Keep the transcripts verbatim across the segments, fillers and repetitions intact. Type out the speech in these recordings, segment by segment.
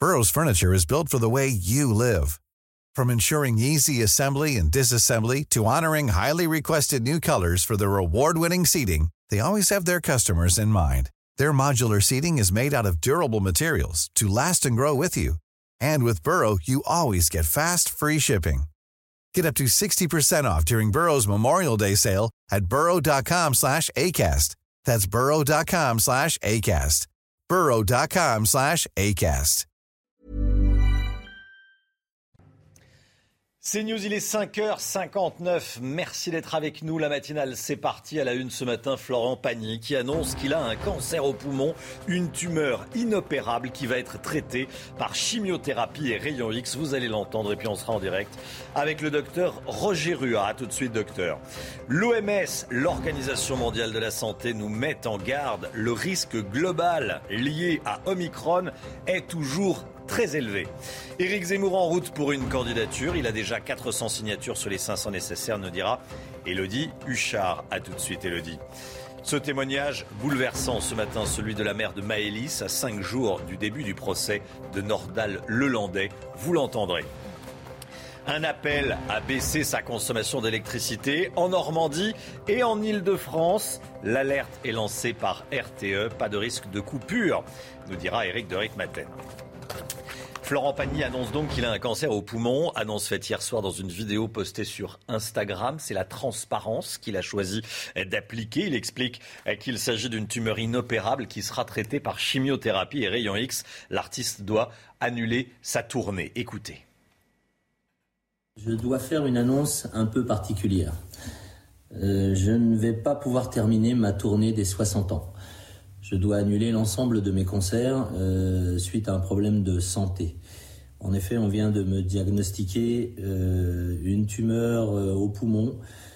Burrow's furniture is built for the way you live. From ensuring easy assembly and disassembly to honoring highly requested new colors for their award-winning seating, they always have their customers in mind. Their modular seating is made out of durable materials to last and grow with you. And with Burrow, you always get fast, free shipping. Get up to sixty percent off during Burrow's Memorial Day sale at burrow.com slash ACAST. That's burrow.com slash ACAST. burrow.com slash ACAST. C'est News, il est cinq heures cinquante-neuf. Merci d'être avec nous. La matinale, c'est parti. À la une ce matin, Florent Pagny qui annonce qu'il a un cancer au poumon, une tumeur inopérable qui va être traitée par chimiothérapie et rayons X. Vous allez l'entendre et puis on sera en direct avec le docteur Roger Ruat. A tout de suite, docteur. L'O M S, l'Organisation mondiale de la santé, nous met en garde. Le risque global lié à Omicron est toujours très élevé. Éric Zemmour en route pour une candidature. Il a déjà quatre cents signatures sur les cinq cents nécessaires, nous dira Élodie Huchard. A tout de suite, Élodie. Ce témoignage bouleversant ce matin, celui de la mère de Maëlys, à cinq jours du début du procès de Nordal Lelandais. Vous l'entendrez. Un appel à baisser sa consommation d'électricité en Normandie et en Île-de-France. L'alerte est lancée par R T E. Pas de risque de coupure, nous dira Éric de Ritmaten. Florent Pagny annonce donc qu'il a un cancer au poumon. Annonce faite hier soir dans une vidéo postée sur Instagram. C'est la transparence qu'il a choisi d'appliquer. Il explique qu'il s'agit d'une tumeur inopérable qui sera traitée par chimiothérapie et rayons X. L'artiste doit annuler sa tournée. Écoutez. Je dois faire une annonce un peu particulière. Euh, je ne vais pas pouvoir terminer ma tournée des soixante ans. Je dois annuler l'ensemble de mes concerts euh, suite à un problème de santé. En effet, on vient de me diagnostiquer euh, une tumeur euh, au poumon,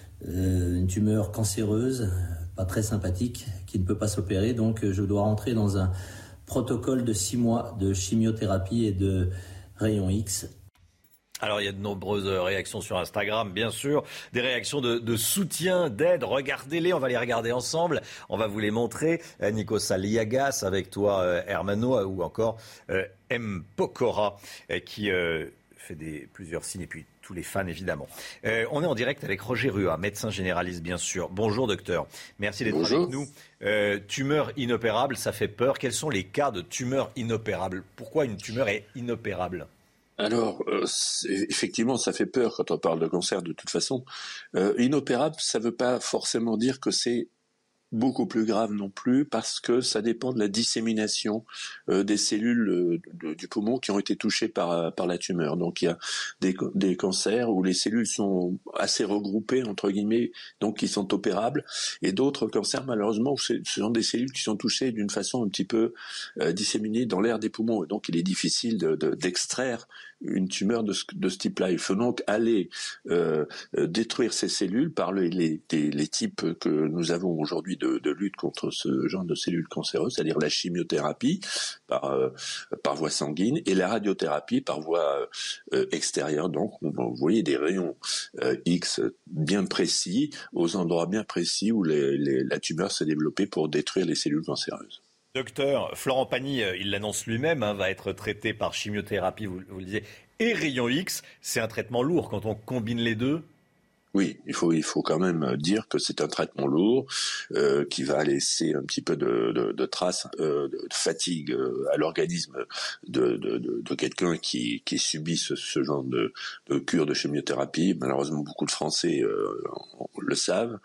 euh, une tumeur cancéreuse, pas très sympathique, qui ne peut pas s'opérer. Donc, je dois rentrer dans un protocole de six mois de chimiothérapie et de rayons X. Alors, il y a de nombreuses réactions sur Instagram, bien sûr. Des réactions de, de soutien, d'aide. Regardez-les, on va les regarder ensemble. On va vous les montrer. Euh, Nikos Aliagas, avec toi, euh, Hermano, ou encore euh, M. Pokora, euh, qui euh, fait des, plusieurs signes, et puis tous les fans, évidemment. Euh, on est en direct avec Roger Ruat, médecin généraliste, bien sûr. Bonjour, docteur. Merci d'être Bonjour. avec nous. Euh, tumeur inopérable, ça fait peur. Quels sont les cas de tumeur inopérable ? Pourquoi une tumeur est inopérable ? Alors, euh, effectivement, ça fait peur quand on parle de cancer de toute façon. Euh, inopérable, ça ne veut pas forcément dire que c'est beaucoup plus grave non plus, parce que ça dépend de la dissémination euh, des cellules euh, de, du poumon qui ont été touchées par, par la tumeur. Donc il y a des, des cancers où les cellules sont assez regroupées, entre guillemets, donc qui sont opérables, et d'autres cancers, malheureusement, où ce sont des cellules qui sont touchées d'une façon un petit peu euh, disséminée dans l'air des poumons. Et donc il est difficile de, de, d'extraire une tumeur de ce, de ce type-là. Il faut donc aller euh, détruire ces cellules par le, les, les, les types que nous avons aujourd'hui de, de lutte contre ce genre de cellules cancéreuses, c'est-à-dire la chimiothérapie par, euh, par voie sanguine et la radiothérapie par voie euh, extérieure. Donc, on va envoyer des rayons euh, X bien précis aux endroits bien précis où les, les, la tumeur s'est développée pour détruire les cellules cancéreuses. Docteur Florent Pagny, il l'annonce lui-même, hein, va être traité par chimiothérapie, vous, vous le disiez, et rayons X. C'est un traitement lourd quand on combine les deux. Oui, il faut il faut quand même dire que c'est un traitement lourd euh, qui va laisser un petit peu de, de, de traces euh, de fatigue euh, à l'organisme de, de, de, de quelqu'un qui, qui subit ce, ce genre de, de cure de chimiothérapie. Malheureusement, beaucoup de Français euh, le savent.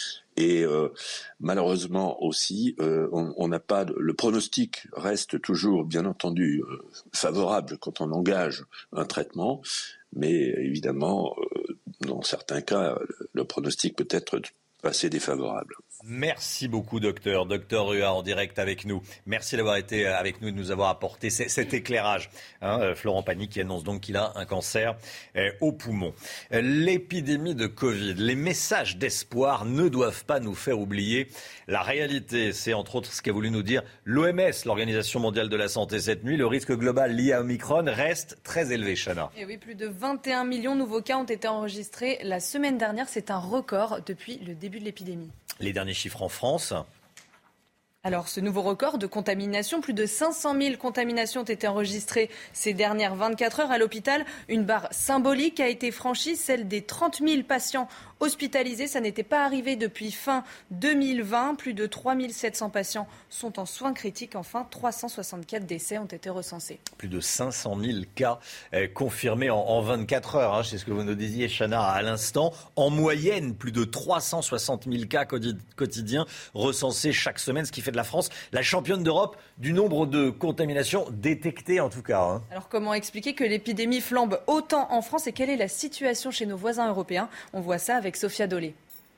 Et euh, malheureusement aussi, euh, on n'a pas de, le pronostic reste toujours, bien entendu, euh, favorable quand on engage un traitement, mais évidemment, euh, dans certains cas, le pronostic peut être assez défavorable. Merci beaucoup, docteur. Docteur Ruat en direct avec nous. Merci d'avoir été avec nous et de nous avoir apporté cet éclairage. Hein, Florent Pagny qui annonce donc qu'il a un cancer euh, au poumon. L'épidémie de Covid, les messages d'espoir ne doivent pas nous faire oublier la réalité. C'est entre autres ce qu'a voulu nous dire l'O M S, l'Organisation mondiale de la santé, cette nuit. Le risque global lié à Omicron reste très élevé, Chana. Et oui, plus de vingt et un millions de nouveaux cas ont été enregistrés la semaine dernière. C'est un record depuis le début de l'épidémie. Les derniers chiffres en France. Alors ce nouveau record de contamination, plus de cinq cent mille contaminations ont été enregistrées ces dernières vingt-quatre heures à l'hôpital. Une barre symbolique a été franchie, celle des trente mille patients hospitalisés. Ça n'était pas arrivé depuis fin deux mille vingt. Plus de trois mille sept cents patients sont en soins critiques. Enfin, trois cent soixante-quatre décès ont été recensés. Plus de cinq cent mille cas euh, confirmés en, en vingt-quatre heures. Hein, c'est ce que vous nous disiez, Chana, à l'instant. En moyenne, plus de trois cent soixante mille cas quotidiens recensés chaque semaine, ce qui fait de la France la championne d'Europe du nombre de contaminations détectées en tout cas. Hein. Alors comment expliquer que l'épidémie flambe autant en France et quelle est la situation chez nos voisins européens ? On voit ça avec Sophia Dolé.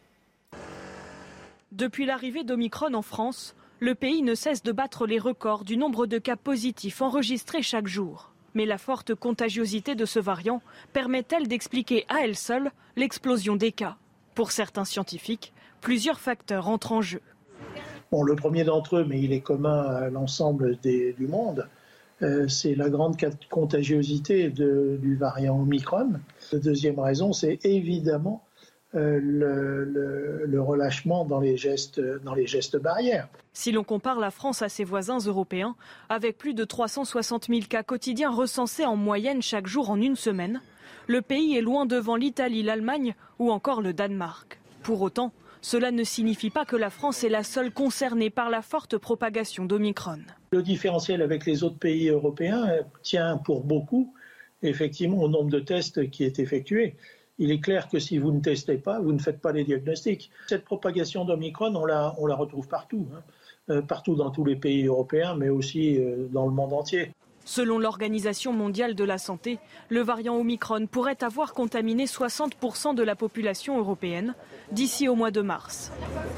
Depuis l'arrivée d'Omicron en France, le pays ne cesse de battre les records du nombre de cas positifs enregistrés chaque jour. Mais la forte contagiosité de ce variant permet-elle d'expliquer à elle seule l'explosion des cas ? Pour certains scientifiques, plusieurs facteurs entrent en jeu. Bon, le premier d'entre eux, mais il est commun à l'ensemble des, du monde, euh, c'est la grande contagiosité de, du variant Omicron. La deuxième raison, c'est évidemment euh, le, le, le relâchement dans les gestes, dans les gestes barrières. Si l'on compare la France à ses voisins européens, avec plus de trois cent soixante mille cas quotidiens recensés en moyenne chaque jour en une semaine, le pays est loin devant l'Italie, l'Allemagne ou encore le Danemark. Pour autant, cela ne signifie pas que la France est la seule concernée par la forte propagation d'Omicron. Le différentiel avec les autres pays européens tient pour beaucoup effectivement au nombre de tests qui est effectué. Il est clair que si vous ne testez pas, vous ne faites pas les diagnostics. Cette propagation d'Omicron, on la, on la retrouve partout, hein. euh, partout dans tous les pays européens, mais aussi euh, dans le monde entier. Selon l'Organisation mondiale de la santé, le variant Omicron pourrait avoir contaminé soixante pour cent de la population européenne d'ici au mois de mars.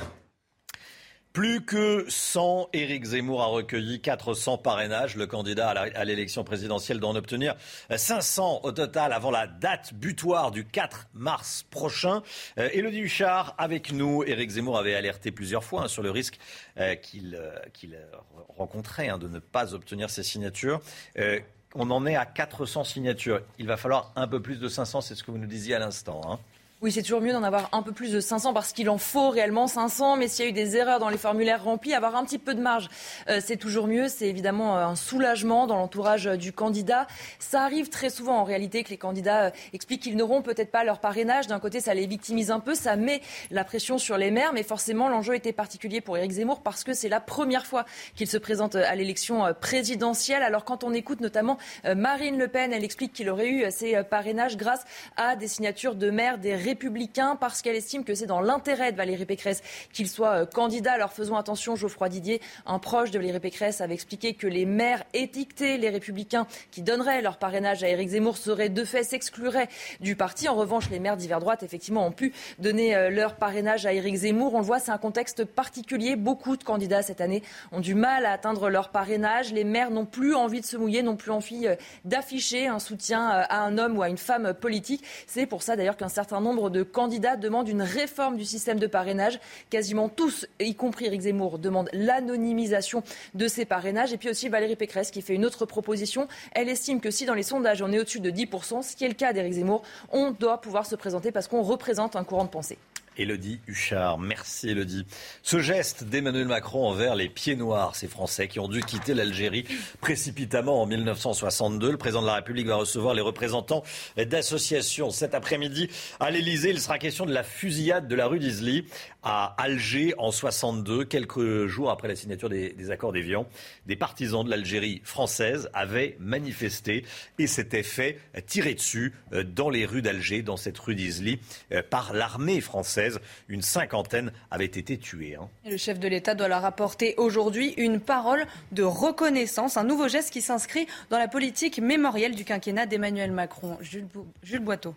Plus que cent, Éric Zemmour a recueilli quatre cents parrainages. Le candidat à l'élection présidentielle doit en obtenir cinq cents au total avant la date butoir du quatre mars prochain. Euh, Élodie Huchard avec nous. Éric Zemmour avait alerté plusieurs fois hein, sur le risque euh, qu'il, euh, qu'il rencontrait hein, de ne pas obtenir ces signatures. Euh, on en est à quatre cents signatures. Il va falloir un peu plus de cinq cents, c'est ce que vous nous disiez à l'instant. Hein. Oui, c'est toujours mieux d'en avoir un peu plus de cinq cents parce qu'il en faut réellement cinq cents. Mais s'il y a eu des erreurs dans les formulaires remplis, avoir un petit peu de marge, euh, c'est toujours mieux. C'est évidemment un soulagement dans l'entourage du candidat. Ça arrive très souvent en réalité que les candidats euh, expliquent qu'ils n'auront peut-être pas leur parrainage. D'un côté, ça les victimise un peu, ça met la pression sur les maires. Mais forcément, l'enjeu était particulier pour Éric Zemmour parce que c'est la première fois qu'il se présente à l'élection présidentielle. Alors quand on écoute notamment euh, Marine Le Pen, elle explique qu'il aurait eu ses parrainages grâce à des signatures de maires des républicains parce qu'elle estime que c'est dans l'intérêt de Valérie Pécresse qu'il soit candidat. Alors faisons attention, Geoffroy Didier, un proche de Valérie Pécresse, avait expliqué que les maires étiquetés, les républicains qui donneraient leur parrainage à Éric Zemmour seraient de fait, s'excluraient du parti. En revanche, les maires d'hiver droite, effectivement, ont pu donner leur parrainage à Éric Zemmour. On le voit, c'est un contexte particulier. Beaucoup de candidats cette année ont du mal à atteindre leur parrainage. Les maires n'ont plus envie de se mouiller, n'ont plus envie d'afficher un soutien à un homme ou à une femme politique. C'est pour ça d'ailleurs qu'un certain nombre de candidats demandent une réforme du système de parrainage. Quasiment tous, y compris Éric Zemmour, demandent l'anonymisation de ces parrainages. Et puis aussi Valérie Pécresse qui fait une autre proposition. Elle estime que si dans les sondages on est au-dessus de dix pour cent, ce qui est le cas d'Éric Zemmour, on doit pouvoir se présenter parce qu'on représente un courant de pensée. Élodie Huchard, merci Élodie. Ce geste d'Emmanuel Macron envers les pieds noirs, ces Français qui ont dû quitter l'Algérie précipitamment en mille neuf cent soixante-deux. Le président de la République va recevoir les représentants d'associations cet après-midi à l'Élysée. Il sera question de la fusillade de la rue d'Isly à Alger en soixante-deux, quelques jours après la signature des, des accords d'Évian. Des partisans de l'Algérie française avaient manifesté et s'étaient fait tirer dessus dans les rues d'Alger, dans cette rue d'Isly, par l'armée française. Une cinquantaine avaient été tués. Hein. Et le chef de l'État doit leur apporter aujourd'hui une parole de reconnaissance, un nouveau geste qui s'inscrit dans la politique mémorielle du quinquennat d'Emmanuel Macron. Jules, Bo- Jules Boiteau.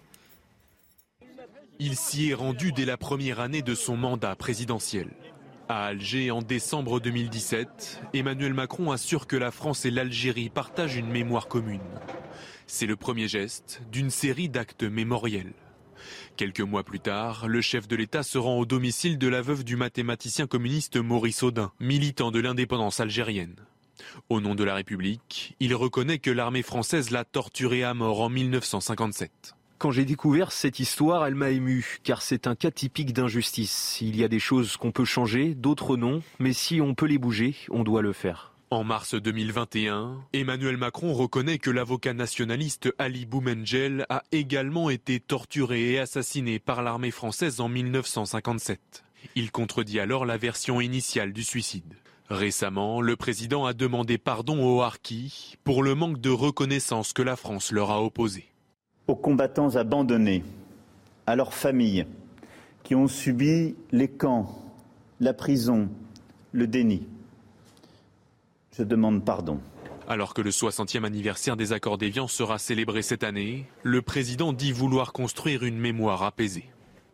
Il s'y est rendu dès la première année de son mandat présidentiel. À Alger, en décembre deux mille dix-sept, Emmanuel Macron assure que la France et l'Algérie partagent une mémoire commune. C'est le premier geste d'une série d'actes mémoriels. Quelques mois plus tard, le chef de l'État se rend au domicile de la veuve du mathématicien communiste Maurice Audin, militant de l'indépendance algérienne. Au nom de la République, il reconnaît que l'armée française l'a torturé à mort en mille neuf cent cinquante-sept. Quand j'ai découvert cette histoire, elle m'a ému, car c'est un cas typique d'injustice. Il y a des choses qu'on peut changer, d'autres non, mais si on peut les bouger, on doit le faire. En mars deux mille vingt et un, Emmanuel Macron reconnaît que l'avocat nationaliste Ali Boumendjel a également été torturé et assassiné par l'armée française en mille neuf cent cinquante-sept. Il contredit alors la version initiale du suicide. Récemment, le président a demandé pardon aux harkis pour le manque de reconnaissance que la France leur a opposé. Aux combattants abandonnés, à leurs familles, qui ont subi les camps, la prison, le déni. Je demande pardon. Alors que le soixantième anniversaire des accords d'Évian sera célébré cette année, le président dit vouloir construire une mémoire apaisée.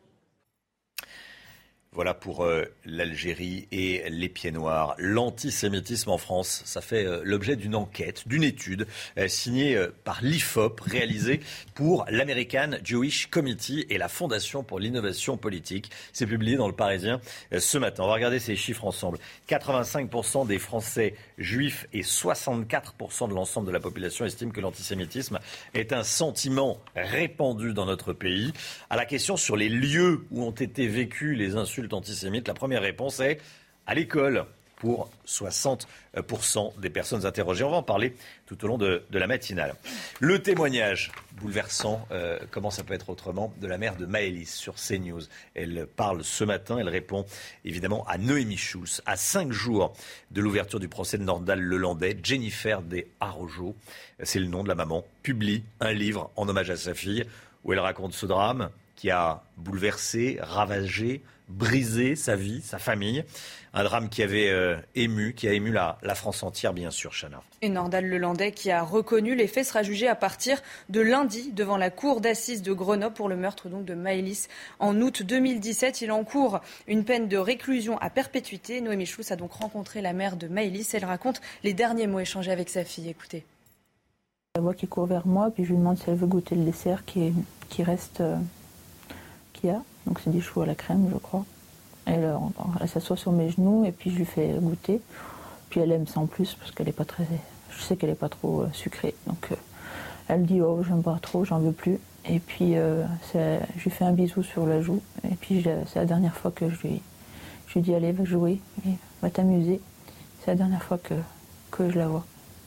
Voilà pour euh, l'Algérie et les pieds noirs. L'antisémitisme en France, ça fait euh, l'objet d'une enquête, d'une étude euh, signée euh, par l'I F O P, réalisée pour l'American Jewish Committee et la Fondation pour l'innovation politique. C'est publié dans Le Parisien euh, ce matin. On va regarder ces chiffres ensemble. quatre-vingt-cinq pour cent des Français juifs et soixante-quatre pour cent de l'ensemble de la population estiment que l'antisémitisme est un sentiment répandu dans notre pays. À la question sur les lieux où ont été vécues les insultes antisémites, la première réponse est à l'école pour soixante pour cent des personnes interrogées. On va en parler tout au long de, de la matinale. Le témoignage bouleversant, euh, comment ça peut être autrement, de la mère de Maëlys sur CNews. Elle parle ce matin, elle répond évidemment à Noémie Schulz. À cinq jours de l'ouverture du procès de Nordal Lelandais, Jennifer des Arrojo, c'est le nom de la maman, publie un livre en hommage à sa fille où elle raconte ce drame qui a bouleversé, ravagé, brisé sa vie, sa famille. Un drame qui avait euh, ému, qui a ému la, la France entière, bien sûr, Chana. Et Nordal Lelandais, qui a reconnu les faits, sera jugé à partir de lundi devant la cour d'assises de Grenoble pour le meurtre donc de Maëlys en août deux mille dix-sept. Il encourt une peine de réclusion à perpétuité. Noémie Schulz a donc rencontré la mère de Maëlys. Elle raconte les derniers mots échangés avec sa fille. Écoutez. Je la vois qui court vers moi, puis je lui demande si elle veut goûter le dessert qui, est, qui reste... Euh... qu'il y a. Donc c'est des choux à la crème, je crois. Elle, elle s'assoit sur mes genoux et puis je lui fais goûter. Puis elle aime ça en plus parce qu'elle est pas très... Je sais qu'elle n'est pas trop euh, sucrée. Donc euh, elle dit « Oh, j'aime pas trop, j'en veux plus ». Et puis euh, je lui fais un bisou sur la joue. Et puis c'est la dernière fois que je lui, je lui dis « Allez, va jouer, et va t'amuser ». C'est la dernière fois que, que je la vois.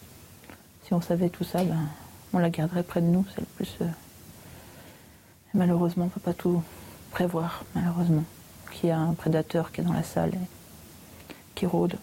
Si on savait tout ça, ben, on la garderait près de nous. C'est le plus... Euh... Malheureusement, on ne peut pas tout prévoir, malheureusement. Qu'il y a un prédateur qui est dans la salle et qui rôde.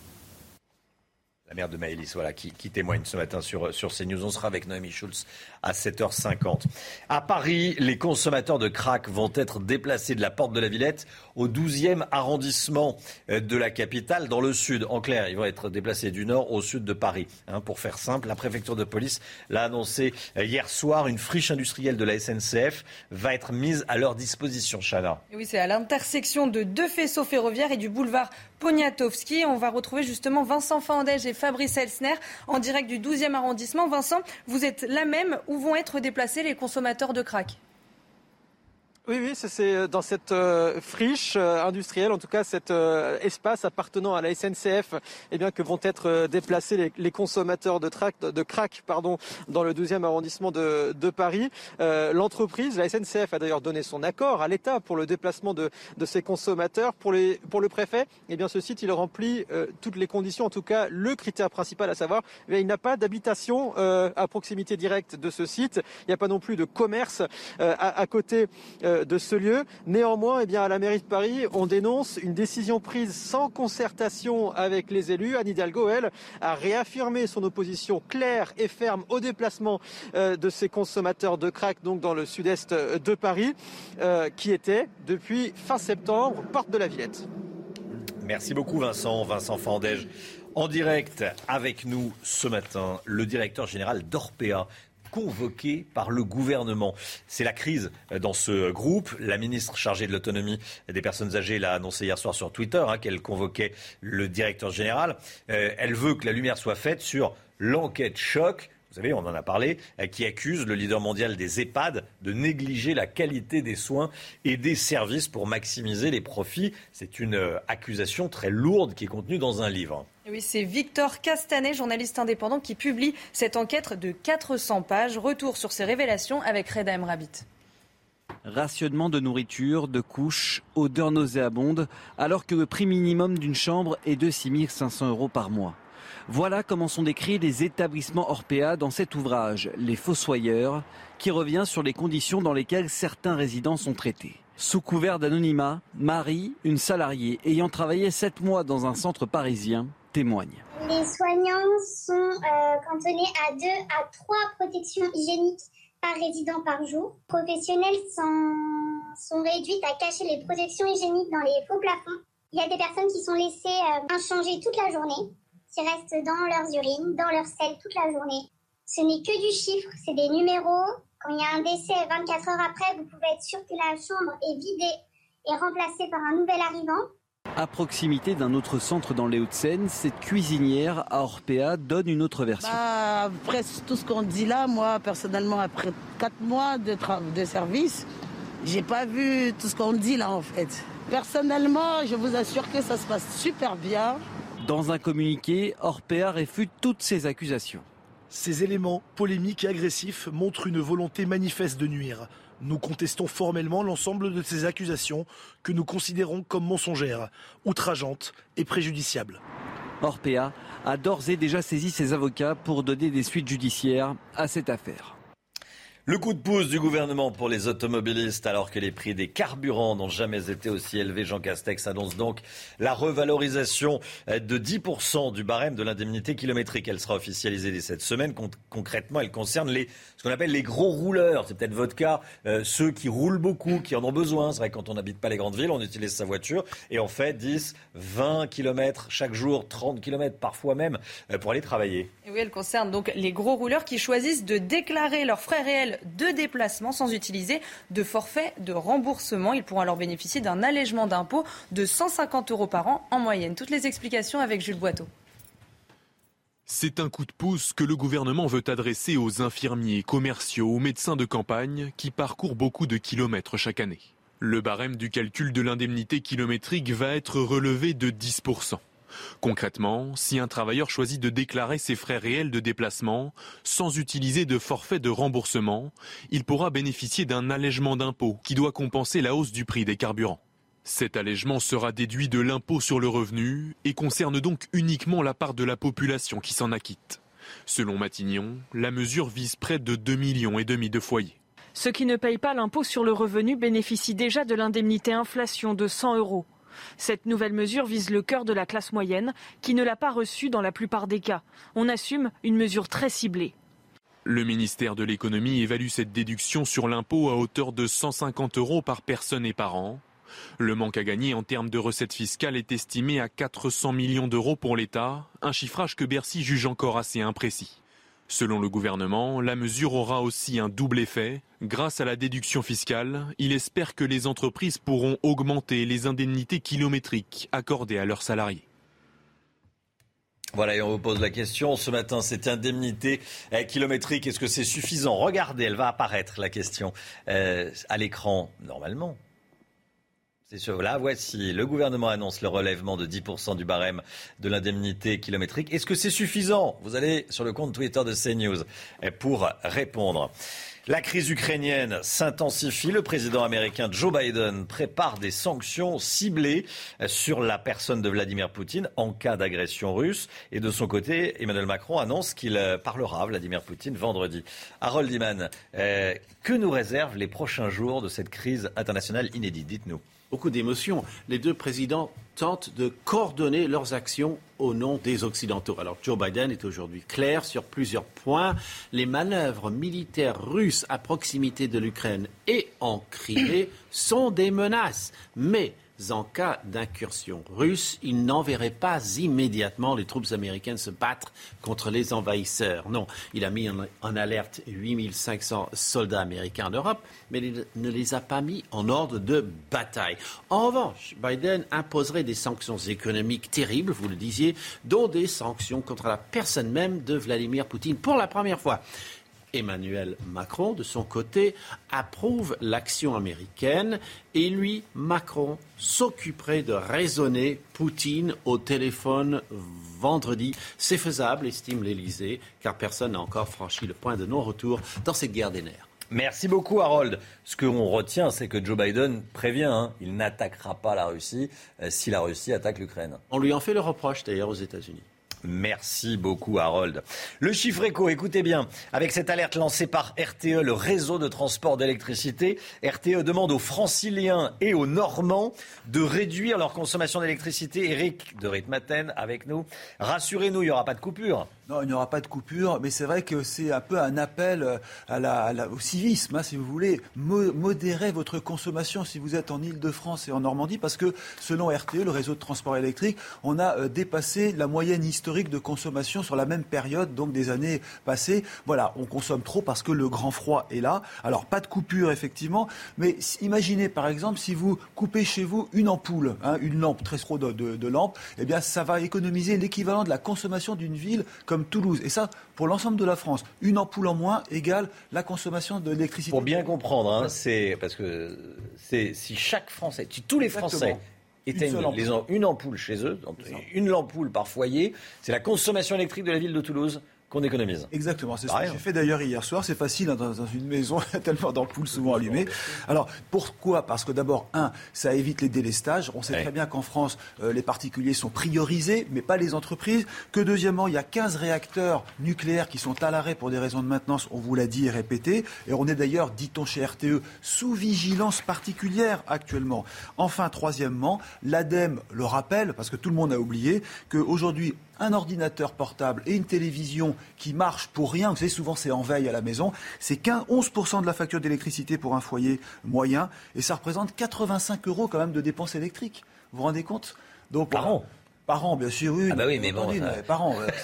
La mère de Maëlys, voilà, qui, qui témoigne ce matin sur, sur CNews. On sera avec Noémie Schulz à sept heures cinquante. À Paris, les consommateurs de crack vont être déplacés de la porte de la Villette au douzième arrondissement de la capitale, dans le sud. En clair, ils vont être déplacés du nord au sud de Paris. Hein, pour faire simple, la préfecture de police l'a annoncé hier soir. Une friche industrielle de la S N C F va être mise à leur disposition, Chana. Oui, c'est à l'intersection de deux faisceaux ferroviaires et du boulevard Poniatowski. On va retrouver justement Vincent Fandège et Fabrice Elsner en direct du douzième arrondissement. Vincent, vous êtes là même où vont être déplacés les consommateurs de crack. Oui, oui, c'est dans cette euh, friche euh, industrielle, en tout cas cet euh, espace appartenant à la S N C F, eh bien, que vont être euh, déplacés les, les consommateurs de, trac, de crack pardon, dans le douzième arrondissement de, de Paris. Euh, l'entreprise, la S N C F, a d'ailleurs donné son accord à l'État pour le déplacement de, de ces consommateurs. Pour, les, pour le préfet, eh bien, ce site, il remplit euh, toutes les conditions, en tout cas le critère principal, à savoir, eh bien, il n'a pas d'habitation euh, à proximité directe de ce site. Il n'y a pas non plus de commerce euh, à, à côté euh, de ce lieu. Néanmoins, eh bien, à la mairie de Paris, on dénonce une décision prise sans concertation avec les élus. Anne Hidalgo, elle, a réaffirmé son opposition claire et ferme au déplacement euh, de ces consommateurs de crack, donc dans le sud-est de Paris, euh, qui étaient, depuis fin septembre, porte de la Villette. Merci beaucoup Vincent, Vincent Fandège. En direct avec nous ce matin, le directeur général d'Orpea, convoqué par le gouvernement. C'est la crise dans ce groupe. La ministre chargée de l'autonomie des personnes âgées l'a annoncé hier soir sur Twitter, hein, qu'elle convoquait le directeur général. Euh, elle veut que la lumière soit faite sur l'enquête choc. Vous savez, on en a parlé, qui accuse le leader mondial des EHPAD de négliger la qualité des soins et des services pour maximiser les profits. C'est une accusation très lourde qui est contenue dans un livre. Oui, c'est Victor Castanet, journaliste indépendant, qui publie cette enquête de quatre cents pages. Retour sur ces révélations avec Reda Emrabit. Rationnement de nourriture, de couches, odeur nauséabonde, alors que le prix minimum d'une chambre est de six mille cinq cents euros par mois. Voilà comment sont décrits les établissements Orpea dans cet ouvrage, Les Fossoyeurs, qui revient sur les conditions dans lesquelles certains résidents sont traités. Sous couvert d'anonymat, Marie, une salariée ayant travaillé sept mois dans un centre parisien, témoigne. Les soignants sont euh, cantonnés à deux à trois protections hygiéniques par résident par jour. Les professionnels sont, sont réduits à cacher les protections hygiéniques dans les faux plafonds. Il y a des personnes qui sont laissées euh, inchangées toute la journée, qui restent dans leurs urines, dans leur selle toute la journée. Ce n'est que du chiffre, c'est des numéros. Quand il y a un décès vingt-quatre heures après, vous pouvez être sûr que la chambre est vidée et remplacée par un nouvel arrivant. À proximité d'un autre centre dans les Hauts-de-Seine, cette cuisinière à Orpea donne une autre version. Bah, après tout ce qu'on dit là, moi personnellement, après quatre mois de, tra- de service, j'ai pas vu tout ce qu'on dit là en fait. Personnellement, je vous assure que ça se passe super bien. Dans un communiqué, Orpea réfute toutes ces accusations. Ces éléments polémiques et agressifs montrent une volonté manifeste de nuire. Nous contestons formellement l'ensemble de ces accusations que nous considérons comme mensongères, outrageantes et préjudiciables. Orpea a d'ores et déjà saisi ses avocats pour donner des suites judiciaires à cette affaire. Le coup de pouce du gouvernement pour les automobilistes alors que les prix des carburants n'ont jamais été aussi élevés. Jean Castex annonce donc la revalorisation de dix pour cent du barème de l'indemnité kilométrique. Elle sera officialisée dès cette semaine. Con- concrètement, elle concerne les, ce qu'on appelle les gros rouleurs. C'est peut-être votre cas, euh, ceux qui roulent beaucoup, qui en ont besoin. C'est vrai que quand on n'habite pas les grandes villes, on utilise sa voiture et on fait dix, vingt kilomètres chaque jour, trente kilomètres parfois même euh, pour aller travailler. Et oui, elle concerne donc les gros rouleurs qui choisissent de déclarer leurs frais réels de déplacement sans utiliser de forfait de remboursement. Ils pourront alors bénéficier d'un allègement d'impôt de cent cinquante euros par an en moyenne. Toutes les explications avec Jules Boiteau. C'est un coup de pouce que le gouvernement veut adresser aux infirmiers, commerciaux, aux médecins de campagne qui parcourent beaucoup de kilomètres chaque année. Le barème du calcul de l'indemnité kilométrique va être relevé de dix pour cent. Concrètement, si un travailleur choisit de déclarer ses frais réels de déplacement sans utiliser de forfait de remboursement, il pourra bénéficier d'un allègement d'impôt qui doit compenser la hausse du prix des carburants. Cet allègement sera déduit de l'impôt sur le revenu et concerne donc uniquement la part de la population qui s'en acquitte. Selon Matignon, la mesure vise près de deux millions et demi de foyers. Ceux qui ne payent pas l'impôt sur le revenu bénéficient déjà de l'indemnité inflation de cent euros. Cette nouvelle mesure vise le cœur de la classe moyenne qui ne l'a pas reçue dans la plupart des cas. On assume une mesure très ciblée. Le ministère de l'économie évalue cette déduction sur l'impôt à hauteur de cent cinquante euros par personne et par an. Le manque à gagner en termes de recettes fiscales est estimé à quatre cents millions d'euros pour l'État, un chiffrage que Bercy juge encore assez imprécis. Selon le gouvernement, la mesure aura aussi un double effet. Grâce à la déduction fiscale, il espère que les entreprises pourront augmenter les indemnités kilométriques accordées à leurs salariés. Voilà, et on vous pose la question ce matin, cette indemnité euh, kilométrique, est-ce que c'est suffisant ? Regardez, elle va apparaître, la question, euh, à l'écran, normalement. C'est sûr. Là, voici, le gouvernement annonce le relèvement de dix pour cent du barème de l'indemnité kilométrique. Est-ce que c'est suffisant ? Vous allez sur le compte Twitter de CNews pour répondre. La crise ukrainienne s'intensifie. Le président américain Joe Biden prépare des sanctions ciblées sur la personne de Vladimir Poutine en cas d'agression russe. Et de son côté, Emmanuel Macron annonce qu'il parlera à Vladimir Poutine vendredi. Harold Iman, euh, que nous réservent les prochains jours de cette crise internationale inédite ? Dites-nous. Beaucoup d'émotions. Les deux présidents tentent de coordonner leurs actions au nom des Occidentaux. Alors Joe Biden est aujourd'hui clair sur plusieurs points. Les manœuvres militaires russes à proximité de l'Ukraine et en Crimée sont des menaces. Mais en cas d'incursion russe, il n'enverrait pas immédiatement les troupes américaines se battre contre les envahisseurs. Non, il a mis en, en alerte huit mille cinq cents soldats américains en Europe, mais il ne les a pas mis en ordre de bataille. En revanche, Biden imposerait des sanctions économiques terribles, vous le disiez, dont des sanctions contre la personne même de Vladimir Poutine pour la première fois. Emmanuel Macron, de son côté, approuve l'action américaine et lui, Macron, s'occuperait de raisonner Poutine au téléphone vendredi. C'est faisable, estime l'Élysée, car personne n'a encore franchi le point de non-retour dans cette guerre des nerfs. Merci beaucoup Harold. Ce qu'on retient, c'est que Joe Biden prévient, hein, il n'attaquera pas la Russie euh, si la Russie attaque l'Ukraine. On lui en fait le reproche d'ailleurs aux États-Unis. Merci beaucoup Harold. Le chiffre éco, écoutez bien, avec cette alerte lancée par R T E, le réseau de transport d'électricité, R T E demande aux Franciliens et aux Normands de réduire leur consommation d'électricité. Eric de Ritmaten avec nous. Rassurez-nous, il n'y aura pas de coupure. Non, il n'y aura pas de coupure, mais c'est vrai que c'est un peu un appel à la, à la, au civisme, hein, si vous voulez. Mo- modérez votre consommation si vous êtes en Ile-de-France et en Normandie, parce que selon R T E, le réseau de transport électrique, on a euh, dépassé la moyenne historique de consommation sur la même période, donc des années passées. Voilà, on consomme trop parce que le grand froid est là. Alors, pas de coupure, effectivement, mais imaginez, par exemple, si vous coupez chez vous une ampoule, hein, une lampe, très trop de, de, de lampe, eh bien, ça va économiser l'équivalent de la consommation d'une ville comme Toulouse. Et ça, pour l'ensemble de la France, une ampoule en moins égale la consommation de l'électricité. Pour bien comprendre, hein, c'est parce que c'est si chaque Français, si tous les Français éteignent une, les, une ampoule chez eux, une ampoule par foyer, c'est la consommation électrique de la ville de Toulouse qu'on économise. Exactement, c'est ce que j'ai fait d'ailleurs hier soir. C'est facile hein, dans, dans une maison, il y a tellement d'ampoules souvent allumées. Alors pourquoi ? Parce que d'abord, un, ça évite les délestages. On sait ouais. très bien qu'en France, euh, les particuliers sont priorisés, mais pas les entreprises. Que deuxièmement, il y a quinze réacteurs nucléaires qui sont à l'arrêt pour des raisons de maintenance, on vous l'a dit et répété. Et on est d'ailleurs, dit-on chez R T E, sous vigilance particulière actuellement. Enfin, troisièmement, l'ADEME le rappelle, parce que tout le monde a oublié, qu'aujourd'hui, un ordinateur portable et une télévision qui marchent pour rien, vous savez, souvent c'est en veille à la maison, c'est onze pour cent de la facture d'électricité pour un foyer moyen, et ça représente quatre-vingt-cinq euros quand même de dépenses électriques. Vous vous rendez compte ? Donc, par an ? Par an, bien sûr, oui. Ah bah oui, mais bon, ça... ça... par an. Ouais,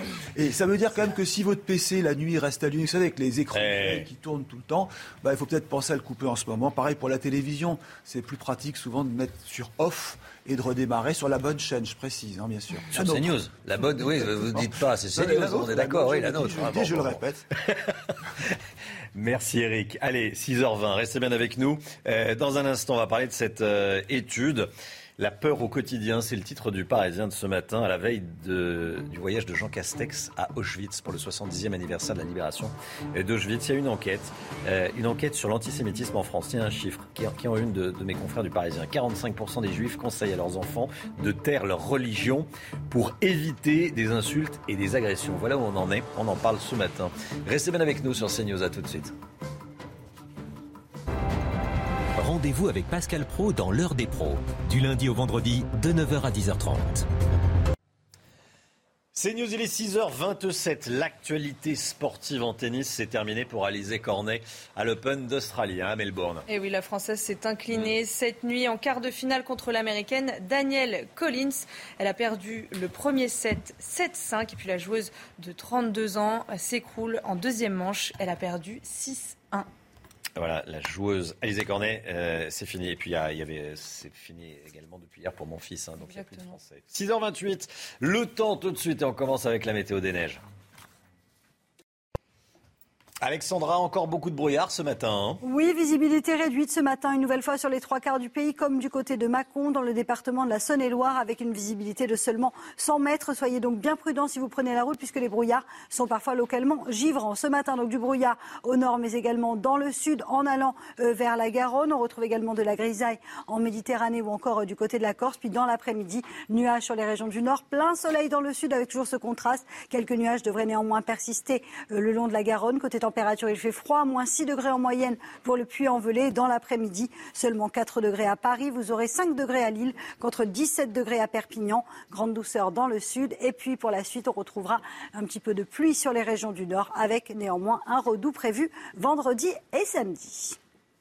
et ça veut dire quand même que si votre P C, la nuit, reste allumé, vous savez, avec les écrans hey. qui tournent tout le temps, bah, il faut peut-être penser à le couper en ce moment. Pareil pour la télévision, c'est plus pratique souvent de mettre sur off et de redémarrer sur la bonne chaîne, je précise, hein, bien sûr. C'est CNews. La bonne, oui, vous ne dites pas, c'est CNews, on est d'accord, oui, la nôtre. Je, je, je le répète. Merci Eric. Allez, six heures vingt, restez bien avec nous. Euh, dans un instant, on va parler de cette euh, étude. La peur au quotidien, c'est le titre du Parisien de ce matin, à la veille de, du voyage de Jean Castex à Auschwitz pour le soixante-dixième anniversaire de la libération d'Auschwitz. Il y a une enquête, euh, une enquête sur l'antisémitisme en France. Il y a un chiffre qui, qui est en une de, de mes confrères du Parisien. quarante-cinq pour cent des Juifs conseillent à leurs enfants de taire leur religion pour éviter des insultes et des agressions. Voilà où on en est. On en parle ce matin. Restez bien avec nous sur CNews. À tout de suite. Rendez-vous avec Pascal Praud dans l'heure des pros, du lundi au vendredi de neuf heures à dix heures trente. C'est News, il est six heures vingt-sept. L'actualité sportive en tennis, c'est terminé pour Alizé Cornet à l'Open d'Australie, hein, à Melbourne. Et oui, la Française s'est inclinée cette nuit en quart de finale contre l'Américaine Danielle Collins. Elle a perdu le premier set sept cinq et puis la joueuse de trente-deux ans s'écroule en deuxième manche. Elle a perdu six un. Voilà, la joueuse Alizé Cornet, euh, c'est fini. Et puis il y, a, il y avait, c'est fini également depuis hier pour mon fils, hein, donc il n'y a plus de Français. six heures vingt-huit, le temps tout de suite et on commence avec la météo des neiges. Alexandra, encore beaucoup de brouillard ce matin. Hein. Oui, visibilité réduite ce matin, une nouvelle fois sur les trois quarts du pays, comme du côté de Mâcon, dans le département de la Saône-et-Loire, avec une visibilité de seulement cent mètres. Soyez donc bien prudents si vous prenez la route, puisque les brouillards sont parfois localement givrants. Ce matin, donc du brouillard au nord, mais également dans le sud, en allant euh, vers la Garonne. On retrouve également de la grisaille en Méditerranée ou encore euh, du côté de la Corse. Puis dans l'après-midi, nuages sur les régions du nord, plein soleil dans le sud, avec toujours ce contraste. Quelques nuages devraient néanmoins persister euh, le long de la Garonne. Côté température, il fait froid, moins six degrés en moyenne pour le Puy-en-Velay. Dans l'après-midi, seulement quatre degrés à Paris. Vous aurez cinq degrés à Lille contre dix-sept degrés à Perpignan. Grande douceur dans le sud. Et puis pour la suite, on retrouvera un petit peu de pluie sur les régions du nord, avec néanmoins un redoux prévu vendredi et samedi.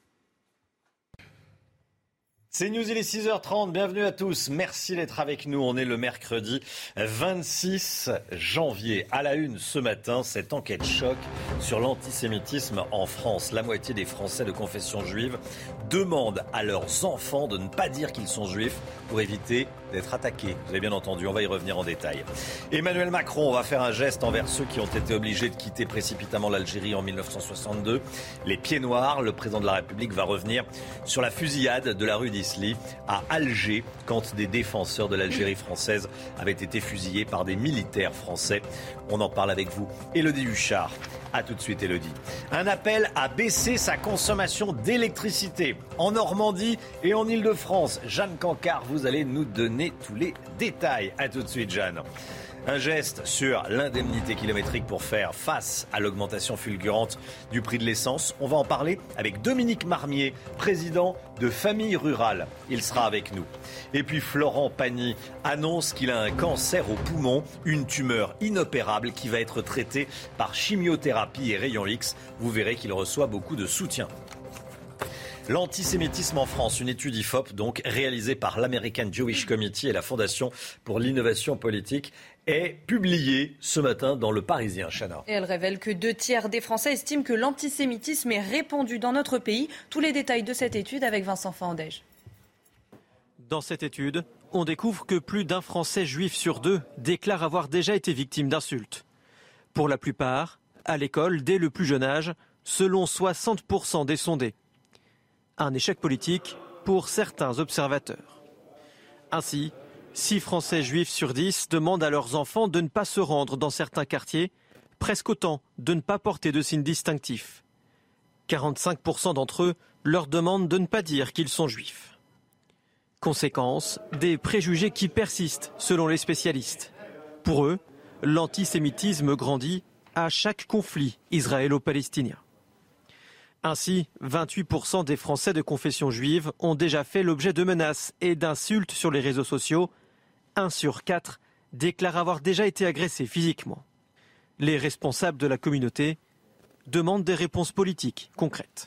C'est News, il est six heures trente, bienvenue à tous, merci d'être avec nous, on est le mercredi vingt-six janvier. À la une ce matin, cette enquête choc sur l'antisémitisme en France. La moitié des Français de confession juive demandent à leurs enfants de ne pas dire qu'ils sont juifs pour éviter d'être attaqués. Vous avez bien entendu, on va y revenir en détail. Emmanuel Macron va faire un geste envers ceux qui ont été obligés de quitter précipitamment l'Algérie en dix-neuf cent soixante-deux. Les pieds noirs, le président de la République va revenir sur la fusillade de la rue d'Ivry Kisli à Alger quand des défenseurs de l'Algérie française avaient été fusillés par des militaires français. On en parle avec vous, Élodie Huchard. A tout de suite, Élodie. Un appel à baisser sa consommation d'électricité en Normandie et en Ile-de-France. Jeanne Cancard, vous allez nous donner tous les détails. A tout de suite, Jeanne. Un geste sur l'indemnité kilométrique pour faire face à l'augmentation fulgurante du prix de l'essence. On va en parler avec Dominique Marmier, président de Famille Rurale. Il sera avec nous. Et puis Florent Pagny annonce qu'il a un cancer au poumon, une tumeur inopérable qui va être traitée par chimiothérapie et rayons X. Vous verrez qu'il reçoit beaucoup de soutien. L'antisémitisme en France, une étude I F O P donc réalisée par l'American Jewish Committee et la Fondation pour l'innovation politique est publiée ce matin dans Le Parisien. Chana. Et elle révèle que deux tiers des Français estiment que l'antisémitisme est répandu dans notre pays. Tous les détails de cette étude avec Vincent Fandège. Dans cette étude, on découvre que plus d'un Français juif sur deux déclare avoir déjà été victime d'insultes. Pour la plupart, à l'école, dès le plus jeune âge, selon soixante pour cent des sondés. Un échec politique pour certains observateurs. Ainsi, six Français juifs sur dix demandent à leurs enfants de ne pas se rendre dans certains quartiers, presque autant de ne pas porter de signes distinctifs. quarante-cinq pour cent d'entre eux leur demandent de ne pas dire qu'ils sont juifs. Conséquence, des préjugés qui persistent selon les spécialistes. Pour eux, l'antisémitisme grandit à chaque conflit israélo-palestinien. Ainsi, vingt-huit pour cent des Français de confession juive ont déjà fait l'objet de menaces et d'insultes sur les réseaux sociaux. Un sur quatre déclare avoir déjà été agressé physiquement. Les responsables de la communauté demandent des réponses politiques concrètes.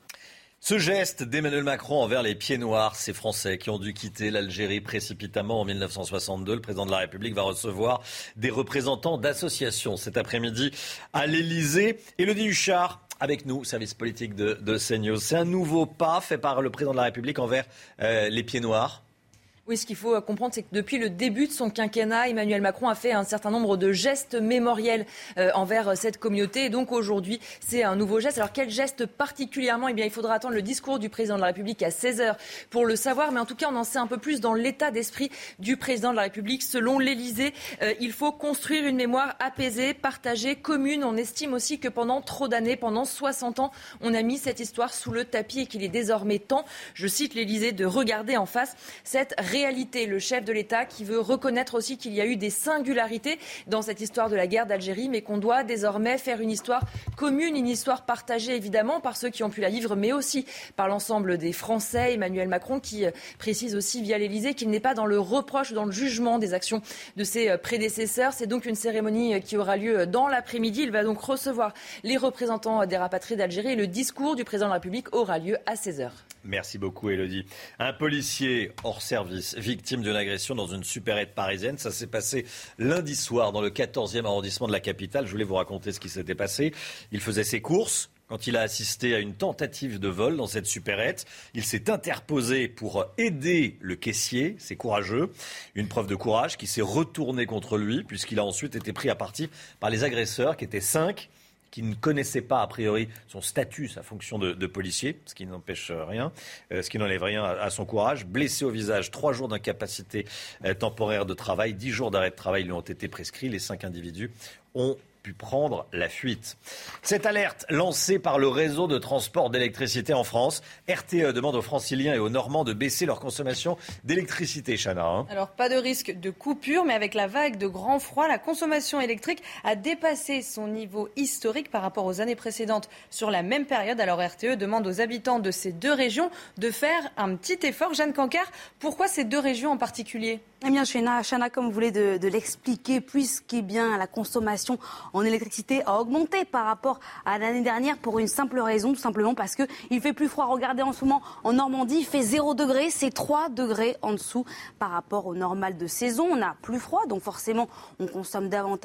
Ce geste d'Emmanuel Macron envers les pieds noirs, ces Français qui ont dû quitter l'Algérie précipitamment en dix-neuf cent soixante-deux, le président de la République va recevoir des représentants d'associations cet après-midi à l'Élysée. Élodie Huchard, avec nous, service politique de, de CNews. C'est un nouveau pas fait par le président de la République envers euh, les pieds noirs. Oui, ce qu'il faut comprendre, c'est que depuis le début de son quinquennat, Emmanuel Macron a fait un certain nombre de gestes mémoriels euh, envers cette communauté. Et donc aujourd'hui, c'est un nouveau geste. Alors quel geste particulièrement ? Eh bien, il faudra attendre le discours du président de la République à seize heures pour le savoir. Mais en tout cas, on en sait un peu plus dans l'état d'esprit du président de la République. Selon l'Élysée, euh, il faut construire une mémoire apaisée, partagée, commune. On estime aussi que pendant trop d'années, pendant soixante ans, on a mis cette histoire sous le tapis et qu'il est désormais temps, je cite l'Élysée, de regarder en face cette réalité. Le chef de l'État qui veut reconnaître aussi qu'il y a eu des singularités dans cette histoire de la guerre d'Algérie, mais qu'on doit désormais faire une histoire commune, une histoire partagée évidemment par ceux qui ont pu la vivre, mais aussi par l'ensemble des Français. Emmanuel Macron qui précise aussi via l'Élysée qu'il n'est pas dans le reproche ou dans le jugement des actions de ses prédécesseurs. C'est donc une cérémonie qui aura lieu dans l'après-midi. Il va donc recevoir les représentants des rapatriés d'Algérie et le discours du président de la République aura lieu à seize heures. Merci beaucoup, Élodie. Un policier hors service, victime d'une agression dans une supérette parisienne. Ça s'est passé lundi soir dans le quatorzième arrondissement de la capitale. Je voulais vous raconter ce qui s'était passé. Il faisait ses courses quand il a assisté à une tentative de vol dans cette supérette. Il s'est interposé pour aider le caissier. C'est courageux. Une preuve de courage qui s'est retournée contre lui puisqu'il a ensuite été pris à partie par les agresseurs qui étaient cinq. Qui ne connaissait pas a priori son statut, sa fonction de, de policier, ce qui n'empêche rien, euh, ce qui n'enlève rien à, à son courage. Blessé au visage, trois jours d'incapacité euh, temporaire de travail, dix jours d'arrêt de travail lui ont été prescrits. Les cinq individus ont pu prendre la fuite. Cette alerte lancée par le réseau de transport d'électricité en France, R T E demande aux Franciliens et aux Normands de baisser leur consommation d'électricité, Chana. Hein. Alors pas de risque de coupure, mais avec la vague de grand froid, la consommation électrique a dépassé son niveau historique par rapport aux années précédentes sur la même période. Alors R T E demande aux habitants de ces deux régions de faire un petit effort. Jeanne Cancard, pourquoi ces deux régions en particulier ? Eh bien, Chana, Chana, comme vous voulez de, de l'expliquer, puisque bien la consommation en électricité a augmenté par rapport à l'année dernière pour une simple raison, tout simplement parce que il fait plus froid. Regardez en ce moment en Normandie, il fait zéro degré, c'est trois degrés en dessous par rapport au normal de saison. On a plus froid, donc forcément on consomme davantage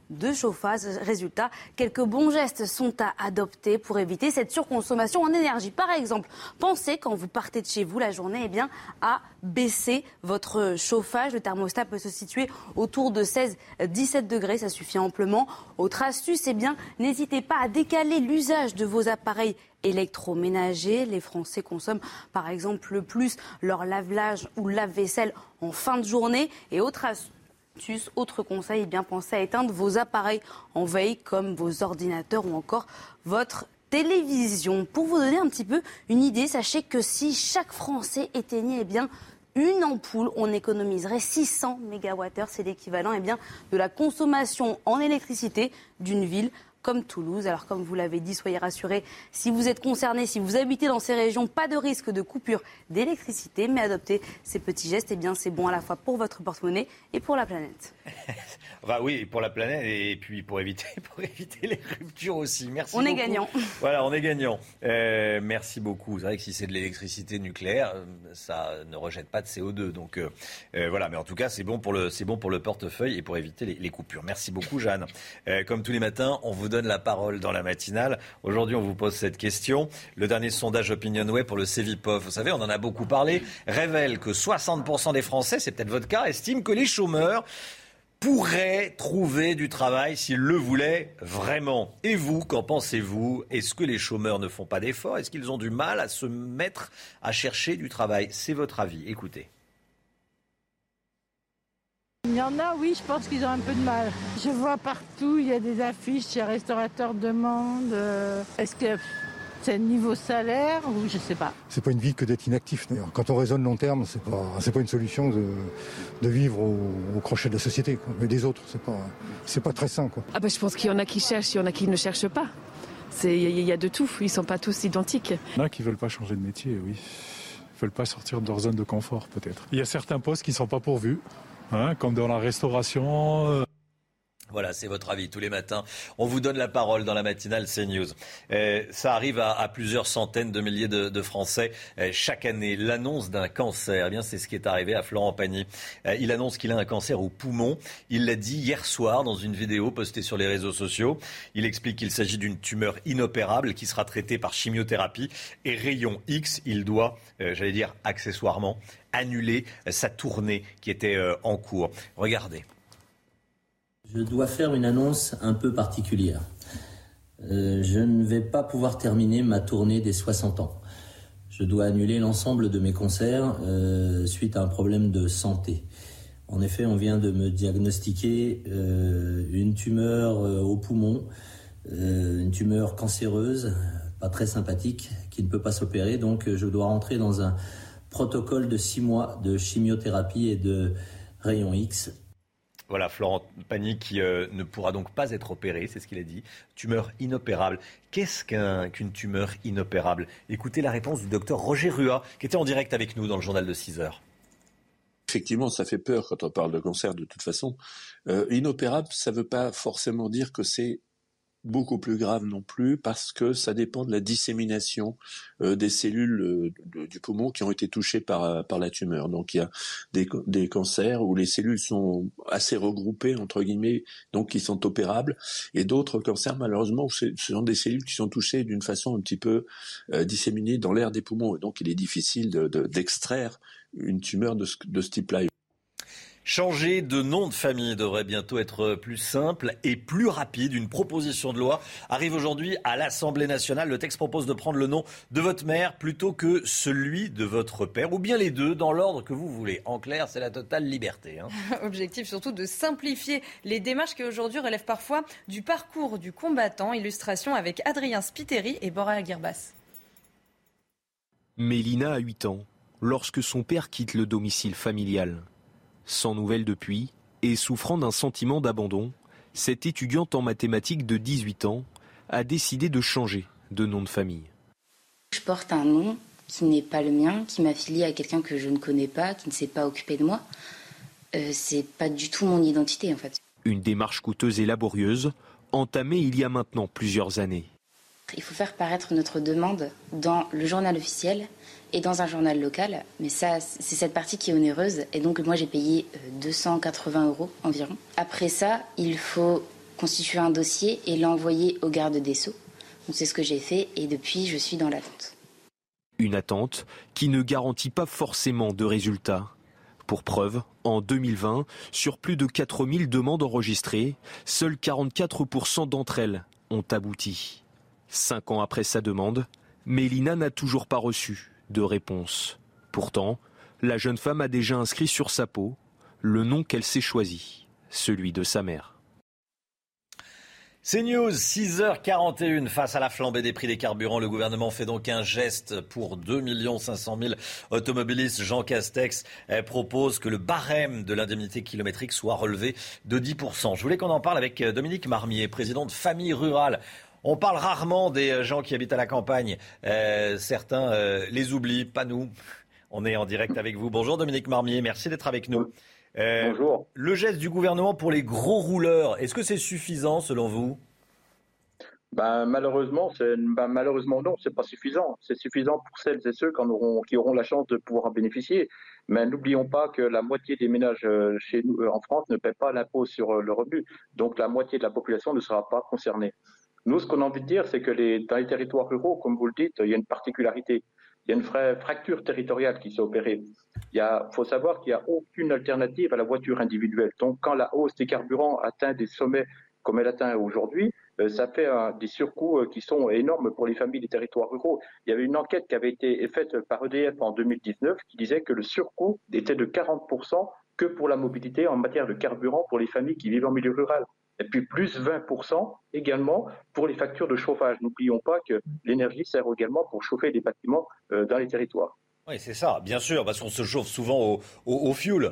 de chauffage. Résultat, quelques bons gestes sont à adopter pour éviter cette surconsommation en énergie. Par exemple, pensez quand vous partez de chez vous la journée, eh bien, à baisser votre chauffage. Le thermostat peut se situer autour de seize à dix-sept degrés, ça suffit amplement. Autre astuce, eh bien, n'hésitez pas à décaler l'usage de vos appareils électroménagers. Les Français consomment par exemple le plus leur lave-linge ou lave-vaisselle en fin de journée. Et autre astuce, autre conseil, eh bien, pensez à éteindre vos appareils en veille comme vos ordinateurs ou encore votre télévision. Pour vous donner un petit peu une idée, sachez que si chaque Français éteignait eh bien, une ampoule, on économiserait six cents mégawattheures. C'est l'équivalent eh bien, de la consommation en électricité d'une ville comme Toulouse. Alors comme vous l'avez dit, soyez rassurés, si vous êtes concernés, si vous habitez dans ces régions, pas de risque de coupure d'électricité, mais adopter ces petits gestes, eh bien c'est bon à la fois pour votre porte-monnaie et pour la planète. Enfin, oui, pour la planète et puis pour éviter, pour éviter les ruptures aussi. Merci on beaucoup. est gagnant. Voilà, on est gagnant. Euh, merci beaucoup. C'est vrai que si c'est de l'électricité nucléaire, ça ne rejette pas de C O deux. Donc euh, euh, voilà, mais en tout cas, c'est bon pour le, c'est bon pour le portefeuille et pour éviter les, les coupures. Merci beaucoup, Jeanne. Euh, comme tous les matins, on vous donne la parole dans la matinale. Aujourd'hui, on vous pose cette question. Le dernier sondage OpinionWay pour le Cevipof, vous savez, on en a beaucoup parlé, révèle que soixante pour cent des Français, c'est peut-être votre cas, estiment que les chômeurs pourraient trouver du travail s'ils le voulaient vraiment. Et vous, qu'en pensez-vous ? Est-ce que les chômeurs ne font pas d'efforts ? Est-ce qu'ils ont du mal à se mettre à chercher du travail ? C'est votre avis. Écoutez. Il y en a, oui, je pense qu'ils ont un peu de mal. Je vois partout, il y a des affiches, les restaurateurs demandent. Euh, est-ce que c'est niveau salaire ou je sais pas. C'est pas une vie que d'être inactif. D'ailleurs. Quand on raisonne long terme, c'est pas, c'est pas une solution de, de vivre au, au crochet de la société, quoi. Mais des autres, c'est pas, c'est pas très sain, quoi. Ah ben, je pense qu'il y en a qui cherchent, il y en a qui ne cherchent pas. Il y, y a de tout, ils sont pas tous identiques. Il y en a qui veulent pas changer de métier, oui. Ils veulent pas sortir de leur zone de confort, peut-être. Il y a certains postes qui sont pas pourvus. Hein, comme dans la restauration. Voilà, c'est votre avis tous les matins. On vous donne la parole dans la matinale CNews. Euh, ça arrive à, à plusieurs centaines de milliers de, de Français euh, chaque année. L'annonce d'un cancer, eh bien, c'est ce qui est arrivé à Florent Pagny. Euh, il annonce qu'il a un cancer au poumon. Il l'a dit hier soir dans une vidéo postée sur les réseaux sociaux. Il explique qu'il s'agit d'une tumeur inopérable qui sera traitée par chimiothérapie et rayon X. Il doit, euh, j'allais dire accessoirement, annuler sa tournée qui était euh, en cours. Regardez. Je dois faire une annonce un peu particulière. Euh, je ne vais pas pouvoir terminer ma tournée des soixante ans. Je dois annuler l'ensemble de mes concerts euh, suite à un problème de santé. En effet, on vient de me diagnostiquer euh, une tumeur euh, au poumon, euh, une tumeur cancéreuse, pas très sympathique, qui ne peut pas s'opérer. Donc je dois rentrer dans un protocole de six mois de chimiothérapie et de rayon X. Voilà, Florent Pagny qui euh, ne pourra donc pas être opéré, c'est ce qu'il a dit. Tumeur inopérable. Qu'est-ce qu'un, qu'une tumeur inopérable ? Écoutez la réponse du docteur Roger Rua, qui était en direct avec nous dans le journal de six heures. Effectivement, ça fait peur quand on parle de cancer de toute façon. Euh, inopérable, ça ne veut pas forcément dire que c'est beaucoup plus grave non plus, parce que ça dépend de la dissémination euh, des cellules euh, de, du poumon qui ont été touchées par, par la tumeur. Donc il y a des, des cancers où les cellules sont assez regroupées, entre guillemets, donc qui sont opérables, et d'autres cancers, malheureusement, où ce sont des cellules qui sont touchées d'une façon un petit peu euh, disséminée dans l'air des poumons, et donc il est difficile de, de, d'extraire une tumeur de ce, de ce type-là. Changer de nom de famille devrait bientôt être plus simple et plus rapide. Une proposition de loi arrive aujourd'hui à l'Assemblée nationale. Le texte propose de prendre le nom de votre mère plutôt que celui de votre père, ou bien les deux, dans l'ordre que vous voulez. En clair, c'est la totale liberté. Hein. Objectif surtout de simplifier les démarches qui aujourd'hui relèvent parfois du parcours du combattant. Illustration avec Adrien Spiteri et Bora Guirbas. Mélina a huit ans lorsque son père quitte le domicile familial. Sans nouvelles depuis et souffrant d'un sentiment d'abandon, cette étudiante en mathématiques de dix-huit ans a décidé de changer de nom de famille. Je porte un nom qui n'est pas le mien, qui m'affilie à quelqu'un que je ne connais pas, qui ne s'est pas occupé de moi. Euh, c'est pas du tout mon identité en fait. Une démarche coûteuse et laborieuse, entamée il y a maintenant plusieurs années. Il faut faire paraître notre demande dans le journal officiel et dans un journal local, mais ça, c'est cette partie qui est onéreuse, et donc moi j'ai payé deux cent quatre-vingts euros environ. Après ça, il faut constituer un dossier et l'envoyer au garde des Sceaux. Donc c'est ce que j'ai fait et depuis, je suis dans l'attente. Une attente qui ne garantit pas forcément de résultats. Pour preuve, en deux mille vingt, sur plus de quatre mille demandes enregistrées, seuls quarante-quatre pour cent d'entre elles ont abouti. Cinq ans après sa demande, Mélina n'a toujours pas reçu de réponse. Pourtant, la jeune femme a déjà inscrit sur sa peau le nom qu'elle s'est choisi, celui de sa mère. C'est News, six heures quarante et une. Face à la flambée des prix des carburants, le gouvernement fait donc un geste pour deux millions cinq cent mille automobilistes. Jean Castex propose que le barème de l'indemnité kilométrique soit relevé de dix pour cent. Je voulais qu'on en parle avec Dominique Marmier, président de Famille Rurale. On parle rarement des gens qui habitent à la campagne. Euh, certains euh, les oublient, pas nous. On est en direct avec vous. Bonjour Dominique Marmier, merci d'être avec nous. Euh, Bonjour. Le geste du gouvernement pour les gros rouleurs, est-ce que c'est suffisant selon vous ? Ben, malheureusement, c'est, ben, malheureusement non, c'est pas suffisant. C'est suffisant pour celles et ceux qui, en auront, qui auront la chance de pouvoir en bénéficier. Mais n'oublions pas que la moitié des ménages chez nous en France ne paient pas l'impôt sur le revenu. Donc la moitié de la population ne sera pas concernée. Nous, ce qu'on a envie de dire, c'est que les, dans les territoires ruraux, comme vous le dites, il y a une particularité. Il y a une vraie fracture territoriale qui s'est opérée. Il faut savoir qu'il n'y a aucune alternative à la voiture individuelle. Donc, quand la hausse des carburants atteint des sommets comme elle atteint aujourd'hui, euh, ça fait euh, des surcoûts euh, qui sont énormes pour les familles des territoires ruraux. Il y avait une enquête qui avait été faite par E D F en deux mille dix-neuf qui disait que le surcoût était de quarante pour cent que pour la mobilité en matière de carburant pour les familles qui vivent en milieu rural. Et puis plus vingt pour cent également pour les factures de chauffage. N'oublions pas que l'énergie sert également pour chauffer des bâtiments euh, dans les territoires. Oui, c'est ça, bien sûr, parce qu'on se chauffe souvent au, au, au fioul.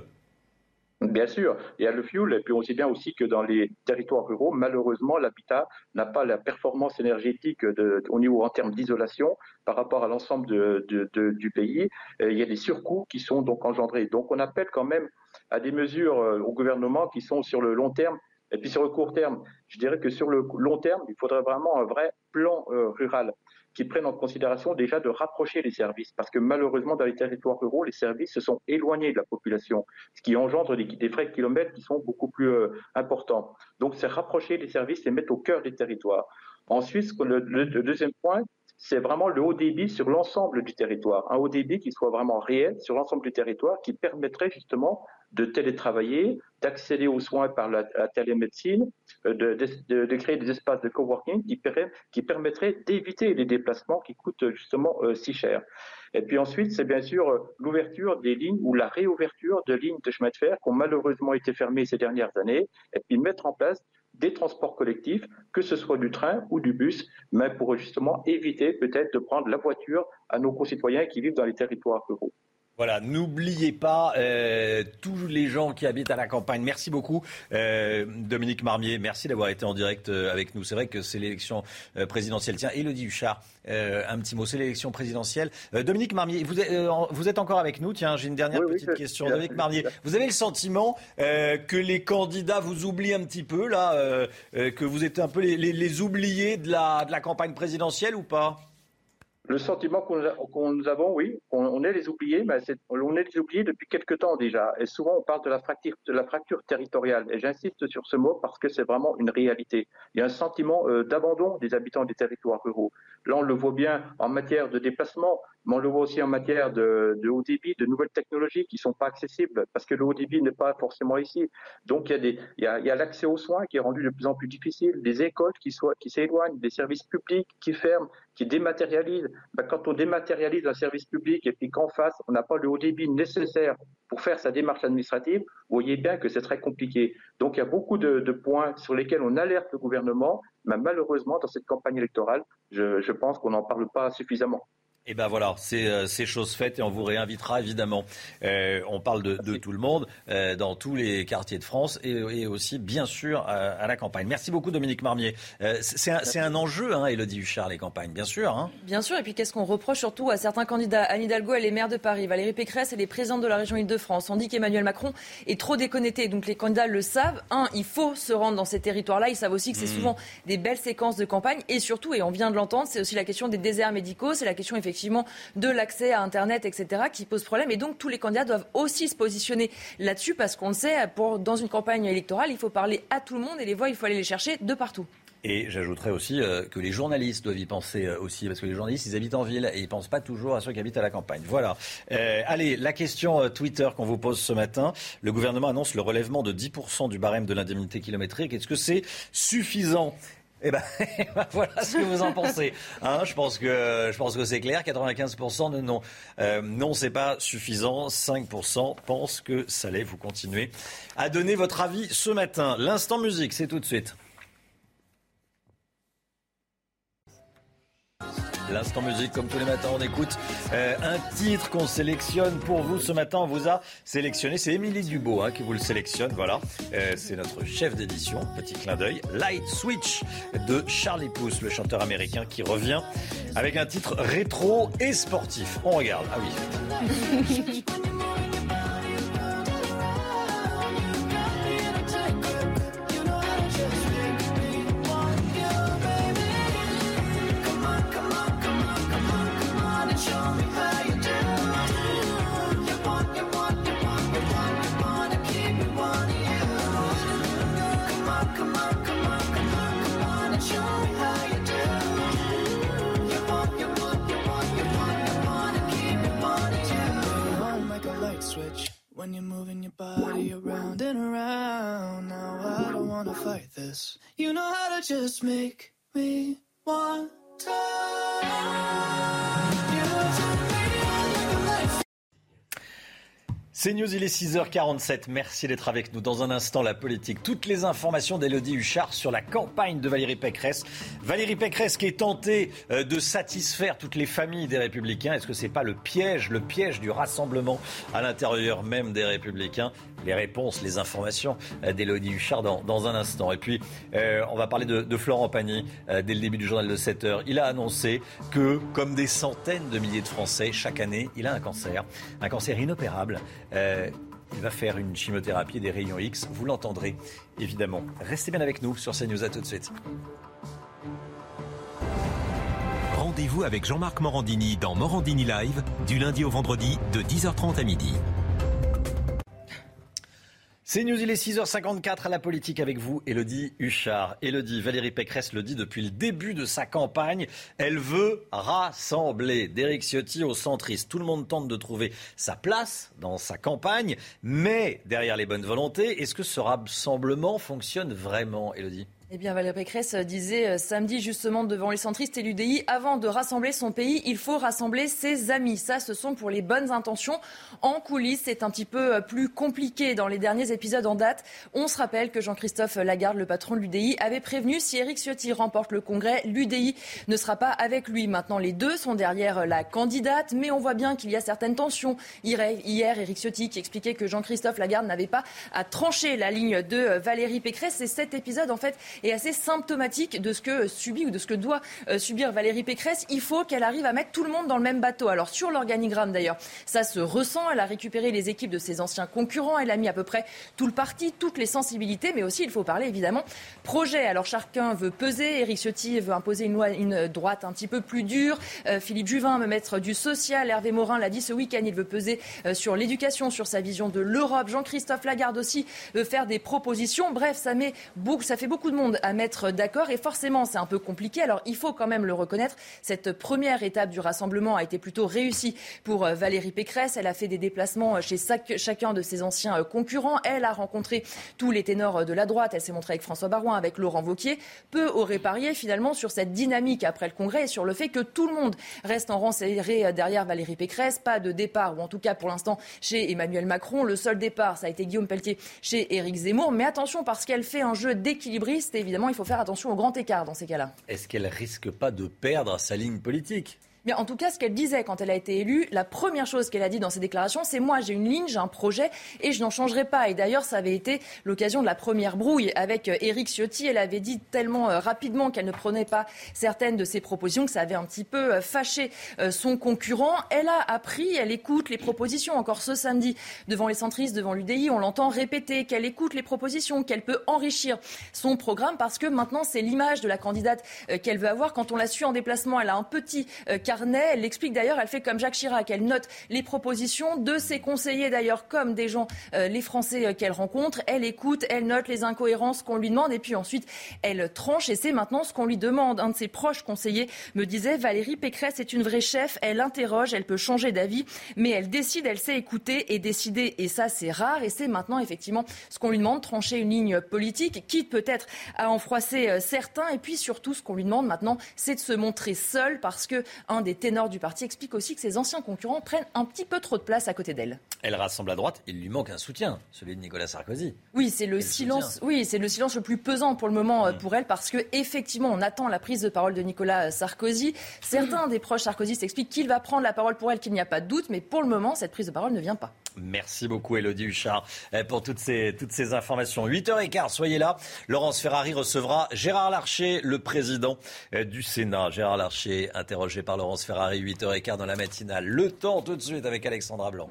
Bien sûr, il y a le fioul, et puis on sait bien aussi que dans les territoires ruraux, malheureusement, l'habitat n'a pas la performance énergétique de, au niveau en termes d'isolation par rapport à l'ensemble de, de, de, du pays. Et il y a des surcoûts qui sont donc engendrés. Donc on appelle quand même à des mesures euh, au gouvernement qui sont sur le long terme. Et puis sur le court terme, je dirais que sur le long terme, il faudrait vraiment un vrai plan euh, rural qui prenne en considération déjà de rapprocher les services. Parce que malheureusement, dans les territoires ruraux, les services se sont éloignés de la population, ce qui engendre des, des frais de kilomètres qui sont beaucoup plus euh, importants. Donc c'est rapprocher les services et mettre au cœur des territoires. Ensuite, le, le, le deuxième point, c'est vraiment le haut débit sur l'ensemble du territoire. Un haut débit qui soit vraiment réel sur l'ensemble du territoire, qui permettrait justement de télétravailler, d'accéder aux soins par la, la télémédecine, de, de, de créer des espaces de coworking qui, qui permettraient d'éviter les déplacements qui coûtent justement euh, si cher. Et puis ensuite, c'est bien sûr euh, l'ouverture des lignes ou la réouverture de lignes de chemin de fer qui ont malheureusement été fermées ces dernières années, et puis mettre en place des transports collectifs, que ce soit du train ou du bus, mais pour justement éviter peut-être de prendre la voiture à nos concitoyens qui vivent dans les territoires ruraux. Voilà, n'oubliez pas euh, tous les gens qui habitent à la campagne. Merci beaucoup, euh, Dominique Marmier. Merci d'avoir été en direct euh, avec nous. C'est vrai que c'est l'élection euh, présidentielle. Tiens, Élodie Huchard, euh, un petit mot. C'est l'élection présidentielle. Euh, Dominique Marmier, vous êtes, euh, vous êtes encore avec nous. Tiens, j'ai une dernière oui, petite oui, question. Bien, Dominique Marmier, vous avez le sentiment euh, que les candidats vous oublient un petit peu, là, euh, euh, que vous êtes un peu les, les, les oubliés de la, de la campagne présidentielle ou pas ? Le sentiment qu'on qu'on nous avons, oui, on, on est les oubliés, mais c'est, on est les oubliés depuis quelque temps déjà. Et souvent, on parle de la fracture, de la fracture territoriale. Et j'insiste sur ce mot parce que c'est vraiment une réalité. Il y a un sentiment euh, d'abandon des habitants des territoires ruraux. Là, on le voit bien en matière de déplacement, mais on le voit aussi en matière de, de haut débit, de nouvelles technologies qui ne sont pas accessibles parce que le haut débit n'est pas forcément ici. Donc, il y a, des, il y a, il y a l'accès aux soins qui est rendu de plus en plus difficile, des écoles qui, soient, qui s'éloignent, des services publics qui ferment, qui dématérialisent. Ben, quand on dématérialise un service public et puis qu'en face, on n'a pas le haut débit nécessaire pour faire sa démarche administrative, vous voyez bien que c'est très compliqué. Donc il y a beaucoup de, de points sur lesquels on alerte le gouvernement, mais malheureusement, dans cette campagne électorale, je, je pense qu'on n'en parle pas suffisamment. Et ben voilà, c'est, euh, c'est chose faite et on vous réinvitera évidemment. Euh, on parle de, de tout le monde, euh, dans tous les quartiers de France et, et aussi bien sûr à, à la campagne. Merci beaucoup Dominique Marmier. Euh, c'est, un, c'est un enjeu, hein, Élodie Huchard, les campagnes, bien sûr. Hein. Bien sûr, et puis qu'est-ce qu'on reproche surtout à certains candidats ? Anne Hidalgo, elle est maire de Paris, Valérie Pécresse, elle est présidente de la région Île-de-France. On dit qu'Emmanuel Macron est trop déconnecté, donc les candidats le savent. Un, il faut se rendre dans ces territoires-là, ils savent aussi que c'est mmh. souvent des belles séquences de campagne et surtout, et on vient de l'entendre, c'est aussi la question des déserts médicaux, c'est la question effectivement effectivement de l'accès à Internet, et cetera, qui pose problème. Et donc tous les candidats doivent aussi se positionner là-dessus parce qu'on le sait, pour, dans une campagne électorale, il faut parler à tout le monde et les voix, il faut aller les chercher de partout. Et j'ajouterais aussi euh, que les journalistes doivent y penser euh, aussi, parce que les journalistes, ils habitent en ville et ils ne pensent pas toujours à ceux qui habitent à la campagne. Voilà. Euh, allez, la question euh, Twitter qu'on vous pose ce matin. Le gouvernement annonce le relèvement de dix pour cent du barème de l'indemnité kilométrique. Est-ce que c'est suffisant ? Eh ben, voilà ce que vous en pensez. Hein, je pense que je pense que c'est clair. quatre-vingt-quinze pour cent de non. Euh, non, c'est pas suffisant. cinq pour cent pensent que ça l'est. Vous continuez à donner votre avis ce matin. L'instant musique, c'est tout de suite. L'instant musique, comme tous les matins, on écoute euh, un titre qu'on sélectionne pour vous. Ce matin, on vous a sélectionné. C'est Émilie Dubois hein, qui vous le sélectionne. Voilà, euh, c'est notre chef d'édition. Petit clin d'œil. Light Switch de Charlie Puth, le chanteur américain qui revient avec un titre rétro et sportif. On regarde. Ah oui. When you're moving your body around and around. Now I don't wanna fight this. You know how to just make me want to. C'est News, il est six heures quarante-sept. Merci d'être avec nous. Dans un instant, la politique. Toutes les informations d'Élodie Huchard sur la campagne de Valérie Pécresse. Valérie Pécresse qui est tentée de satisfaire toutes les familles des Républicains. Est-ce que c'est pas le piège, le piège du rassemblement à l'intérieur même des Républicains ? Les réponses, les informations d'Élodie Huchard dans, dans un instant. Et puis, euh, on va parler de, de Florent Pagny euh, dès le début du journal de sept heures. Il a annoncé que, comme des centaines de milliers de Français, chaque année, il a un cancer. Un cancer inopérable. Euh, il va faire une chimiothérapie et des rayons X. Vous l'entendrez, évidemment. Restez bien avec nous sur CNews. À tout de suite. Rendez-vous avec Jean-Marc Morandini dans Morandini Live, du lundi au vendredi, de dix heures trente à midi. C'est News, il est six heures cinquante-quatre à la politique avec vous, Élodie Huchard. Élodie, Valérie Pécresse le dit depuis le début de sa campagne, elle veut rassembler d'Éric Ciotti aux centristes. Tout le monde tente de trouver sa place dans sa campagne, mais derrière les bonnes volontés, est-ce que ce rassemblement fonctionne vraiment, Élodie ? Eh bien, Valérie Pécresse disait samedi justement devant les centristes et l'U D I, avant de rassembler son pays, il faut rassembler ses amis. Ça, ce sont pour les bonnes intentions. En coulisses, c'est un petit peu plus compliqué. Dans les derniers épisodes en date, on se rappelle que Jean-Christophe Lagarde, le patron de l'U D I, avait prévenu si Éric Ciotti remporte le congrès, l'U D I ne sera pas avec lui. Maintenant, les deux sont derrière la candidate, mais on voit bien qu'il y a certaines tensions. Hier, Éric Ciotti qui expliquait que Jean-Christophe Lagarde n'avait pas à trancher la ligne de Valérie Pécresse. Et cet épisode, en fait, est assez symptomatique de ce que subit ou de ce que doit euh, subir Valérie Pécresse. Il faut qu'elle arrive à mettre tout le monde dans le même bateau. Alors sur l'organigramme d'ailleurs, ça se ressent. Elle a récupéré les équipes de ses anciens concurrents. Elle a mis à peu près tout le parti, toutes les sensibilités, mais aussi il faut parler évidemment projet. Alors chacun veut peser. Éric Ciotti veut imposer une, loi, une droite un petit peu plus dure. Euh, Philippe Juvin veut mettre du social. Hervé Morin l'a dit ce week-end. Il veut peser euh, sur l'éducation, sur sa vision de l'Europe. Jean-Christophe Lagarde aussi veut faire des propositions. Bref, ça met beaucoup, ça fait beaucoup de monde à mettre d'accord et forcément c'est un peu compliqué. Alors il faut quand même le reconnaître, cette première étape du rassemblement a été plutôt réussie pour Valérie Pécresse. Elle a fait des déplacements chez chacun de ses anciens concurrents. Elle a rencontré tous les ténors de la droite. Elle s'est montrée avec François Baroin, avec Laurent Wauquiez. Peu aurait parié finalement sur cette dynamique après le congrès et sur le fait que tout le monde reste en rang serré derrière Valérie Pécresse. Pas de départ, ou en tout cas pour l'instant chez Emmanuel Macron. Le seul départ, ça a été Guillaume Pelletier chez Éric Zemmour. Mais attention parce qu'elle fait un jeu d'équilibriste. Évidemment, il faut faire attention au grand écart dans ces cas-là. Est-ce qu'elle risque pas de perdre sa ligne politique ? Mais en tout cas, ce qu'elle disait quand elle a été élue, la première chose qu'elle a dit dans ses déclarations, c'est moi, j'ai une ligne, j'ai un projet et je n'en changerai pas. Et d'ailleurs, ça avait été l'occasion de la première brouille avec Éric Ciotti. Elle avait dit tellement rapidement qu'elle ne prenait pas certaines de ses propositions que ça avait un petit peu fâché son concurrent. Elle a appris, elle écoute les propositions. Encore ce samedi, devant les centristes, devant l'U D I, on l'entend répéter qu'elle écoute les propositions, qu'elle peut enrichir son programme parce que maintenant, c'est l'image de la candidate qu'elle veut avoir. Quand on l'a su en déplacement, elle a un petit carnet carnet. Elle l'explique d'ailleurs, elle fait comme Jacques Chirac. Elle note les propositions de ses conseillers d'ailleurs, comme des gens, euh, les Français euh, qu'elle rencontre. Elle écoute, elle note les incohérences qu'on lui demande et puis ensuite elle tranche et c'est maintenant ce qu'on lui demande. Un de ses proches conseillers me disait: Valérie Pécresse est une vraie chef, elle interroge, elle peut changer d'avis, mais elle décide, elle sait écouter et décider. Et ça, c'est rare et c'est maintenant effectivement ce qu'on lui demande, trancher une ligne politique, quitte peut-être à en froisser euh, certains. Et puis surtout, ce qu'on lui demande maintenant, c'est de se montrer seul parce que un des ténors du parti explique aussi que ses anciens concurrents prennent un petit peu trop de place à côté d'elle. Elle rassemble à droite, il lui manque un soutien, celui de Nicolas Sarkozy. Oui, c'est le silence. Oui, c'est le silence le plus pesant pour le moment mmh. pour elle parce que effectivement, on attend la prise de parole de Nicolas Sarkozy. Certains mmh. des proches sarkozystes expliquent qu'il va prendre la parole pour elle, qu'il n'y a pas de doute, mais pour le moment, cette prise de parole ne vient pas. Merci beaucoup Élodie Huchard pour toutes ces, toutes ces informations. huit heures quinze, soyez là. Laurence Ferrari recevra Gérard Larcher, le président du Sénat. Gérard Larcher, interrogé par Laurence Ferrari, huit heures quinze dans la matinale. Le temps tout de suite avec Alexandra Blanc.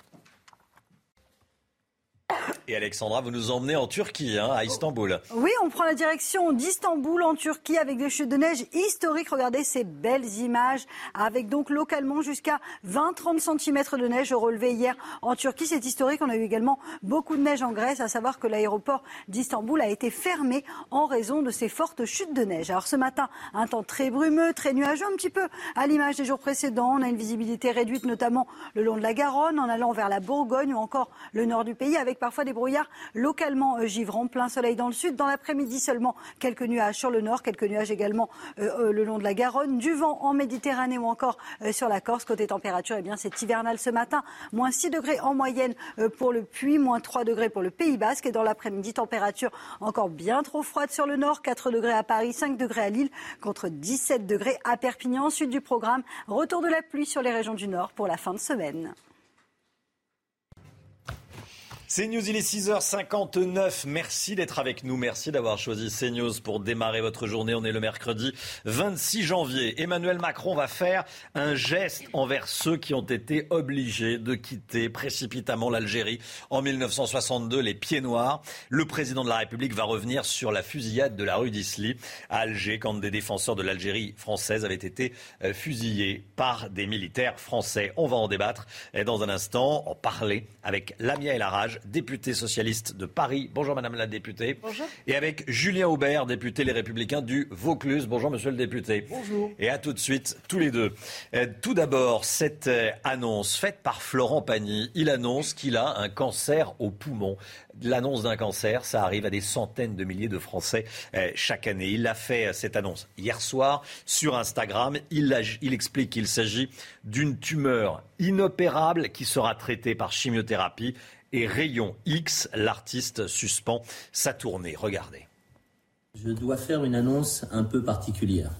Et Alexandra, vous nous emmenez en Turquie, hein, à Istanbul. Oui, on prend la direction d'Istanbul en Turquie avec des chutes de neige historiques. Regardez ces belles images avec donc localement jusqu'à vingt à trente centimètres de neige relevés hier en Turquie. C'est historique. On a eu également beaucoup de neige en Grèce, à savoir que l'aéroport d'Istanbul a été fermé en raison de ces fortes chutes de neige. Alors ce matin, un temps très brumeux, très nuageux, un petit peu à l'image des jours précédents. On a une visibilité réduite, notamment le long de la Garonne, en allant vers la Bourgogne ou encore le nord du pays, avec parfois des brouillards localement givrants, plein soleil dans le sud. Dans l'après-midi seulement, quelques nuages sur le nord, quelques nuages également euh, le long de la Garonne, du vent en Méditerranée ou encore euh, sur la Corse. Côté température, eh bien, c'est hivernal ce matin, moins six degrés en moyenne euh, pour le Puy, moins trois degrés pour le Pays Basque. Et dans l'après-midi, température encore bien trop froide sur le nord, quatre degrés à Paris, cinq degrés à Lille, contre dix-sept degrés à Perpignan. Ensuite du programme, retour de la pluie sur les régions du nord pour la fin de semaine. CNews, il est six heures cinquante-neuf. Merci d'être avec nous. Merci d'avoir choisi CNews pour démarrer votre journée. On est le mercredi vingt-six janvier. Emmanuel Macron va faire un geste envers ceux qui ont été obligés de quitter précipitamment l'Algérie en mille neuf cent soixante-deux, les pieds noirs. Le président de la République va revenir sur la fusillade de la rue d'Isly à Alger quand des défenseurs de l'Algérie française avaient été fusillés par des militaires français. On va en débattre dans un instant, en parler avec Lamia El Harraj, député socialiste de Paris. Bonjour Madame la députée. Bonjour. Et avec Julien Aubert, député Les Républicains du Vaucluse. Bonjour Monsieur le député. Bonjour. Et à tout de suite, tous les deux. Euh, tout d'abord, cette euh, annonce faite par Florent Pagny. Il annonce qu'il a un cancer au poumon. L'annonce d'un cancer, ça arrive à des centaines de milliers de Français euh, chaque année. Il a fait euh, cette annonce hier soir sur Instagram. Il, a, il explique qu'il s'agit d'une tumeur inopérable qui sera traitée par chimiothérapie et rayon X. L'artiste suspend sa tournée. Regardez. Je dois faire une annonce un peu particulière.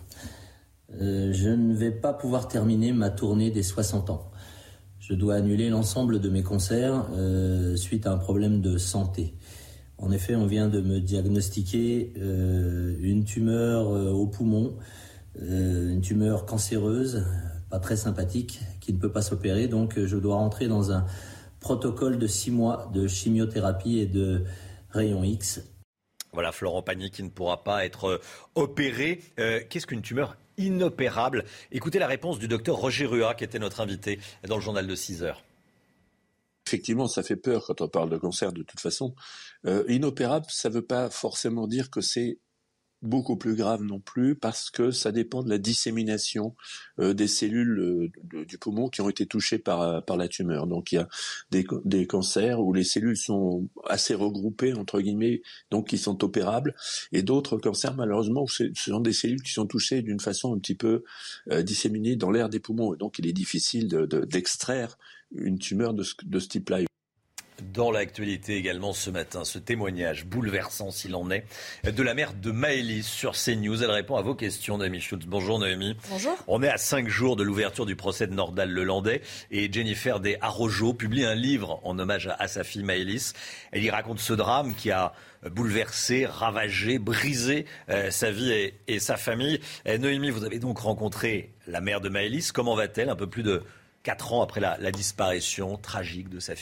Euh, je ne vais pas pouvoir terminer ma tournée des soixante ans. Je dois annuler l'ensemble de mes concerts euh, suite à un problème de santé. En effet, on vient de me diagnostiquer euh, une tumeur euh, au poumon, euh, une tumeur cancéreuse, pas très sympathique, qui ne peut pas s'opérer. Donc je dois rentrer dans un protocole de six mois de chimiothérapie et de rayon X. Voilà, Florent Pagny qui ne pourra pas être opéré. Euh, qu'est-ce qu'une tumeur inopérable? Écoutez la réponse du docteur Roger Rua, qui était notre invité dans le journal de six heures. Effectivement, ça fait peur quand on parle de cancer de toute façon. Euh, inopérable, ça ne veut pas forcément dire que c'est beaucoup plus grave non plus, parce que ça dépend de la dissémination euh, des cellules euh, de, du poumon qui ont été touchées par, par la tumeur. Donc il y a des, des cancers où les cellules sont assez regroupées, entre guillemets, donc qui sont opérables, et d'autres cancers, malheureusement, où ce sont des cellules qui sont touchées d'une façon un petit peu euh, disséminée dans l'air des poumons. Et donc il est difficile de, de, d'extraire une tumeur de ce, de ce type-là. Dans l'actualité également ce matin, ce témoignage bouleversant s'il en est, de la mère de Maëlys sur CNews. Elle répond à vos questions, Noémie Schultz. Bonjour Noémie. Bonjour. On est à cinq jours de l'ouverture du procès de Nordal-Lelandais et Jennifer Des Arrojo publie un livre en hommage à, à sa fille Maëlys. Elle y raconte ce drame qui a bouleversé, ravagé, brisé euh, sa vie et, et sa famille. Et Noémie, vous avez donc rencontré la mère de Maëlys. Comment va-t-elle un peu plus de quatre ans après la, la disparition tragique de sa fille ?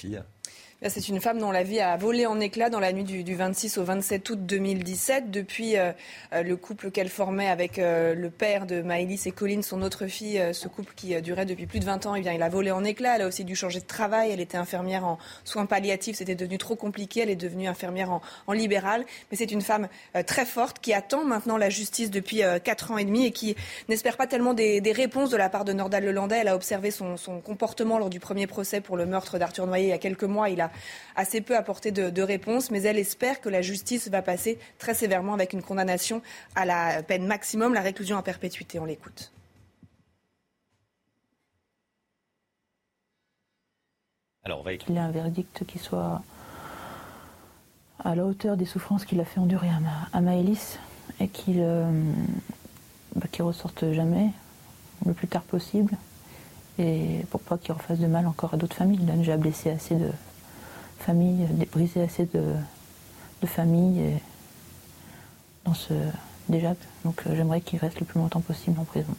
C'est une femme dont la vie a volé en éclats dans la nuit du, du vingt-six au vingt-sept août deux mille dix-sept. Depuis euh, le couple qu'elle formait avec euh, le père de Maëlys et Colline, son autre fille, euh, ce couple qui euh, durait depuis plus de vingt ans, eh bien, il a volé en éclats. Elle a aussi dû changer de travail. Elle était infirmière en soins palliatifs. C'était devenu trop compliqué. Elle est devenue infirmière en, en libéral. Mais c'est une femme euh, très forte qui attend maintenant la justice depuis euh, quatre ans et demi et qui n'espère pas tellement des, des réponses de la part de Nordal Lelandais. Elle a observé son, son comportement lors du premier procès pour le meurtre d'Arthur Noyer il y a quelques mois. Il a assez peu apporté de, de réponses, mais elle espère que la justice va passer très sévèrement avec une condamnation à la peine maximum, la réclusion à perpétuité. On l'écoute. Alors, on va qu'il ait un verdict qui soit à la hauteur des souffrances qu'il a fait endurer à, Ma, à Maëlys et qu'il euh, bah, qu'il ressorte jamais, le plus tard possible. Et pour pas qu'il refasse de mal encore à d'autres familles. Il a déjà blessé assez de familles, brisé assez de, de familles et dans ce déjà. Donc euh, j'aimerais qu'il reste le plus longtemps possible en prison.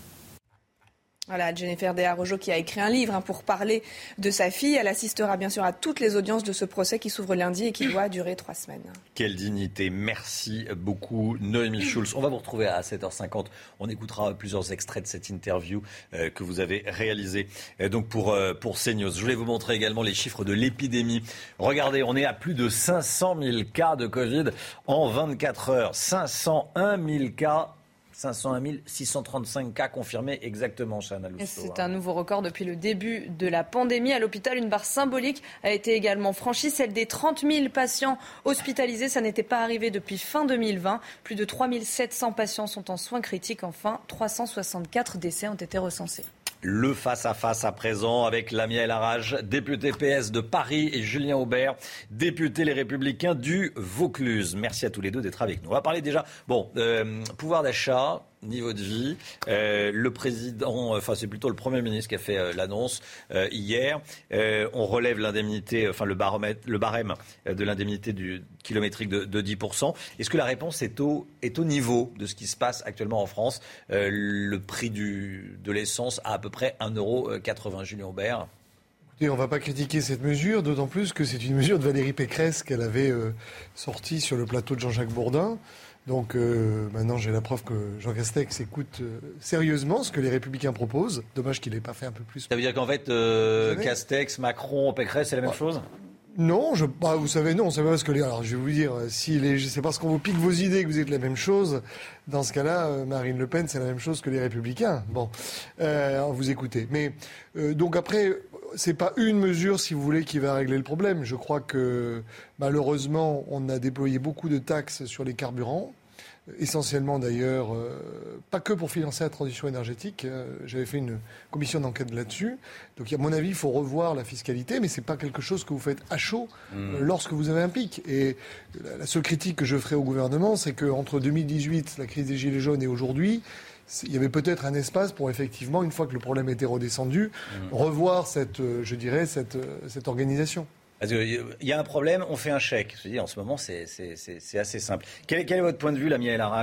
Voilà, Jennifer De Araujo qui a écrit un livre hein, pour parler de sa fille. Elle assistera bien sûr à toutes les audiences de ce procès qui s'ouvre lundi et qui doit durer trois semaines. Quelle dignité. Merci beaucoup Noémie Schulz. On va vous retrouver à sept heures cinquante. On écoutera plusieurs extraits de cette interview euh, que vous avez réalisée euh, donc pour, euh, pour CNews. Je voulais vous montrer également les chiffres de l'épidémie. Regardez, on est à plus de cinq cent mille cas de Covid en vingt-quatre heures. cinq cent un mille cas. cinq cent un mille six cent trente-cinq cas confirmés exactement, Chana Lousteau. C'est un nouveau record depuis le début de la pandémie. À l'hôpital, une barre symbolique a été également franchie, celle des trente mille patients hospitalisés. Ça n'était pas arrivé depuis fin deux mille vingt. Plus de trois mille sept cents patients sont en soins critiques. Enfin, trois cent soixante-quatre décès ont été recensés. Le face-à-face à présent avec Lamia El Harraj, député P S de Paris, et Julien Aubert, député Les Républicains du Vaucluse. Merci à tous les deux d'être avec nous. On va parler déjà, bon, euh, pouvoir d'achat, niveau de vie. Euh, le président, enfin c'est plutôt le Premier ministre qui a fait euh, l'annonce euh, hier. Euh, on relève l'indemnité, enfin le baromètre, le barème de l'indemnité du kilométrique de, de dix pour cent. Est-ce que la réponse est au, est au niveau de ce qui se passe actuellement en France? euh, Le prix du, de l'essence à à peu près un euro quatre-vingts. Julien Aubert. Et on ne va pas critiquer cette mesure, d'autant plus que c'est une mesure de Valérie Pécresse qu'elle avait euh, sortie sur le plateau de Jean-Jacques Bourdin. Donc euh, maintenant j'ai la preuve que Jean Castex écoute euh, sérieusement ce que les Républicains proposent. Dommage qu'il n'ait pas fait un peu plus. Ça veut dire qu'en fait euh, Castex, Macron, Pécresse, c'est la même ouais. chose? Non, je, bah, vous savez, non, c'est pas parce que les, alors je vais vous dire, si les, c'est parce qu'on vous pique vos idées que vous êtes la même chose. Dans ce cas-là, euh, Marine Le Pen, c'est la même chose que les Républicains. Bon, euh, vous écoutez. Mais euh, donc après, c'est pas une mesure, si vous voulez, qui va régler le problème. Je crois que malheureusement, on a déployé beaucoup de taxes sur les carburants. Essentiellement d'ailleurs, euh, pas que pour financer la transition énergétique. Euh, j'avais fait une commission d'enquête là-dessus. Donc à mon avis, il faut revoir la fiscalité, mais c'est pas quelque chose que vous faites à chaud mmh. euh, lorsque vous avez un pic. Et la, la seule critique que je ferai au gouvernement, c'est qu'entre deux mille dix-huit, la crise des Gilets jaunes, et aujourd'hui, il y avait peut-être un espace pour effectivement, une fois que le problème était redescendu, mmh. revoir cette, euh, je dirais, cette, euh, cette organisation. Parce qu'il y a un problème, on fait un chèque. Je dis, en ce moment, c'est, c'est, c'est, c'est assez simple. Quel est, quel est votre point de vue, Lamia El Harraj ?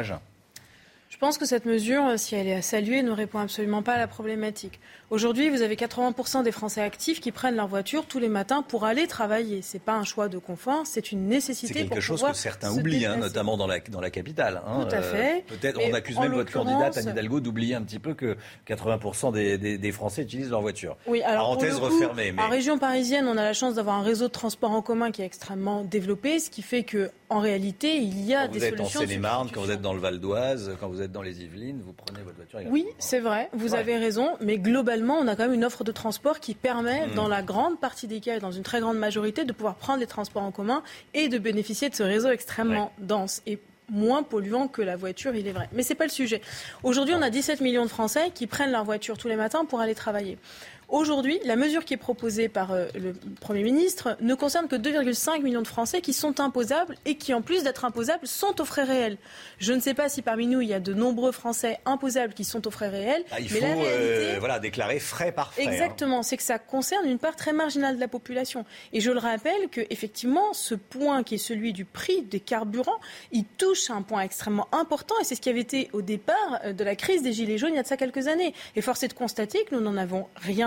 Je pense que cette mesure, si elle est à saluer, ne répond absolument pas à la problématique. Aujourd'hui, vous avez quatre-vingts pour cent des Français actifs qui prennent leur voiture tous les matins pour aller travailler. C'est pas un choix de confort, c'est une nécessité pour pouvoir. C'est quelque chose que certains oublient, hein, notamment dans la, dans la capitale. Hein. Tout à fait. Euh, peut-être, on accuse même votre candidate Anne Hidalgo d'oublier un petit peu que quatre-vingts pour cent des, des, des Français utilisent leur voiture. Oui, alors parenthèse pour le coup, refermée. Mais... En région parisienne, on a la chance d'avoir un réseau de transport en commun qui est extrêmement développé, ce qui fait que, en réalité, il y a quand des solutions. Vous êtes solutions. en Seine-et-Marne, quand vous êtes dans le Val d'Oise, quand vous êtes dans les Yvelines, vous prenez votre voiture. Oui, c'est vrai, vous ouais. avez raison, mais globalement, on a quand même une offre de transport qui permet, mmh. dans la grande partie des cas et dans une très grande majorité, de pouvoir prendre les transports en commun et de bénéficier de ce réseau extrêmement ouais. dense et moins polluant que la voiture, il est vrai. Mais c'est pas le sujet. Aujourd'hui, on a dix-sept millions de Français qui prennent leur voiture tous les matins pour aller travailler. Aujourd'hui, la mesure qui est proposée par euh, le Premier ministre ne concerne que deux virgule cinq millions de Français qui sont imposables et qui, en plus d'être imposables, sont aux frais réels. Je ne sais pas si parmi nous, il y a de nombreux Français imposables qui sont aux frais réels. Ah, il mais faut la réalité, euh, voilà, déclarer frais par frais. Exactement, hein. C'est que ça concerne une part très marginale de la population. Et je le rappelle qu'effectivement, ce point qui est celui du prix des carburants, il touche un point extrêmement important et c'est ce qui avait été au départ de la crise des Gilets jaunes il y a de ça quelques années. Et force est de constater que nous n'en avons rien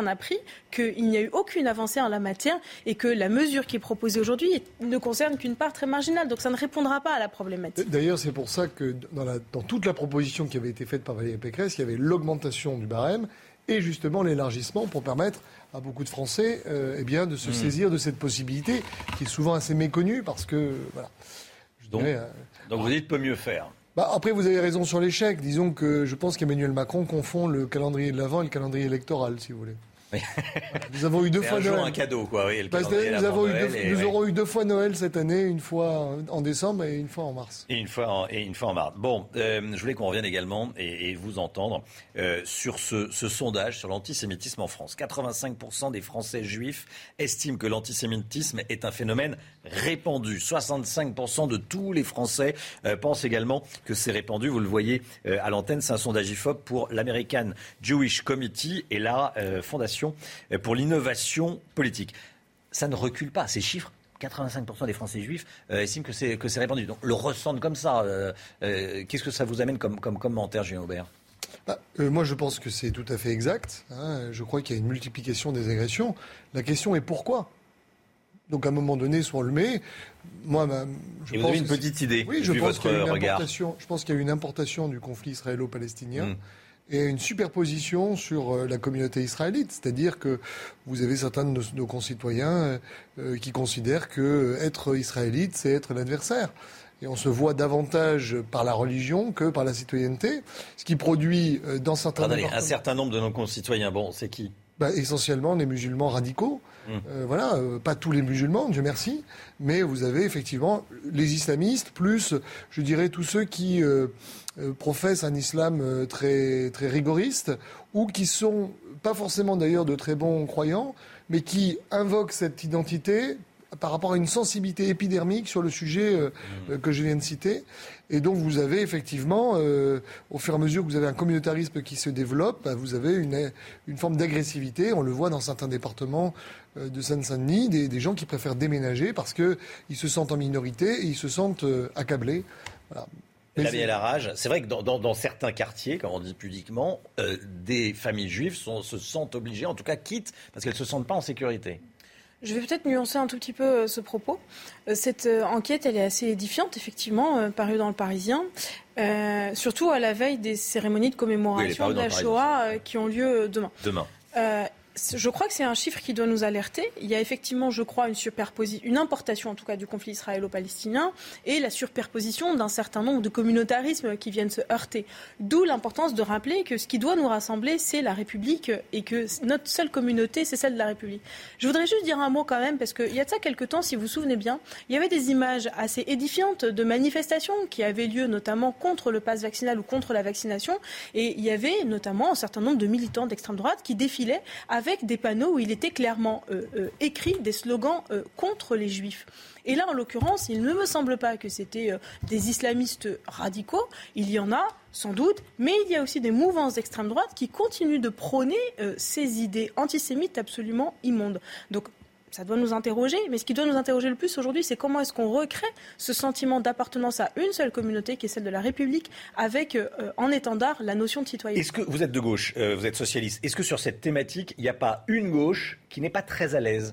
a pris qu'il n'y a eu aucune avancée en la matière et que la mesure qui est proposée aujourd'hui ne concerne qu'une part très marginale. Donc ça ne répondra pas à la problématique. D'ailleurs, c'est pour ça que dans, la, dans toute la proposition qui avait été faite par Valérie Pécresse, il y avait l'augmentation du barème et justement l'élargissement pour permettre à beaucoup de Français euh, eh bien, de se mmh. saisir de cette possibilité qui est souvent assez méconnue parce que... voilà. Je donc, dirais, euh, donc vous dites peut mieux faire. Bah après, vous avez raison sur l'échec. Disons que je pense qu'Emmanuel Macron confond le calendrier de l'Avent et le calendrier électoral, si vous voulez. Oui. Nous avons eu deux et fois un Noël. jour, un cadeau, quoi. Oui, le bah, nous avons eu deux, et, nous oui. aurons eu deux fois Noël cette année, une fois en décembre et une fois en mars. Et une fois en, et une fois en mars. Bon, euh, je voulais qu'on revienne également et, et vous entendre euh, sur ce, ce sondage sur l'antisémitisme en France. quatre-vingt-cinq pour cent des Français juifs estiment que l'antisémitisme est un phénomène répandu. soixante-cinq pour cent de tous les Français euh, pensent également que c'est répandu. Vous le voyez euh, à l'antenne, c'est un sondage I F O P pour l'American Jewish Committee et la euh, Fondation pour l'innovation politique. Ça ne recule pas, ces chiffres. quatre-vingt-cinq pour cent des Français juifs euh, estiment que c'est, que c'est répandu. Donc, le ressentent comme ça. Euh, euh, qu'est-ce que ça vous amène comme, comme commentaire, Julien Aubert ? bah, euh, Moi, je pense que c'est tout à fait exact. Hein. Je crois qu'il y a une multiplication des agressions. La question est pourquoi ? Donc, à un moment donné, soit on le met. Moi, ma, je Et pense vous avez une petite idée, oui, je vu pense votre qu'il y a une regard. importation, je pense qu'il y a une importation du conflit israélo-palestinien. Mmh. Et une superposition sur la communauté israélite. C'est-à-dire que vous avez certains de nos, nos concitoyens euh, qui considèrent que être israélite, c'est être l'adversaire. Et on se voit davantage par la religion que par la citoyenneté, ce qui produit euh, dans certains... Attendez, un certain nombre de nos concitoyens, bon, c'est qui ? Bah, essentiellement les musulmans radicaux. Mmh. Euh, voilà, euh, pas tous les musulmans, Dieu merci, mais vous avez effectivement les islamistes, plus, je dirais, tous ceux qui... Euh, Euh, professent un islam euh, très, très rigoriste ou qui sont pas forcément d'ailleurs de très bons croyants, mais qui invoquent cette identité par rapport à une sensibilité épidermique sur le sujet euh, mmh. que je viens de citer. Et donc vous avez effectivement, euh, au fur et à mesure que vous avez un communautarisme qui se développe, bah, vous avez une, une forme d'agressivité. On le voit dans certains départements euh, de Seine-Saint-Denis, des, des gens qui préfèrent déménager parce qu'ils se sentent en minorité et ils se sentent euh, accablés. Voilà. La vie et la rage. C'est vrai que dans, dans, dans certains quartiers, comme on dit pudiquement, euh, des familles juives sont, se sentent obligées, en tout cas quittent, parce qu'elles ne se sentent pas en sécurité. Je vais peut-être nuancer un tout petit peu euh, ce propos. Euh, cette euh, enquête, elle est assez édifiante, effectivement, euh, parue dans Le Parisien, euh, surtout à la veille des cérémonies de commémoration oui, de la Shoah euh, qui ont lieu demain. Demain. Euh, Je crois que c'est un chiffre qui doit nous alerter. Il y a effectivement, je crois, une superposition, une importation en tout cas du conflit israélo-palestinien et la superposition d'un certain nombre de communautarismes qui viennent se heurter. D'où l'importance de rappeler que ce qui doit nous rassembler, c'est la République et que notre seule communauté, c'est celle de la République. Je voudrais juste dire un mot quand même parce qu'il y a de ça quelques temps, si vous vous souvenez bien, il y avait des images assez édifiantes de manifestations qui avaient lieu notamment contre le pass vaccinal ou contre la vaccination et il y avait notamment un certain nombre de militants d'extrême droite qui défilaient avec avec des panneaux où il était clairement euh, euh, écrit des slogans euh, contre les juifs. Et là, en l'occurrence, il ne me semble pas que c'était euh, des islamistes radicaux. Il y en a, sans doute, mais il y a aussi des mouvances d'extrême droite qui continuent de prôner euh, ces idées antisémites absolument immondes. Donc, ça doit nous interroger, mais ce qui doit nous interroger le plus aujourd'hui, c'est comment est-ce qu'on recrée ce sentiment d'appartenance à une seule communauté, qui est celle de la République, avec euh, en étendard la notion de citoyenneté. Est-ce que vous êtes de gauche, euh, vous êtes socialiste, est-ce que sur cette thématique, il n'y a pas une gauche qui n'est pas très à l'aise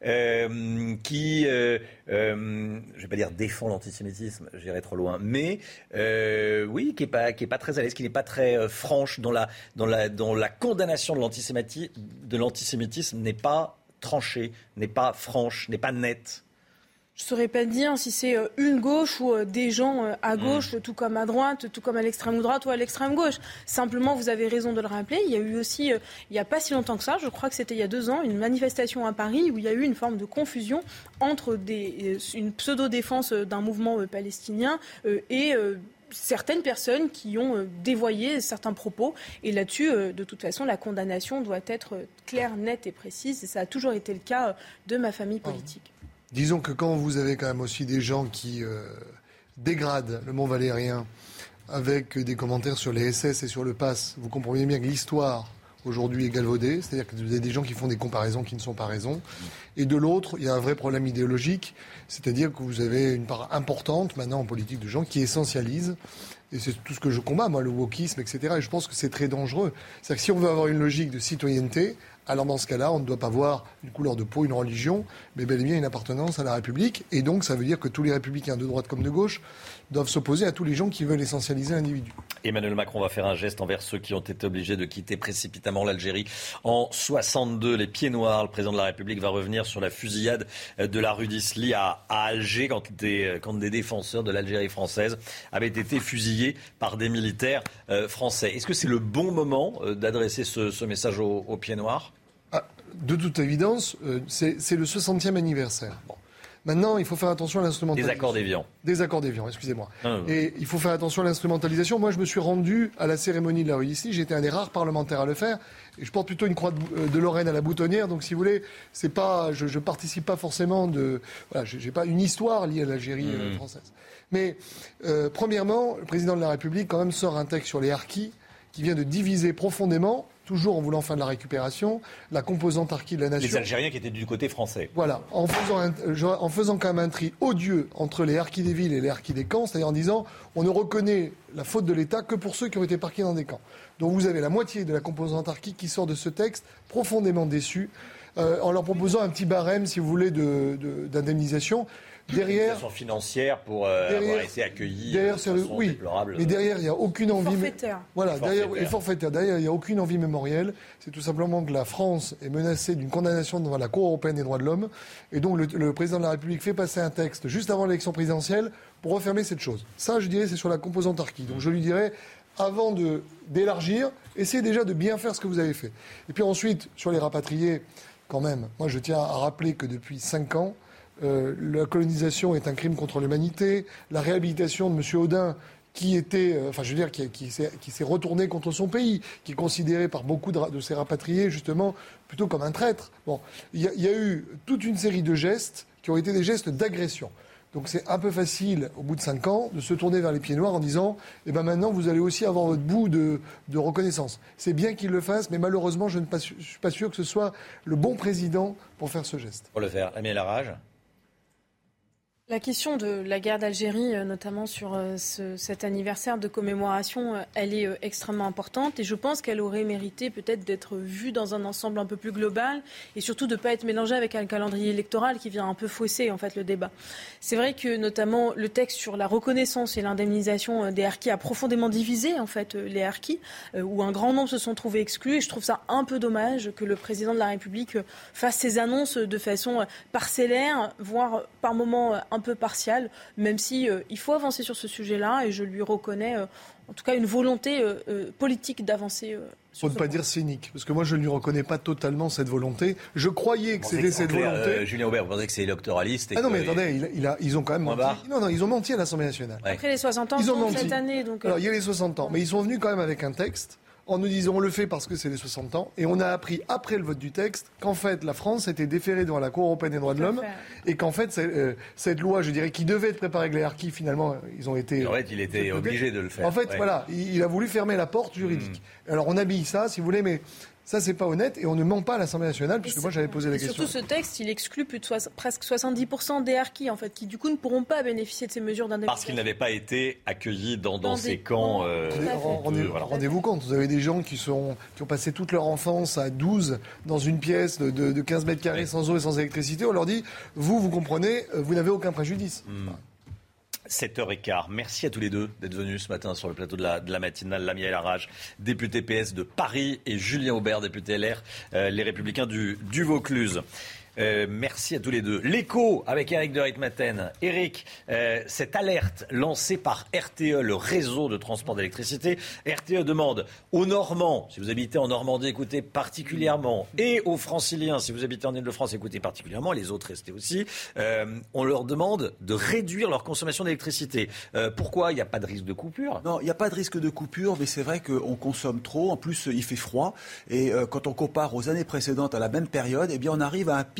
euh, qui, euh, euh, je ne vais pas dire défend l'antisémitisme, j'irai trop loin, mais euh, oui, qui n'est pas, qui est pas très à l'aise, qui n'est pas très euh, franche dans la, dans, la, dans la condamnation de l'antisémitisme, de l'antisémitisme n'est pas tranchée, n'est pas franche, n'est pas nette. Je ne saurais pas dire si c'est une gauche ou des gens à gauche, mmh. tout comme à droite, tout comme à l'extrême droite ou à l'extrême gauche. Simplement, vous avez raison de le rappeler, il y a eu aussi, il n'y a pas si longtemps que ça, je crois que c'était il y a deux ans, une manifestation à Paris où il y a eu une forme de confusion entre des, une pseudo-défense d'un mouvement palestinien et certaines personnes qui ont dévoyé certains propos. Et là-dessus, de toute façon, la condamnation doit être claire, nette et précise. Et ça a toujours été le cas de ma famille politique. Disons que quand vous avez quand même aussi des gens qui euh, dégradent le Mont Valérien avec des commentaires sur les S S et sur le pass, vous comprenez bien que l'histoire aujourd'hui est galvaudée, c'est-à-dire que vous avez des gens qui font des comparaisons qui ne sont pas raison. Et de l'autre, il y a un vrai problème idéologique, c'est-à-dire que vous avez une part importante maintenant en politique de gens qui essentialisent, et c'est tout ce que je combats, moi, le wokisme, et cetera. Et je pense que c'est très dangereux. C'est-à-dire que si on veut avoir une logique de citoyenneté, Alors dans ce cas-là, on ne doit pas voir une couleur de peau, une religion, mais bel et bien une appartenance à la République. Et donc ça veut dire que tous les républicains de droite comme de gauche doivent s'opposer à tous les gens qui veulent essentialiser l'individu. Emmanuel Macron va faire un geste envers ceux qui ont été obligés de quitter précipitamment l'Algérie en soixante-deux. Les pieds noirs, le président de la République va revenir sur la fusillade de la rue d'Isly à, à Alger quand des, quand des défenseurs de l'Algérie française avaient été fusillés par des militaires euh, français. Est-ce que c'est le bon moment euh, d'adresser ce, ce message aux, aux pieds noirs ? Ah, de toute évidence, euh, c'est, c'est le soixantième anniversaire. Bon. Maintenant, il faut faire attention à l'instrumentalisation. Des accords d'Évian. Des accords d'Évian, excusez-moi. Ah, oui. Et il faut faire attention à l'instrumentalisation. Moi, je me suis rendu à la cérémonie de la rue d'Isly. J'étais un des rares parlementaires à le faire. Et je porte plutôt une croix de, de Lorraine à la boutonnière. Donc, si vous voulez, c'est pas, je, je participe pas forcément de. Voilà, j'ai pas une histoire liée à l'Algérie mmh. euh, française. Mais euh, premièrement, le président de la République quand même sort un texte sur les harkis qui vient de diviser profondément, toujours en voulant faire de la récupération, la composante harki de la nation. Les Algériens qui étaient du côté français. Voilà, en faisant, un, en faisant quand même un tri odieux entre les harkis des villes et les harkis des camps, c'est-à-dire en disant on ne reconnaît la faute de l'État que pour ceux qui ont été parqués dans des camps. Donc vous avez la moitié de la composante harki qui sort de ce texte profondément déçue, euh, en leur proposant un petit barème, si vous voulez, de, de, d'indemnisation. Derrière, une façon financière pour euh, derrière, avoir été accueilli derrière, de façon oui, déplorable. Mais derrière, il n'y a aucune envie. Forfaitaire. Voilà, et derrière, forfaitaire. et forfaitaire. Derrière, il n'y a aucune envie mémorielle. C'est tout simplement que la France est menacée d'une condamnation devant la Cour européenne des droits de l'homme. Et donc, le, le président de la République fait passer un texte juste avant l'élection présidentielle pour refermer cette chose. Ça, je dirais, c'est sur la composante harki. Donc, je lui dirais, avant de, d'élargir, essayez déjà de bien faire ce que vous avez fait. Et puis ensuite, sur les rapatriés, quand même, moi, je tiens à rappeler que depuis cinq ans, Euh, la colonisation est un crime contre l'humanité. La réhabilitation de M. Audin, qui était, euh, enfin, je veux dire, qui, qui, s'est, qui s'est retourné contre son pays, qui est considéré par beaucoup de, de ces rapatriés justement plutôt comme un traître. Bon, il y, y a eu toute une série de gestes qui ont été des gestes d'agression. Donc c'est un peu facile, au bout de cinq ans, de se tourner vers les pieds noirs en disant « Eh ben maintenant, vous allez aussi avoir votre bout de, de reconnaissance ». C'est bien qu'il le fasse, mais malheureusement, je ne pas, je suis pas sûr que ce soit le bon président pour faire ce geste. Pour le faire, Amie Larage. La question de la guerre d'Algérie, notamment sur ce, cet anniversaire de commémoration, elle est extrêmement importante et je pense qu'elle aurait mérité peut-être d'être vue dans un ensemble un peu plus global et surtout de ne pas être mélangée avec un calendrier électoral qui vient un peu fausser en fait, le débat. C'est vrai que notamment le texte sur la reconnaissance et l'indemnisation des harkis a profondément divisé en fait, les harkis, où un grand nombre se sont trouvés exclus et je trouve ça un peu dommage que le président de la République fasse ces annonces de façon parcellaire, voire par moments un peu partial, même si euh, il faut avancer sur ce sujet-là et je lui reconnais euh, en tout cas une volonté euh, euh, politique d'avancer. Euh, Pour ne pas dire cynique, parce que moi je ne lui reconnais pas totalement cette volonté. Je croyais que c'était cette volonté. Euh, Julien Aubert, vous pensez que c'est électoraliste et Ah non, mais que... attendez, il, il a, ils ont quand même menti. Barre. Non, non, ils ont menti à l'Assemblée nationale. Ouais. Après les soixante ans, ils ont menti cette année. Donc, euh... Alors il y a les soixante ans, mais ils sont venus quand même avec un texte en nous disant on le fait parce que c'est les soixante ans, et on a appris après le vote du texte qu'en fait la France était déférée devant la Cour européenne des droits de l'homme, et qu'en fait c'est, euh, cette loi, je dirais, qui devait être préparée avec les harkis, finalement ils ont été... En fait il était obligé de le faire. En fait ouais. voilà, il, il a voulu fermer la porte juridique. Mmh. Alors on habille ça, si vous voulez, mais... Ça, c'est pas honnête et on ne ment pas à l'Assemblée nationale, puisque moi j'avais posé la et question. Surtout, ce texte, il exclut plus de soix- presque soixante-dix pour cent des harkis, en fait, qui du coup ne pourront pas bénéficier de ces mesures d'indemnisation. Parce qu'ils n'avaient pas été accueillis dans, dans, dans ces camps. camps. Euh, rendez, de, voilà. Rendez-vous compte, vous avez des gens qui, sont, qui ont passé toute leur enfance à douze dans une pièce de, de, de quinze mètres carrés oui. sans eau et sans électricité. On leur dit, vous, vous comprenez, vous n'avez aucun préjudice. Mmh. sept heures quinze. Merci à tous les deux d'être venus ce matin sur le plateau de la, de la matinale. Lamia El Harraj, député P S de Paris, et Julien Aubert, député L R, euh, les Républicains du, du Vaucluse. Euh, merci à tous les deux. L'écho avec Éric de Ritmaten. Éric, euh, cette alerte lancée par R T E, le réseau de transport d'électricité. R T E demande aux Normands, si vous habitez en Normandie, écoutez particulièrement, et aux Franciliens, si vous habitez en Île-de-France, écoutez particulièrement, les autres restez aussi, euh, on leur demande de réduire leur consommation d'électricité. Euh, pourquoi il n'y a pas de risque de coupure ? Non, il n'y a pas de risque de coupure, mais c'est vrai qu'on consomme trop. En plus, il fait froid. Et euh, quand on compare aux années précédentes à la même période, eh bien, on arrive à un pic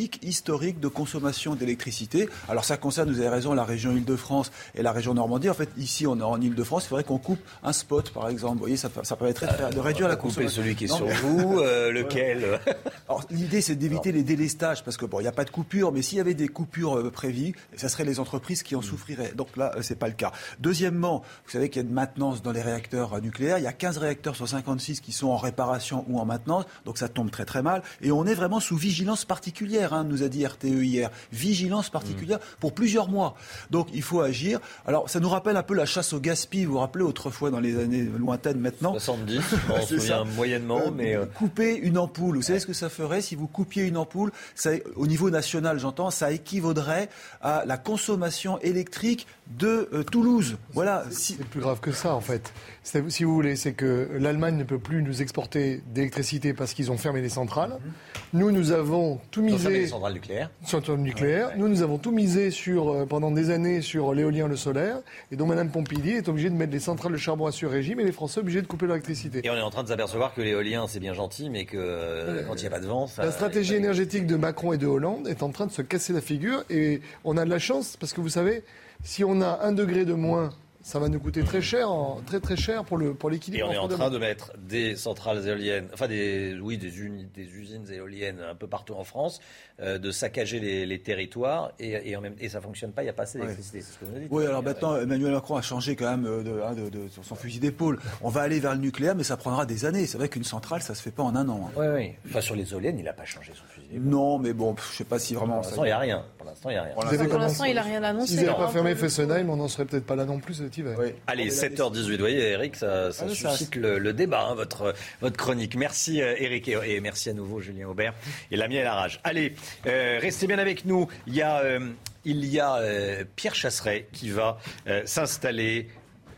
pic historique de consommation d'électricité. Alors ça concerne, vous avez raison, la région Île-de-France et la région Normandie. En fait, ici, on est en Île-de-France, il faudrait qu'on coupe un spot, par exemple. Vous voyez, ça, ça permettrait de, faire, de réduire la consommation. Couper celui qui est non, sur mais... vous, euh, lequel Alors, l'idée, c'est d'éviter les délestages, parce que bon, il n'y a pas de coupure, mais s'il y avait des coupures euh, prévues, ça serait les entreprises qui en souffriraient. Donc là, euh, c'est pas le cas. Deuxièmement, vous savez qu'il y a une maintenance dans les réacteurs euh, nucléaires. Il y a quinze réacteurs sur cinquante-six qui sont en réparation ou en maintenance, donc ça tombe très très mal. Et on est vraiment sous vigilance particulière, hein, nous a dit R T E hier. Vigilance particulière mmh. pour plusieurs mois. Donc il faut agir. Alors ça nous rappelle un peu la chasse au gaspillage. Vous vous rappelez autrefois dans les années lointaines maintenant soixante-dix, je m'en souviens moyennement. Euh, mais euh... Couper une ampoule. Vous savez ce que ça ferait si vous coupiez une ampoule, ça, au niveau national, j'entends, ça équivaudrait à la consommation électrique de euh, Toulouse. Voilà. Si... C'est plus grave que ça, en fait. C'est, si vous voulez, c'est que l'Allemagne ne peut plus nous exporter d'électricité parce qu'ils ont fermé les centrales. Mmh. Nous, nous avons tout misé... Ils ont fermé les centrales nucléaires. Centrales nucléaires. Ouais, ouais. Nous, nous avons tout misé sur, euh, pendant des années sur l'éolien, le solaire. Et donc, Mme Pompili est obligée de mettre les centrales de charbon à sur-régime et les Français obligés de couper l'électricité. Et on est en train de s'apercevoir que l'éolien, c'est bien gentil, mais que euh, quand il n'y a pas de vent... Ça, la stratégie énergétique de Macron et de Hollande est en train de se casser la figure. Et on a de la chance, parce que vous savez, si on a un degré de moins... Ça va nous coûter très cher, très très cher pour, le, pour l'équilibre. Et on est en train de mettre des centrales éoliennes, enfin des, oui, des, uni, des usines éoliennes un peu partout en France, euh, de saccager les, les territoires et, et, en même, et ça ne fonctionne pas, il n'y a pas assez d'électricité. Ouais. C'est ce que vous dites. Oui, alors maintenant, Emmanuel Macron a changé quand même de, de, de, de son fusil d'épaule. On va aller vers le nucléaire, mais ça prendra des années. C'est vrai qu'une centrale, ça ne se fait pas en un an. Hein. Oui, oui. Enfin, sur les éoliennes, il n'a pas changé son fusil d'épaule. Non, mais bon, je ne sais pas si vraiment... Pour l'instant, il n'y a rien. Pour l'instant, il n'y a rien. Pour l'instant, pour l'instant il n'a rien annoncé. S'ils n'avaient pas fermé Fessenheim, on n'en serait peut-être pas là non plus cet hiver. Oui. Allez, sept heures dix-huit, vous voyez, Eric, ça, ça ah, suscite ça, le, le débat, hein, votre, votre chronique. Merci, euh, Eric, et, et merci à nouveau, Julien Aubert et Lamia El Harraj. Allez, euh, restez bien avec nous. Il y a, euh, il y a euh, Pierre Chasseret qui va euh, s'installer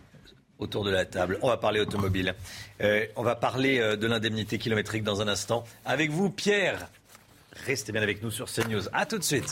autour de la table. On va parler automobile. Euh, on va parler euh, de l'indemnité kilométrique dans un instant. Avec vous, Pierre. Restez bien avec nous sur CNews. À tout de suite.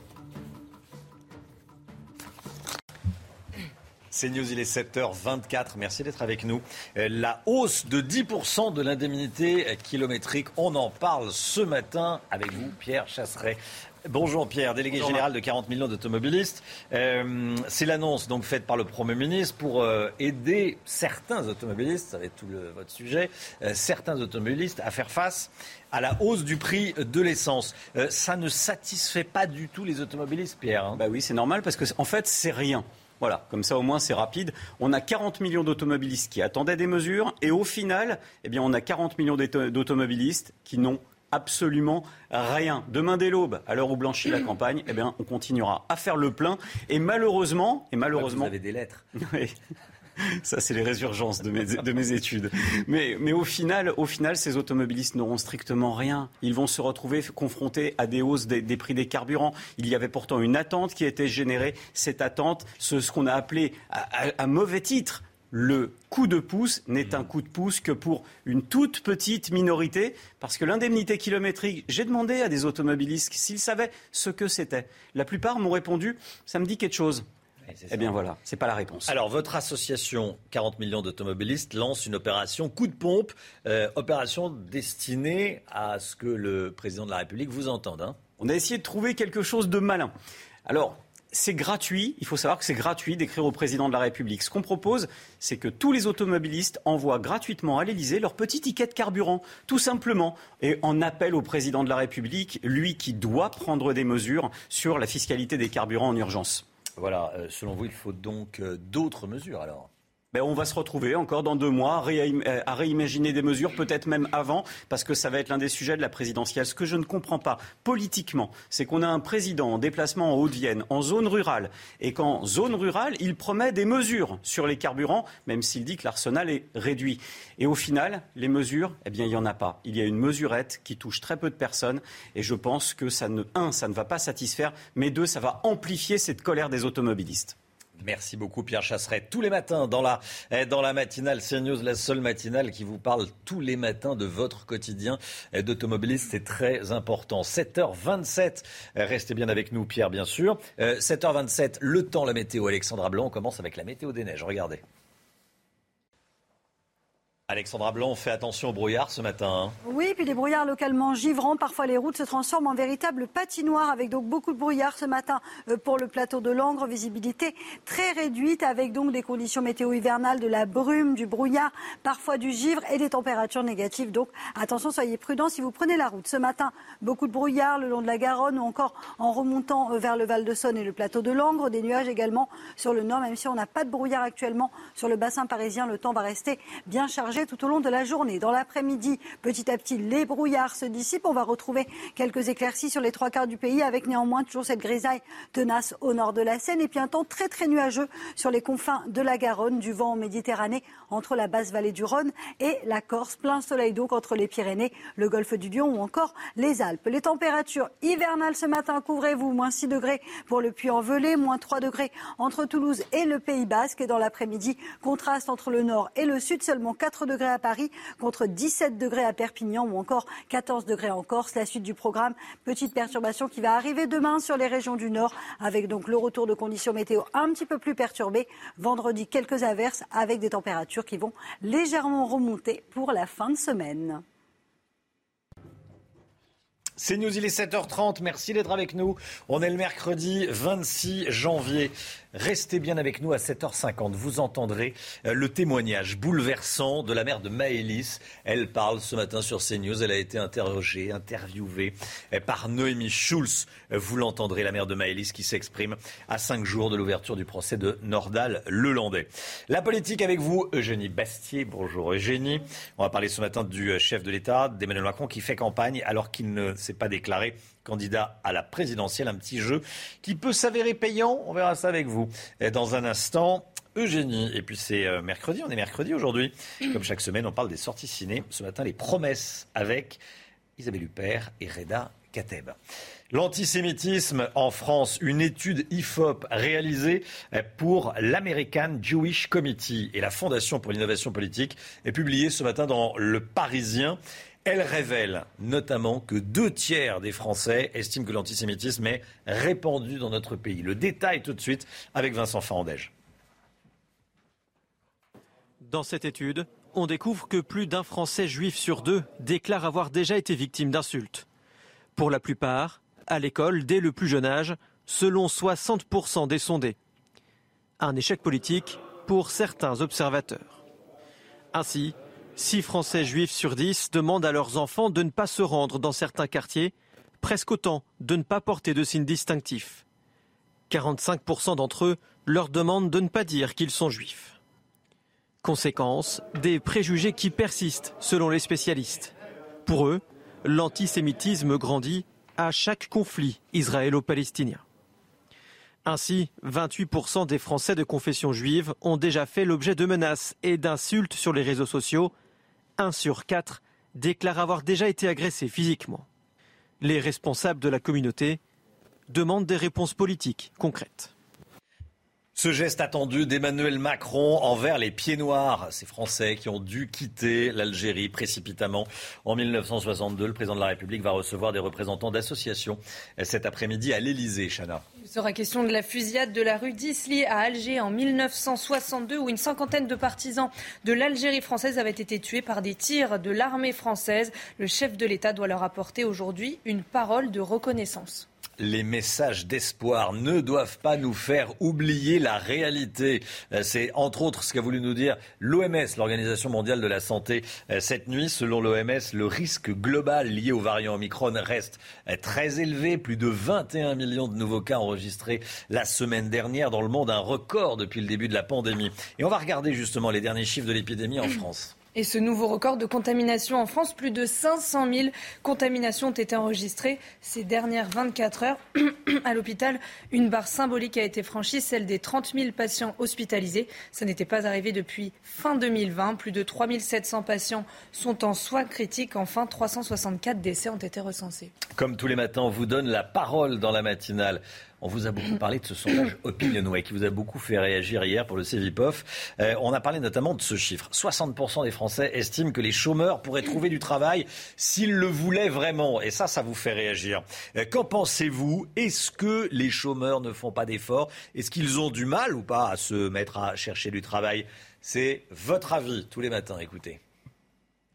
CNews, il est sept heures vingt-quatre. Merci d'être avec nous. La hausse de dix pour cent de l'indemnité kilométrique, on en parle ce matin avec vous, Pierre Chasseret. Bonjour Pierre, délégué Bonjour. général de quarante millions d'automobilistes. Euh, c'est l'annonce donc faite par le Premier ministre pour euh, aider certains automobilistes, ça va être tout le, votre sujet, euh, certains automobilistes à faire face à la hausse du prix de l'essence. Euh, ça ne satisfait pas du tout les automobilistes, Pierre. Hein. Bah oui, c'est normal parce que en fait, c'est rien. Voilà, comme ça au moins c'est rapide. On a quarante millions d'automobilistes qui attendaient des mesures et au final, eh bien, on a quarante millions d'automobilistes qui n'ont absolument rien. Demain dès l'aube, à l'heure où blanchit la campagne, eh bien, on continuera à faire le plein. Et malheureusement, et malheureusement, vous avez des lettres. Oui. Ça, c'est les résurgences de mes, de mes études. Mais, mais au final, au final, ces automobilistes n'auront strictement rien. Ils vont se retrouver confrontés à des hausses des, des prix des carburants. Il y avait pourtant une attente qui a été générée. Cette attente, ce, ce qu'on a appelé à, à, à mauvais titre le coup de pouce, n'est un coup de pouce que pour une toute petite minorité. Parce que l'indemnité kilométrique, j'ai demandé à des automobilistes s'ils savaient ce que c'était. La plupart m'ont répondu, ça me dit quelque chose. Eh bien voilà, c'est pas la réponse. Alors votre association quarante millions d'automobilistes lance une opération coup de pompe, euh, opération destinée à ce que le président de la République vous entende. Hein. On a essayé de trouver quelque chose de malin. Alors, c'est gratuit, il faut savoir que c'est gratuit d'écrire au président de la République. Ce qu'on propose, c'est que tous les automobilistes envoient gratuitement à l'Élysée leur petit ticket de carburant, tout simplement, et en appel au président de la République, lui qui doit prendre des mesures sur la fiscalité des carburants en urgence. Voilà, euh, selon vous, il faut donc euh, d'autres mesures alors ? Ben, on va se retrouver encore dans deux mois à réimaginer des mesures, peut-être même avant, parce que ça va être l'un des sujets de la présidentielle. Ce que je ne comprends pas politiquement, c'est qu'on a un président en déplacement en Haute-Vienne, en zone rurale, et qu'en zone rurale, il promet des mesures sur les carburants, même s'il dit que l'arsenal est réduit. Et au final, les mesures, eh bien, il n'y en a pas. Il y a une mesurette qui touche très peu de personnes, et je pense que ça ne, un, ça ne va pas satisfaire, mais deux, ça va amplifier cette colère des automobilistes. Merci beaucoup Pierre Chasseret. Tous les matins dans la, dans la matinale CNews, la seule matinale qui vous parle tous les matins de votre quotidien d'automobiliste. C'est très important. sept heures vingt-sept. Restez bien avec nous Pierre, bien sûr. Euh, sept heures vingt-sept, le temps, la météo. Alexandra Blanc, on commence avec la météo des neiges. Regardez. Alexandra Blanc, fait attention au brouillard ce matin. Hein. Oui, puis les brouillards localement givrants. Parfois, les routes se transforment en véritable patinoire avec donc beaucoup de brouillard ce matin pour le plateau de Langres. Visibilité très réduite avec donc des conditions météo hivernales, de la brume, du brouillard, parfois du givre et des températures négatives. Donc attention, soyez prudents si vous prenez la route. Ce matin, beaucoup de brouillard le long de la Garonne ou encore en remontant vers le Val-de-Saône et le plateau de Langres. Des nuages également sur le nord, même si on n'a pas de brouillard actuellement sur le bassin parisien. Le temps va rester bien chargé tout au long de la journée. Dans l'après-midi, petit à petit, les brouillards se dissipent. On va retrouver quelques éclaircies sur les trois quarts du pays avec néanmoins toujours cette grisaille tenace au nord de la Seine et puis un temps très très nuageux sur les confins de la Garonne, du vent en Méditerranée entre la basse vallée du Rhône et la Corse. Plein soleil donc entre les Pyrénées, le golfe du Lion ou encore les Alpes. Les températures hivernales ce matin, couvrez-vous, moins six degrés pour le Puy-en-Velay, moins trois degrés entre Toulouse et le Pays Basque. Et dans l'après-midi, contraste entre le nord et le sud, seulement quatre degrés à Paris contre dix-sept degrés à Perpignan ou encore quatorze degrés en Corse. La suite du programme, petite perturbation qui va arriver demain sur les régions du nord avec donc le retour de conditions météo un petit peu plus perturbées. Vendredi, quelques averses avec des températures qui vont légèrement remonter pour la fin de semaine. C'est News, il est sept heures trente, merci d'être avec nous. On est le mercredi vingt-six janvier. Restez bien avec nous à sept heures cinquante. Vous entendrez le témoignage bouleversant de la mère de Maëlys. Elle parle ce matin sur CNews. Elle a été interrogée, interviewée par Noémie Schulz. Vous l'entendrez, la mère de Maëlys qui s'exprime à cinq jours de l'ouverture du procès de Nordal-Lelandais. La politique avec vous, Eugénie Bastier. Bonjour Eugénie. On va parler ce matin du chef de l'État, d'Emmanuel Macron, qui fait campagne alors qu'il ne s'est pas déclaré candidat à la présidentielle. Un petit jeu qui peut s'avérer payant. On verra ça avec vous dans un instant. Eugénie, et puis c'est mercredi, on est mercredi aujourd'hui. Comme chaque semaine, on parle des sorties ciné. Ce matin, les promesses avec Isabelle Huppert et Reda Kateb. L'antisémitisme en France, une étude I F O P réalisée pour l'American Jewish Committee et la Fondation pour l'innovation politique est publiée ce matin dans Le Parisien. Elle révèle notamment que deux tiers des Français estiment que l'antisémitisme est répandu dans notre pays. Le détail tout de suite avec Vincent Farandège. Dans cette étude, on découvre que plus d'un Français juif sur deux déclare avoir déjà été victime d'insultes. Pour la plupart, à l'école, dès le plus jeune âge, selon soixante pour cent des sondés. Un échec politique pour certains observateurs. Ainsi, six Français juifs sur dix demandent à leurs enfants de ne pas se rendre dans certains quartiers, presque autant de ne pas porter de signes distinctifs. quarante-cinq pour cent d'entre eux leur demandent de ne pas dire qu'ils sont juifs. Conséquence, des préjugés qui persistent selon les spécialistes. Pour eux, l'antisémitisme grandit à chaque conflit israélo-palestinien. Ainsi, vingt-huit pour cent des Français de confession juive ont déjà fait l'objet de menaces et d'insultes sur les réseaux sociaux. Un sur quatre déclare avoir déjà été agressé physiquement. Les responsables de la communauté demandent des réponses politiques concrètes. Ce geste attendu d'Emmanuel Macron envers les pieds noirs, ces Français qui ont dû quitter l'Algérie précipitamment en mille neuf cent soixante-deux. Le président de la République va recevoir des représentants d'associations cet après-midi à l'Élysée, Chana. Il sera question de la fusillade de la rue d'Isly à Alger en mille neuf cent soixante-deux où une cinquantaine de partisans de l'Algérie française avaient été tués par des tirs de l'armée française. Le chef de l'État doit leur apporter aujourd'hui une parole de reconnaissance. Les messages d'espoir ne doivent pas nous faire oublier la réalité. C'est entre autres ce qu'a voulu nous dire l'O M S, l'Organisation mondiale de la santé, cette nuit. Selon l'O M S, le risque global lié au variant Omicron reste très élevé. Plus de vingt et un millions de nouveaux cas enregistrés la semaine dernière dans le monde, un record depuis le début de la pandémie. Et on va regarder justement les derniers chiffres de l'épidémie en France. Et ce nouveau record de contamination en France, plus de cinq cent mille contaminations ont été enregistrées ces dernières vingt-quatre heures. À l'hôpital, une barre symbolique a été franchie, celle des trente mille patients hospitalisés. Ça n'était pas arrivé depuis fin deux mille vingt. Plus de trois mille sept cents patients sont en soins critiques. Enfin, trois cent soixante-quatre décès ont été recensés. Comme tous les matins, on vous donne la parole dans la matinale. On vous a beaucoup parlé de ce sondage Opinionway qui vous a beaucoup fait réagir hier pour le Cevipof. Euh, on a parlé notamment de ce chiffre. soixante pour cent des Français estiment que les chômeurs pourraient trouver du travail s'ils le voulaient vraiment. Et ça, ça vous fait réagir. Euh, qu'en pensez-vous ? Est-ce que les chômeurs ne font pas d'efforts ? Est-ce qu'ils ont du mal ou pas à se mettre à chercher du travail ? C'est votre avis tous les matins. Écoutez.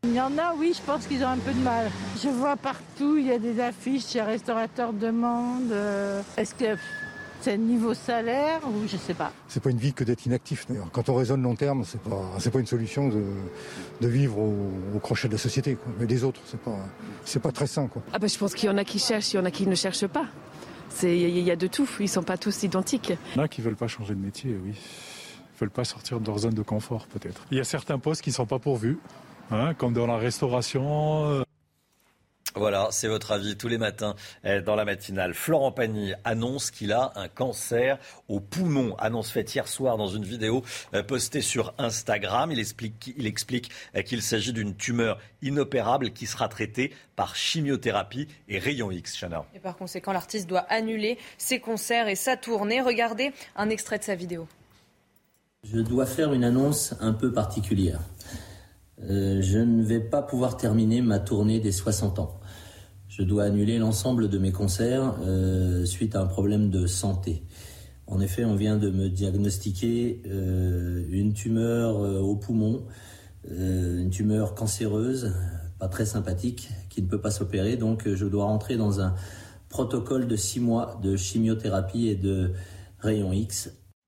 Il y en a, oui, je pense qu'ils ont un peu de mal. Je vois partout, il y a des affiches, les restaurateurs demandent. Euh, est-ce que c'est niveau salaire ou je sais pas. C'est pas une vie que d'être inactif d'ailleurs. Quand on raisonne long terme, c'est pas c'est pas une solution de, de vivre au, au crochet de la société, quoi. Mais des autres, c'est pas c'est pas très sain, quoi. Ah bah, je pense qu'il y en a qui cherchent, il y en a qui ne cherchent pas. C'est il y a de tout. Ils sont pas tous identiques. Il y en a qui veulent pas changer de métier, oui. Ils veulent pas sortir de leur zone de confort, peut-être. Il y a certains postes qui sont pas pourvus, hein, comme dans la restauration. Voilà, c'est votre avis tous les matins dans la matinale. Florent Pagny annonce qu'il a un cancer au poumon. Annonce faite hier soir dans une vidéo postée sur Instagram. Il explique, il explique qu'il s'agit d'une tumeur inopérable qui sera traitée par chimiothérapie et rayons X. Chana. Et par conséquent, l'artiste doit annuler ses concerts et sa tournée. Regardez un extrait de sa vidéo. Je dois faire une annonce un peu particulière. Euh, je ne vais pas pouvoir terminer ma tournée des soixante ans. Je dois annuler l'ensemble de mes concerts euh, suite à un problème de santé. En effet, on vient de me diagnostiquer euh, une tumeur euh, au poumon, euh, une tumeur cancéreuse, pas très sympathique, qui ne peut pas s'opérer. Donc je dois rentrer dans un protocole de six mois de chimiothérapie et de rayons X.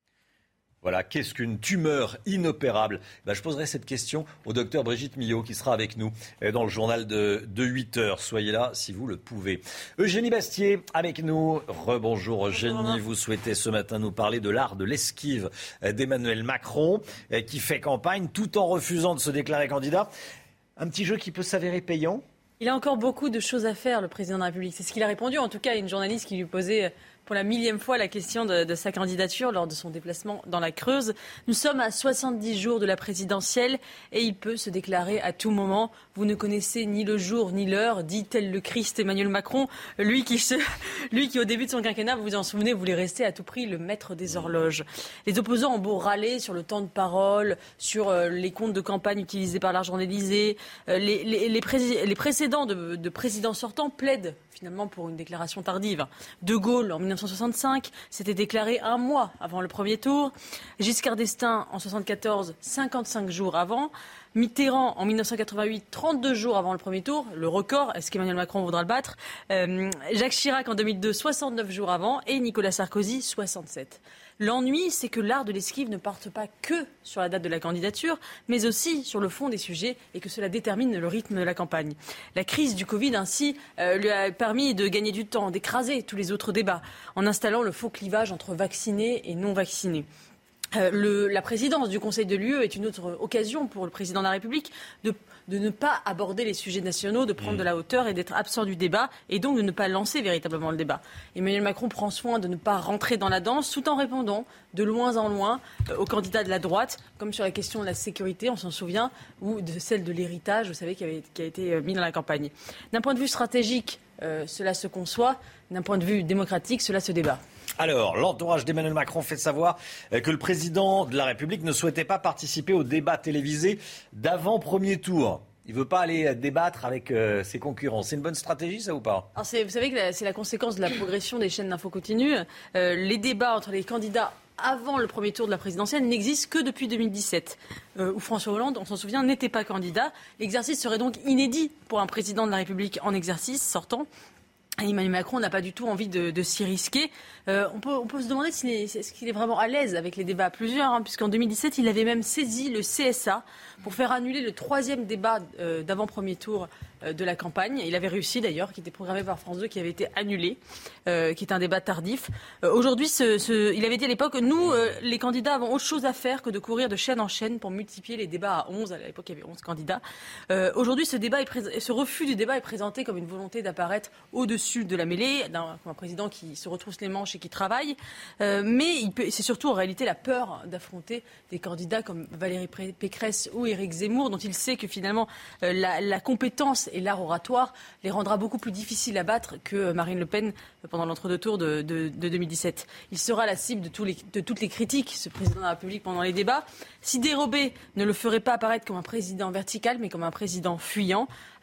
Voilà, qu'est-ce qu'une tumeur inopérable ? Ben, je poserai cette question au docteur Brigitte Millot qui sera avec nous dans le journal de, de huit heures. Soyez là si vous le pouvez. Eugénie Bastier avec nous. Rebonjour Eugénie, vous souhaitez ce matin nous parler de l'art de l'esquive d'Emmanuel Macron qui fait campagne tout en refusant de se déclarer candidat. Un petit jeu qui peut s'avérer payant ? Il a encore beaucoup de choses à faire, le président de la République. C'est ce qu'il a répondu en tout cas à une journaliste qui lui posait pour la millième fois la question de, de sa candidature lors de son déplacement dans la Creuse. Nous sommes à soixante-dix jours de la présidentielle et il peut se déclarer à tout moment. Vous ne connaissez ni le jour ni l'heure, dit tel le Christ Emmanuel Macron. Lui qui, se, lui qui au début de son quinquennat, vous vous en souvenez, voulait rester à tout prix le maître des horloges. Les opposants ont beau râler sur le temps de parole, sur euh, les comptes de campagne utilisés par l'argent d'Élysée. Euh, les, les, les, pré- les précédents de, de présidents sortants plaident finalement pour une déclaration tardive. De Gaulle, en dix-neuf cent soixante-cinq, s'était déclaré un mois avant le premier tour. Giscard d'Estaing, en soixante-quatorze, cinquante-cinq jours avant. Mitterrand, en dix-neuf cent quatre-vingt-huit, trente-deux jours avant le premier tour. Le record, est-ce qu'Emmanuel Macron voudra le battre ? euh, Jacques Chirac, en deux mille deux, soixante-neuf jours avant. Et Nicolas Sarkozy, soixante-sept. L'ennui, c'est que l'art de l'esquive ne parte pas que sur la date de la candidature, mais aussi sur le fond des sujets et que cela détermine le rythme de la campagne. La crise du Covid, ainsi, euh, lui a permis de gagner du temps, d'écraser tous les autres débats, en installant le faux clivage entre vaccinés et non vaccinés. Euh, le, la présidence du Conseil de l'U E est une autre occasion pour le président de la République de, de ne pas aborder les sujets nationaux, de prendre mmh. de la hauteur et d'être absent du débat et donc de ne pas lancer véritablement le débat. Emmanuel Macron prend soin de ne pas rentrer dans la danse tout en répondant de loin en loin euh, aux candidats de la droite, comme sur la question de la sécurité, on s'en souvient, ou de celle de l'héritage, vous savez, qui, avait, qui a été euh, mis dans la campagne. D'un point de vue stratégique, euh, cela se conçoit. D'un point de vue démocratique, cela se débat. Alors, l'entourage d'Emmanuel Macron fait savoir que le président de la République ne souhaitait pas participer au débat télévisé d'avant premier tour. Il ne veut pas aller débattre avec euh, ses concurrents. C'est une bonne stratégie, ça, ou pas ? Alors c'est, vous savez que la, c'est la conséquence de la progression des chaînes d'info continue. Euh, les débats entre les candidats avant le premier tour de la présidentielle n'existent que depuis deux mille dix-sept, euh, où François Hollande, on s'en souvient, n'était pas candidat. L'exercice serait donc inédit pour un président de la République en exercice sortant. Emmanuel Macron n'a pas du tout envie de, de s'y risquer. Euh, on, peut, on peut se demander s'il est, est-ce qu'il est vraiment à l'aise avec les débats à plusieurs, hein, puisqu'en deux mille dix-sept, il avait même saisi le C S A pour faire annuler le troisième débat euh, d'avant-premier tour euh, de la campagne. Il avait réussi d'ailleurs, qui était programmé par France deux, qui avait été annulé, euh, qui est un débat tardif. Euh, aujourd'hui, ce, ce, il avait dit à l'époque, nous, euh, les candidats, avons autre chose à faire que de courir de chaîne en chaîne pour multiplier les débats à onze. À l'époque, il y avait onze candidats. Euh, aujourd'hui, ce, débat est pré- ce refus du débat est présenté comme une volonté d'apparaître au-dessus de la mêlée, d'un un président qui se retrousse les manches et qui travaille. Euh, mais il peut, c'est surtout en réalité la peur d'affronter des candidats comme Valérie Pécresse ou Éric Zemmour, dont il sait que finalement euh, la, la compétence et l'art oratoire les rendra beaucoup plus difficiles à battre que Marine Le Pen pendant l'entre-deux tours de, de, de deux mille dix-sept. Il sera la cible de, tous les, de toutes les critiques, ce président de la République, pendant les débats. Si dérobé ne le ferait pas apparaître comme un président vertical, mais comme un président fuyant.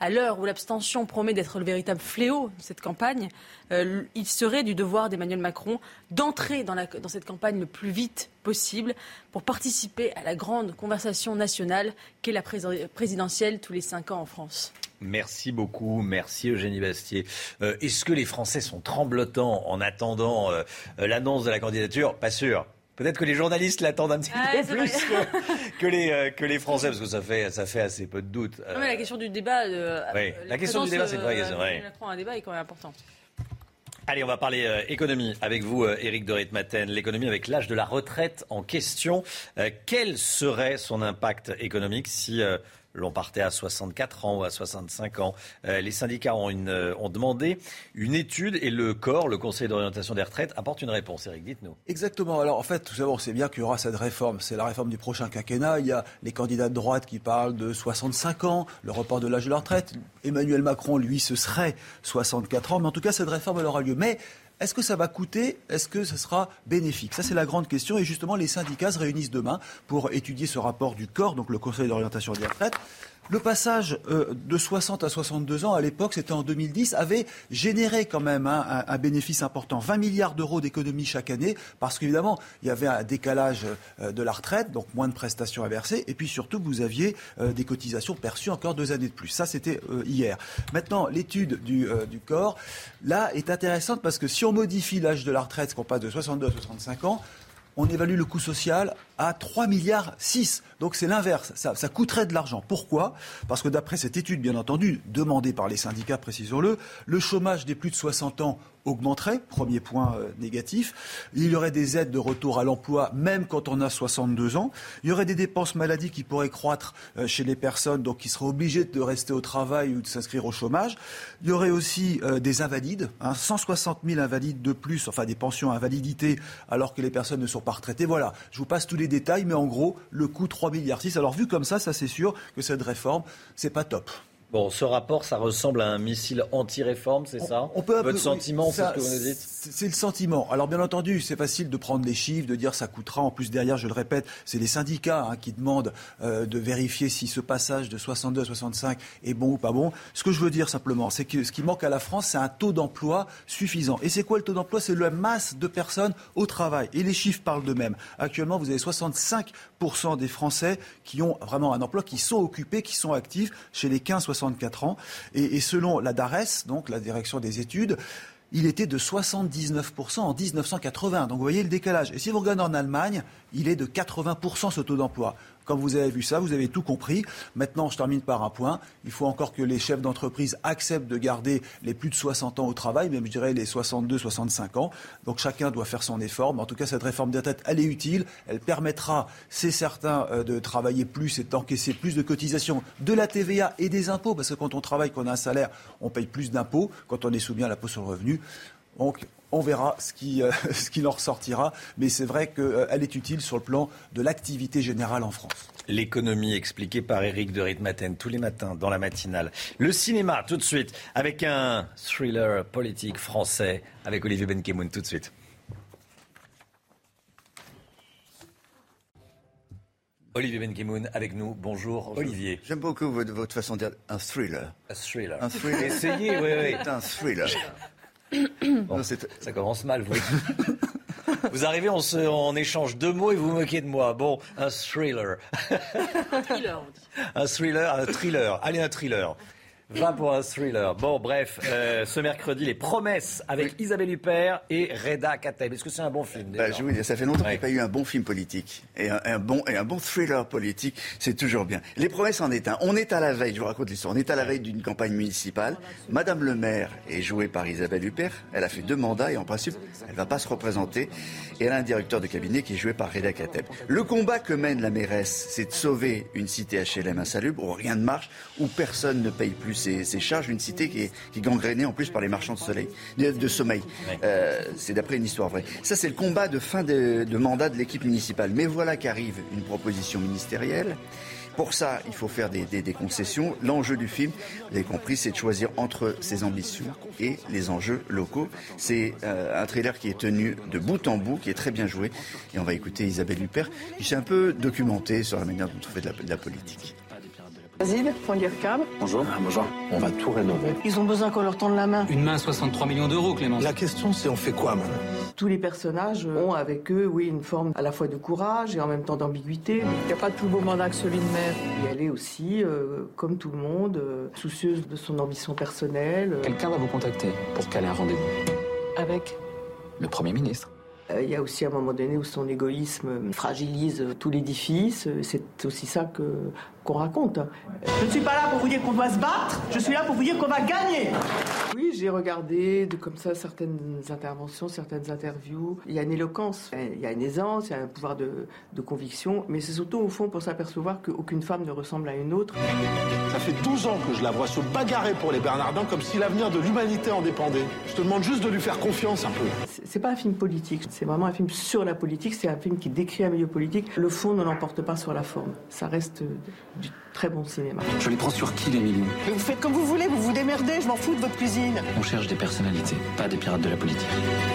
à l'heure où l'abstention promet d'être le véritable fléau de cette campagne, euh, il serait du devoir d'Emmanuel Macron d'entrer dans, la, dans cette campagne le plus vite possible pour participer à la grande conversation nationale qu'est la pré- présidentielle tous les cinq ans en France. Merci beaucoup, merci Eugénie Bastier. Euh, est-ce que les Français sont tremblotants en attendant euh, l'annonce de la candidature ? Pas sûr. Peut-être que les journalistes l'attendent un petit ah, peu plus que, que, les, euh, que les Français, parce que ça fait, ça fait assez peu de doutes. Euh, oui, la question du débat... Euh, oui, la question du débat, c'est une vraie question. Euh, oui. Un débat est quand même important. Allez, on va parler euh, économie avec vous, euh, Éric de Ritmaten. L'économie avec l'âge de la retraite en question. Euh, quel serait son impact économique si... Euh, l'on partait à soixante-quatre ans ou à soixante-cinq ans. Euh, les syndicats ont, une, euh, ont demandé une étude et le corps, le Conseil d'orientation des retraites, apporte une réponse. Éric, dites-nous. Exactement. Alors en fait, tout d'abord, on sait bien qu'il y aura cette réforme. C'est la réforme du prochain quinquennat. Il y a les candidats de droite qui parlent de soixante-cinq ans, le report de l'âge de la retraite. Emmanuel Macron, lui, ce serait soixante-quatre ans. Mais en tout cas, cette réforme, elle aura lieu. Mais est-ce que ça va coûter ? Est-ce que ce sera bénéfique ? Ça, c'est la grande question. Et justement, les syndicats se réunissent demain pour étudier ce rapport du corps, donc le Conseil d'orientation des retraites. Le passage euh, de soixante à soixante-deux ans, à l'époque, c'était en deux mille dix, avait généré quand même hein, un, un bénéfice important. vingt milliards d'euros d'économies chaque année, parce qu'évidemment, il y avait un décalage euh, de la retraite, donc moins de prestations à verser, et puis surtout, vous aviez euh, des cotisations perçues encore deux années de plus. Ça, c'était euh, hier. Maintenant, l'étude du, euh, du corps, là, est intéressante parce que si on modifie l'âge de la retraite, qu'on passe de soixante-deux à soixante-cinq ans, on évalue le coût social à trois virgule six milliards. Donc c'est l'inverse, ça, ça coûterait de l'argent. Pourquoi ? Parce que d'après cette étude, bien entendu, demandée par les syndicats, précisons-le, le chômage des plus de soixante ans augmenterait, premier point euh, négatif. Il y aurait des aides de retour à l'emploi, même quand on a soixante-deux ans. Il y aurait des dépenses maladie qui pourraient croître euh, chez les personnes, donc qui seraient obligées de rester au travail ou de s'inscrire au chômage. Il y aurait aussi euh, des invalides, hein, cent soixante mille invalides de plus, enfin des pensions à invalidité, alors que les personnes ne sont pas retraitées. Voilà, je vous passe tous les détails, mais en gros, le coût trois virgule six milliards. Alors vu comme ça, ça c'est sûr que cette réforme, c'est pas top. Bon, ce rapport, ça ressemble à un missile anti-réforme, c'est ça ? on peut Votre peu, sentiment, oui, ça, c'est ce que vous nous dites ? C'est le sentiment. Alors bien entendu, c'est facile de prendre les chiffres, de dire ça coûtera. En plus derrière, je le répète, c'est les syndicats hein, qui demandent euh, de vérifier si ce passage de soixante-deux à soixante-cinq est bon ou pas bon. Ce que je veux dire simplement, c'est que ce qui manque à la France, c'est un taux d'emploi suffisant. Et c'est quoi le taux d'emploi ? C'est la masse de personnes au travail. Et les chiffres parlent d'eux-mêmes. Actuellement, vous avez soixante-cinq pour cent des Français qui ont vraiment un emploi, qui sont occupés, qui sont actifs chez les quinze à soixante-quatre ans. Et, et selon la DARES, donc la direction des études, il était de soixante-dix-neuf pour cent en dix-neuf cent quatre-vingts. Donc vous voyez le décalage. Et si vous regardez en Allemagne, il est de quatre-vingts pour cent ce taux d'emploi. Quand vous avez vu ça, vous avez tout compris. Maintenant, je termine par un point. Il faut encore que les chefs d'entreprise acceptent de garder les plus de soixante ans au travail, même je dirais les soixante-deux, soixante-cinq ans. Donc chacun doit faire son effort. Mais en tout cas, cette réforme des retraites, elle est utile. Elle permettra, c'est certain, euh, de travailler plus et d'encaisser plus de cotisations, de la T V A et des impôts. Parce que quand on travaille, qu'on a un salaire, on paye plus d'impôts. Quand on est soumis à l'impôt sur le revenu. Donc, on verra ce qui, euh, ce qui en ressortira, mais c'est vrai qu'elle euh, est utile sur le plan de l'activité générale en France. L'économie expliquée par Éric de Ritmaten tous les matins dans la matinale. Le cinéma, tout de suite, avec un thriller politique français, avec Olivier Benkemoun, tout de suite. Olivier Benkemoun avec nous. Bonjour, Bonjour. Olivier. J'aime beaucoup votre, votre façon de dire un thriller. Un thriller. Un thriller. Essayez, oui, oui. C'est un thriller. Bon, non, ça commence mal, vous. Vous arrivez, on, se, on échange deux mots et vous vous moquez de moi. Bon, un thriller. Un thriller, on dit. Un thriller, un thriller. Allez, un thriller. Va pour un thriller. Bon, bref, euh, ce mercredi, Les Promesses avec oui. Isabelle Huppert et Reda Kateb. Est-ce que c'est un bon film bah, Je vous dis, ça fait longtemps ouais. qu'il n'y a pas eu un bon film politique. Et un, un, bon, et un bon thriller politique, c'est toujours bien. Les Promesses en est un. On est à la veille, je vous raconte l'histoire, on est à la veille d'une campagne municipale. Madame le maire est jouée par Isabelle Huppert. Elle a fait deux mandats et en principe, elle ne va pas se représenter. Et elle a un directeur de cabinet qui est joué par Reda Kateb. Le combat que mène la mairesse, c'est de sauver une cité H L M insalubre où rien ne marche, où personne ne paye plus ses, ses charges, une cité qui est, qui est gangrénée en plus par les marchands de, soleil, de, de sommeil. Euh, c'est d'après une histoire vraie. Ça, c'est le combat de fin de, de mandat de l'équipe municipale. Mais voilà qu'arrive une proposition ministérielle. Pour ça, il faut faire des, des, des concessions. L'enjeu du film, vous avez compris, c'est de choisir entre ses ambitions et les enjeux locaux. C'est euh, un thriller qui est tenu de bout en bout, qui est très bien joué. Et on va écouter Isabelle Huppert, qui s'est un peu documentée sur la manière dont on fait de la, de la politique. Basile, point l'IRCAM. Bonjour. Ah, bonjour. On va tout rénover. Ils ont besoin qu'on leur tende la main. Une main, soixante-trois millions d'euros, Clémence. La question, c'est on fait quoi, maintenant? Tous les personnages ont avec eux, oui, une forme à la fois de courage et en même temps d'ambiguïté. Il n'y a pas de plus beau mandat que celui de maire. Et elle est aussi, euh, comme tout le monde, euh, soucieuse de son ambition personnelle. Quelqu'un va vous contacter pour caler un rendez-vous. Avec le Premier ministre. Il euh, y a aussi un moment donné où son égoïsme fragilise tout l'édifice. C'est aussi ça que, qu'on raconte. Je ne suis pas là pour vous dire qu'on doit se battre, je suis là pour vous dire qu'on va gagner. Oui, j'ai regardé de, comme ça certaines interventions, certaines interviews. Il y a une éloquence, il y a une aisance, il y a un pouvoir de, de conviction, mais c'est surtout au fond pour s'apercevoir qu'aucune femme ne ressemble à une autre. Ça fait douze ans que je la vois se bagarrer pour les Bernardins comme si l'avenir de l'humanité en dépendait. Je te demande juste de lui faire confiance un peu. C'est, c'est pas un film politique, c'est vraiment un film sur la politique, c'est un film qui décrit un milieu politique. Le fond ne l'emporte pas sur la forme, ça reste du très bon cinéma. Je les prends sur qui, les millions? Mais vous faites comme vous voulez, vous vous démerdez, je m'en fous de votre cuisine. On cherche des personnalités, pas des pirates de la politique.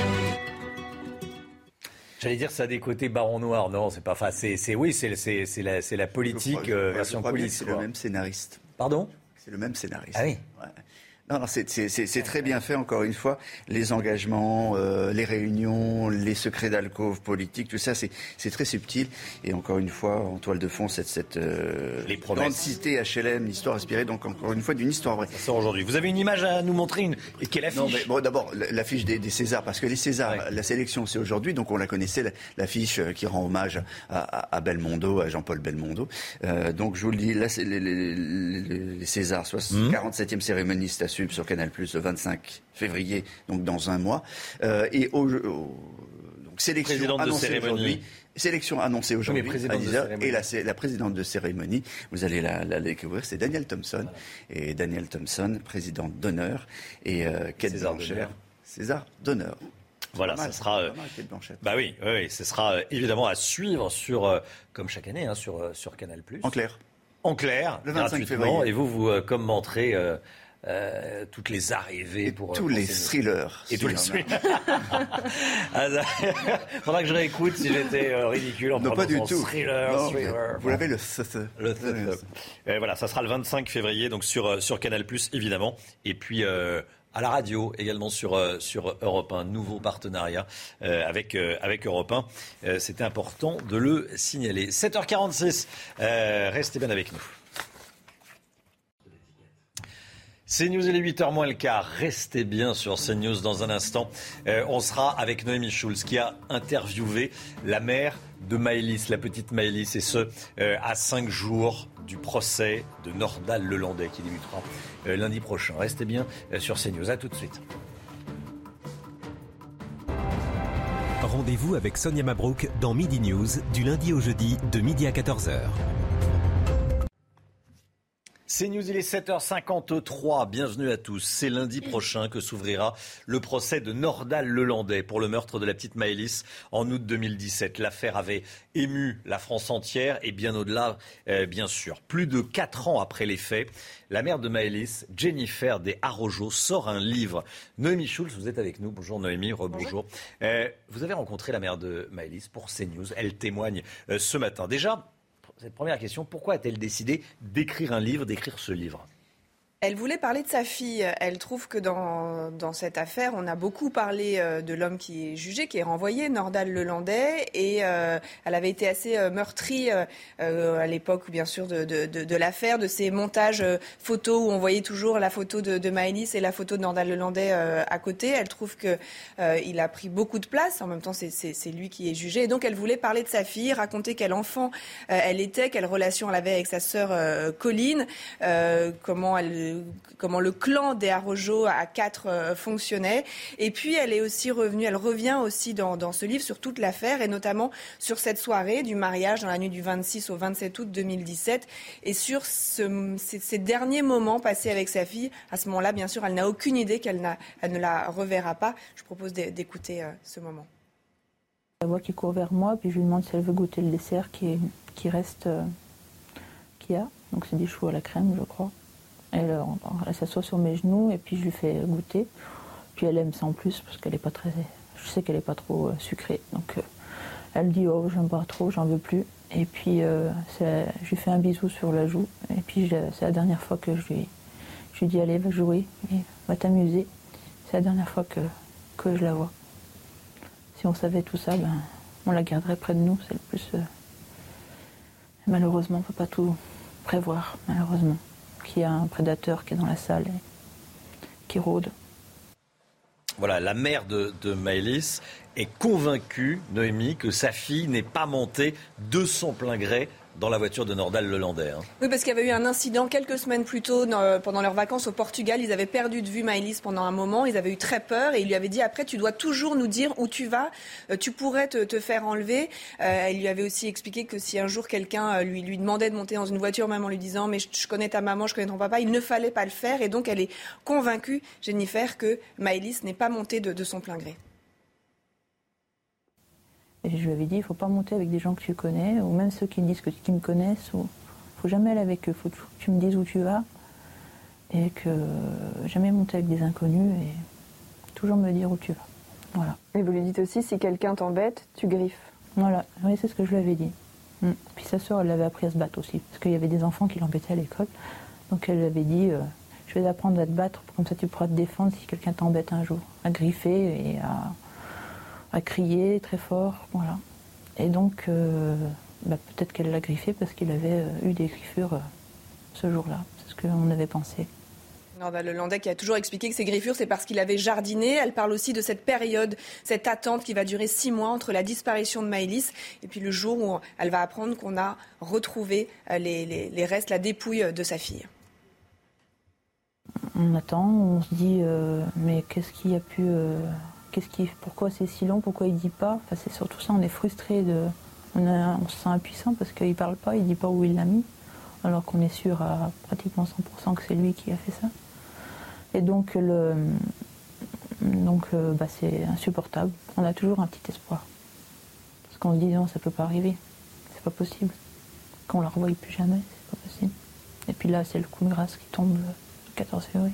J'allais dire ça a des côtés Baron Noir, non, c'est pas enfin, c'est, c'est oui, c'est, c'est, c'est, la, c'est la politique crois, euh, version police. C'est le même scénariste. Pardon? C'est le même scénariste. Ah oui. Ouais. Non, non, c'est, c'est, c'est, c'est très bien fait, encore une fois. Les engagements, euh, les réunions, les secrets d'alcôve politique, tout ça, c'est, c'est très subtil. Et encore une fois, en toile de fond, cette, cette euh, les grande cité H L M, l'histoire inspirée, donc encore une fois, d'une histoire vraie. Ça sort aujourd'hui. Vous avez une image à nous montrer, une... Et quelle affiche? Non, mais bon, d'abord, l'affiche des, des Césars, parce que les Césars, ouais. La sélection, c'est aujourd'hui, donc on la connaissait, l'affiche qui rend hommage à, à, à Belmondo, à Jean-Paul Belmondo. Euh, donc, je vous le dis, là, c'est les, les, les, les Césars, soit mmh. quarante-septième cérémonie, c'est à suivre sur Canal+, le vingt-cinq février, donc dans un mois. Euh, et au, au, donc sélection présidente annoncée de aujourd'hui. Sélection annoncée aujourd'hui oui, à dix heures. Et la, la présidente de cérémonie, vous allez la, la découvrir, c'est Danielle Thompson. Et Danielle Thompson, présidente d'honneur. Et euh, Kate César Blanchett, d'honneur. César d'honneur. Voilà, mal, ça sera. Euh, bah oui, oui, oui, ce sera euh, évidemment à suivre sur, euh, comme chaque année, hein, sur, euh, sur Canal+. En clair. En clair, le vingt-cinq février. Et vous, vous euh, commenterez. Euh, Euh, toutes les arrivées et pour tous euh, les thrillers et tous les thrillers. Faudra que je réécoute si j'étais euh, ridicule en non, pas du tout. Thriller, non, thriller. Vous l'avez le th le th euh, voilà, ça sera le vingt-cinq février, donc sur sur Canal+, évidemment, et puis euh, à la radio également sur euh, sur Europe un, nouveau partenariat euh, avec euh, avec Europe un. Euh, c'était important de le signaler. sept heures quarante-six. Euh, restez bien avec nous. CNews, il est huit heures moins le quart. Restez bien sur CNews dans un instant. Euh, on sera avec Noémie Schulz qui a interviewé la mère de Maëlys, la petite Maëlys, et ce, euh, à cinq jours du procès de Nordal Lelandais qui débutera euh, lundi prochain. Restez bien euh, sur CNews. À tout de suite. Rendez-vous avec Sonia Mabrouk dans Midi News du lundi au jeudi de midi à quatorze heures. CNews, il est sept heures cinquante-trois. Bienvenue à tous. C'est lundi prochain que s'ouvrira le procès de Nordal Lelandais pour le meurtre de la petite Maëlys en août deux mille dix-sept. L'affaire avait ému la France entière et bien au-delà, euh, bien sûr. Plus de quatre ans après les faits, la mère de Maëlys, Jennifer des Arrojo, sort un livre. Noémie Schulz, vous êtes avec nous. Bonjour Noémie, rebonjour. Euh, vous avez rencontré la mère de Maëlys pour CNews. Elle témoigne euh, ce matin. Déjà, cette première question, pourquoi a-t-elle décidé d'écrire un livre, d'écrire ce livre ? Elle voulait parler de sa fille. Elle trouve que dans, dans cette affaire, on a beaucoup parlé euh, de l'homme qui est jugé, qui est renvoyé, Nordal Lelandais. Et euh, elle avait été assez euh, meurtrie euh, euh, à l'époque, bien sûr, de, de, de, de l'affaire, de ces montages euh, photos où on voyait toujours la photo de, de Maëlys et la photo de Nordal Lelandais euh, à côté. Elle trouve qu'il euh, a pris beaucoup de place. En même temps, c'est, c'est, c'est lui qui est jugé. Et donc, elle voulait parler de sa fille, raconter quel enfant euh, elle était, quelle relation elle avait avec sa sœur euh, Colline, euh, comment elle... comment le clan des Arrojo à quatre euh, fonctionnait. Et puis, elle est aussi revenue, elle revient aussi dans, dans ce livre sur toute l'affaire et notamment sur cette soirée du mariage dans la nuit du vingt-six au vingt-sept août deux mille dix-sept et sur ce, ces, ces derniers moments passés avec sa fille. À ce moment-là, bien sûr, elle n'a aucune idée qu'elle n'a, elle ne la reverra pas. Je propose d'écouter euh, ce moment. La voix qui court vers moi, puis je lui demande si elle veut goûter le dessert qui, qui reste, euh, qu'il y a. Donc c'est des choux à la crème, je crois. Elle, elle s'assoit sur mes genoux et puis je lui fais goûter. Puis elle aime ça en plus parce qu'elle est pas très. Je sais qu'elle est pas trop euh, sucrée. Donc euh, elle dit oh j'aime pas trop, j'en veux plus. Et puis, euh, c'est, je lui fais un bisou sur la joue. Et puis, je, c'est la dernière fois que je lui, je lui dis, allez, va jouer, et va t'amuser. C'est la dernière fois que, que je la vois. Si on savait tout ça, ben, on la garderait près de nous. C'est le plus... Euh... Malheureusement, on ne peut pas tout prévoir, malheureusement. Qu'il y a un prédateur qui est dans la salle et qui rôde. Voilà, la mère de, de Maëlys est convaincue, Noémie, que sa fille n'est pas montée de son plein gré dans la voiture de Nordal-Lelandais. Hein. Oui, parce qu'il y avait eu un incident quelques semaines plus tôt, dans, pendant leurs vacances au Portugal. Ils avaient perdu de vue Maëlys pendant un moment. Ils avaient eu très peur et il lui avait dit après, tu dois toujours nous dire où tu vas. Euh, tu pourrais te, te faire enlever. Euh, il lui avait aussi expliqué que si un jour quelqu'un lui, lui demandait de monter dans une voiture, même en lui disant mais je, je connais ta maman, je connais ton papa, il ne fallait pas le faire. Et donc elle est convaincue, Jennifer, que Maëlys n'est pas montée de, de son plein gré. Et je lui avais dit, il ne faut pas monter avec des gens que tu connais, ou même ceux qui disent que, qui me connaissent. Il ne faut jamais aller avec eux, il faut que tu me dises où tu vas. Et que jamais monter avec des inconnus et toujours me dire où tu vas. Voilà. Et vous lui dites aussi, si quelqu'un t'embête, tu griffes. Voilà, oui, c'est ce que je lui avais dit. Mm. Puis sa sœur, elle l'avait appris à se battre aussi, parce qu'il y avait des enfants qui l'embêtaient à l'école. Donc elle lui avait dit, euh, je vais t'apprendre à te battre, comme ça tu pourras te défendre si quelqu'un t'embête un jour. À griffer et à... à crier très fort, voilà. Et donc, euh, bah, peut-être qu'elle l'a griffé parce qu'il avait euh, eu des griffures euh, ce jour-là. C'est ce qu'on avait pensé. Nordal-Lelandais qui a toujours expliqué que ces griffures, c'est parce qu'il avait jardiné. Elle parle aussi de cette période, cette attente qui va durer six mois entre la disparition de Maëlys et puis le jour où elle va apprendre qu'on a retrouvé les, les, les restes, la dépouille de sa fille. On attend, on se dit, euh, mais qu'est-ce qui a pu... Euh, Qu'est-ce qui, pourquoi c'est si long, pourquoi il ne dit pas, enfin, c'est surtout ça, on est frustré, de, on, a, on se sent impuissant parce qu'il ne parle pas, il ne dit pas où il l'a mis, alors qu'on est sûr à pratiquement cent pour cent que c'est lui qui a fait ça. Et donc, le, donc euh, bah, c'est insupportable, on a toujours un petit espoir. Parce qu'on se dit non, ça ne peut pas arriver, c'est pas possible. Qu'on ne la revoie plus jamais, c'est pas possible. Et puis là, c'est le coup de grâce qui tombe le quatorze février.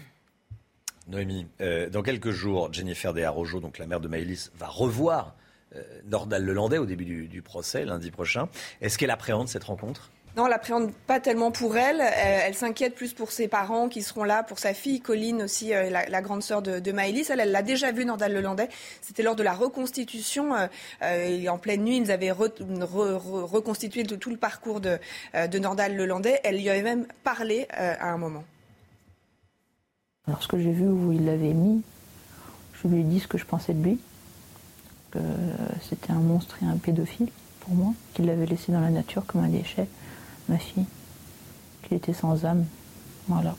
Noémie, euh, dans quelques jours, Jennifer de Araujo, donc la mère de Maëlys, va revoir euh, Nordal-Lelandais au début du, du procès, lundi prochain. Est-ce qu'elle appréhende cette rencontre ? Non, elle l'appréhende pas tellement pour elle. Elle, elle s'inquiète plus pour ses parents qui seront là, pour sa fille, Colline aussi, euh, la, la grande sœur de, de Maëlys. Elle, elle l'a déjà vu, Nordal-Lelandais. C'était lors de la reconstitution. Euh, euh, en pleine nuit, ils avaient re, re, re, reconstitué tout, tout le parcours de, euh, de Nordal-Lelandais. Elle lui avait même parlé euh, à un moment. Lorsque j'ai vu où il l'avait mis, je lui ai dit ce que je pensais de lui, que c'était un monstre et un pédophile pour moi, qu'il l'avait laissé dans la nature comme un déchet, ma fille, qu'il était sans âme, voilà.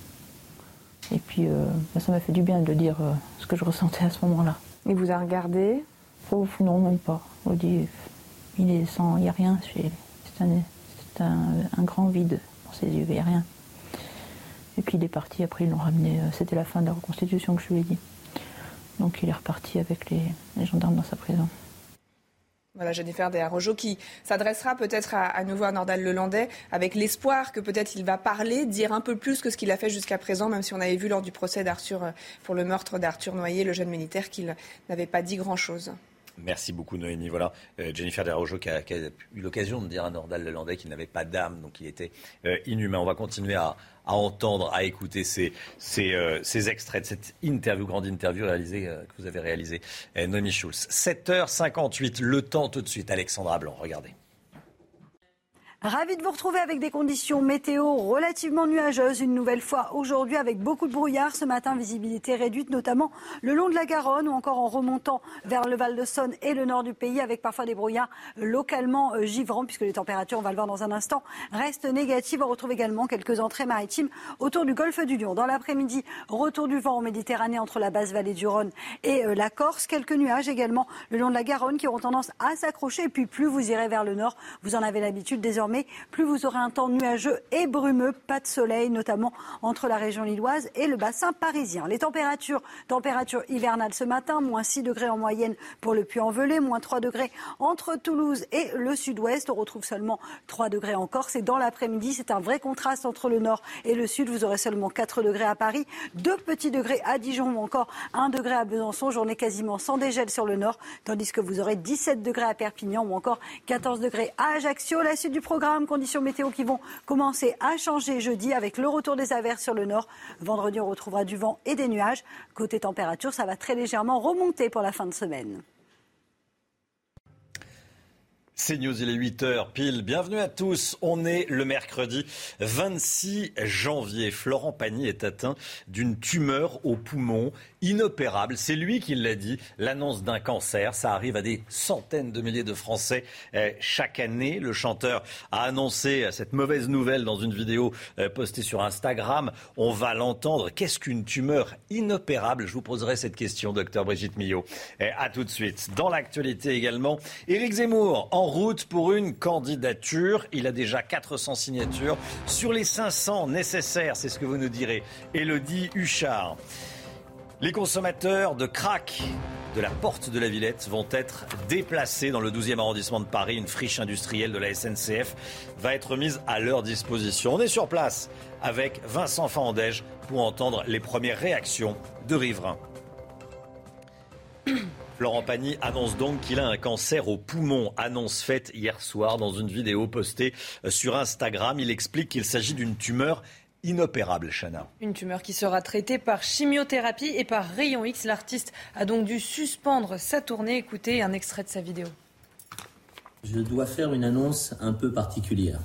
Et puis euh, ça m'a fait du bien de dire euh, ce que je ressentais à ce moment-là. Il vous a regardé ? Oh, non, même pas. On dit, il est sans, il n'y a rien chez lui. C'est un, c'est un, un grand vide dans ses yeux, il n'y a rien. Et puis il est parti, après ils l'ont ramené, c'était la fin de la reconstitution que je lui ai dit. Donc il est reparti avec les, les gendarmes dans sa prison. Voilà, Jennifer de Araujo qui s'adressera peut-être à, à nouveau à Nordal-Lelandais avec l'espoir que peut-être il va parler, dire un peu plus que ce qu'il a fait jusqu'à présent, même si on avait vu lors du procès d'Arthur, pour le meurtre d'Arthur Noyer, le jeune militaire, qu'il n'avait pas dit grand-chose. Merci beaucoup Noémie. Voilà, euh, Jennifer de Araujo qui a, qui a eu l'occasion de dire à Nordal-Lelandais qu'il n'avait pas d'âme, donc il était euh, inhumain. On va continuer à, à entendre, à écouter ces, ces, euh, ces extraits de cette interview, grande interview réalisée, euh, que vous avez réalisée, euh, Noémie Schulz. sept heures cinquante-huit, le temps tout de suite. Alexandra Blanc, regardez. Ravi de vous retrouver avec des conditions météo relativement nuageuses une nouvelle fois aujourd'hui avec beaucoup de brouillard. Ce matin, visibilité réduite notamment le long de la Garonne ou encore en remontant vers le Val-de-Saône et le nord du pays avec parfois des brouillards localement givrants puisque les températures, on va le voir dans un instant, restent négatives. On retrouve également quelques entrées maritimes autour du golfe du Lion. Dans l'après-midi, retour du vent en Méditerranée entre la basse vallée du Rhône et la Corse. Quelques nuages également le long de la Garonne qui auront tendance à s'accrocher et puis plus vous irez vers le nord, vous en avez l'habitude désormais désormais, plus vous aurez un temps nuageux et brumeux, pas de soleil, notamment entre la région lilloise et le bassin parisien. Les températures, températures hivernales ce matin, moins six degrés en moyenne pour le Puy-en-Velay, moins trois degrés entre Toulouse et le sud-ouest. On retrouve seulement trois degrés en Corse et dans l'après-midi, c'est un vrai contraste entre le nord et le sud. Vous aurez seulement quatre degrés à Paris, deux petits degrés à Dijon ou encore un degré à Besançon. Journée quasiment sans dégel sur le nord, tandis que vous aurez dix-sept degrés à Perpignan ou encore quatorze degrés à Ajaccio. La suite du programme, conditions météo qui vont commencer à changer jeudi avec le retour des averses sur le nord. Vendredi, on retrouvera du vent et des nuages. Côté température, ça va très légèrement remonter pour la fin de semaine. C'est News, il est huit heures pile. Bienvenue à tous. On est le mercredi vingt-six janvier. Florent Pagny est atteint d'une tumeur au poumon inopérable. C'est lui qui l'a dit. L'annonce d'un cancer, ça arrive à des centaines de milliers de Français euh, chaque année. Le chanteur a annoncé cette mauvaise nouvelle dans une vidéo euh, postée sur Instagram. On va l'entendre. Qu'est-ce qu'une tumeur inopérable ? Je vous poserai cette question, docteur Brigitte Millot. Euh, à tout de suite. Dans l'actualité également, Éric Zemmour en route pour une candidature. Il a déjà quatre cents signatures sur les cinq cents nécessaires. C'est ce que vous nous direz. Élodie Huchard. Les consommateurs de crack de la Porte de la Villette vont être déplacés dans le douzième arrondissement de Paris. Une friche industrielle de la S N C F va être mise à leur disposition. On est sur place avec Vincent Fandège pour entendre les premières réactions de riverains. Florent Pagny annonce donc qu'il a un cancer au poumon. Annonce faite hier soir dans une vidéo postée sur Instagram. Il explique qu'il s'agit d'une tumeur inopérable, Chana. Une tumeur qui sera traitée par chimiothérapie et par rayon X. L'artiste a donc dû suspendre sa tournée. Écoutez un extrait de sa vidéo. Je dois faire une annonce un peu particulière.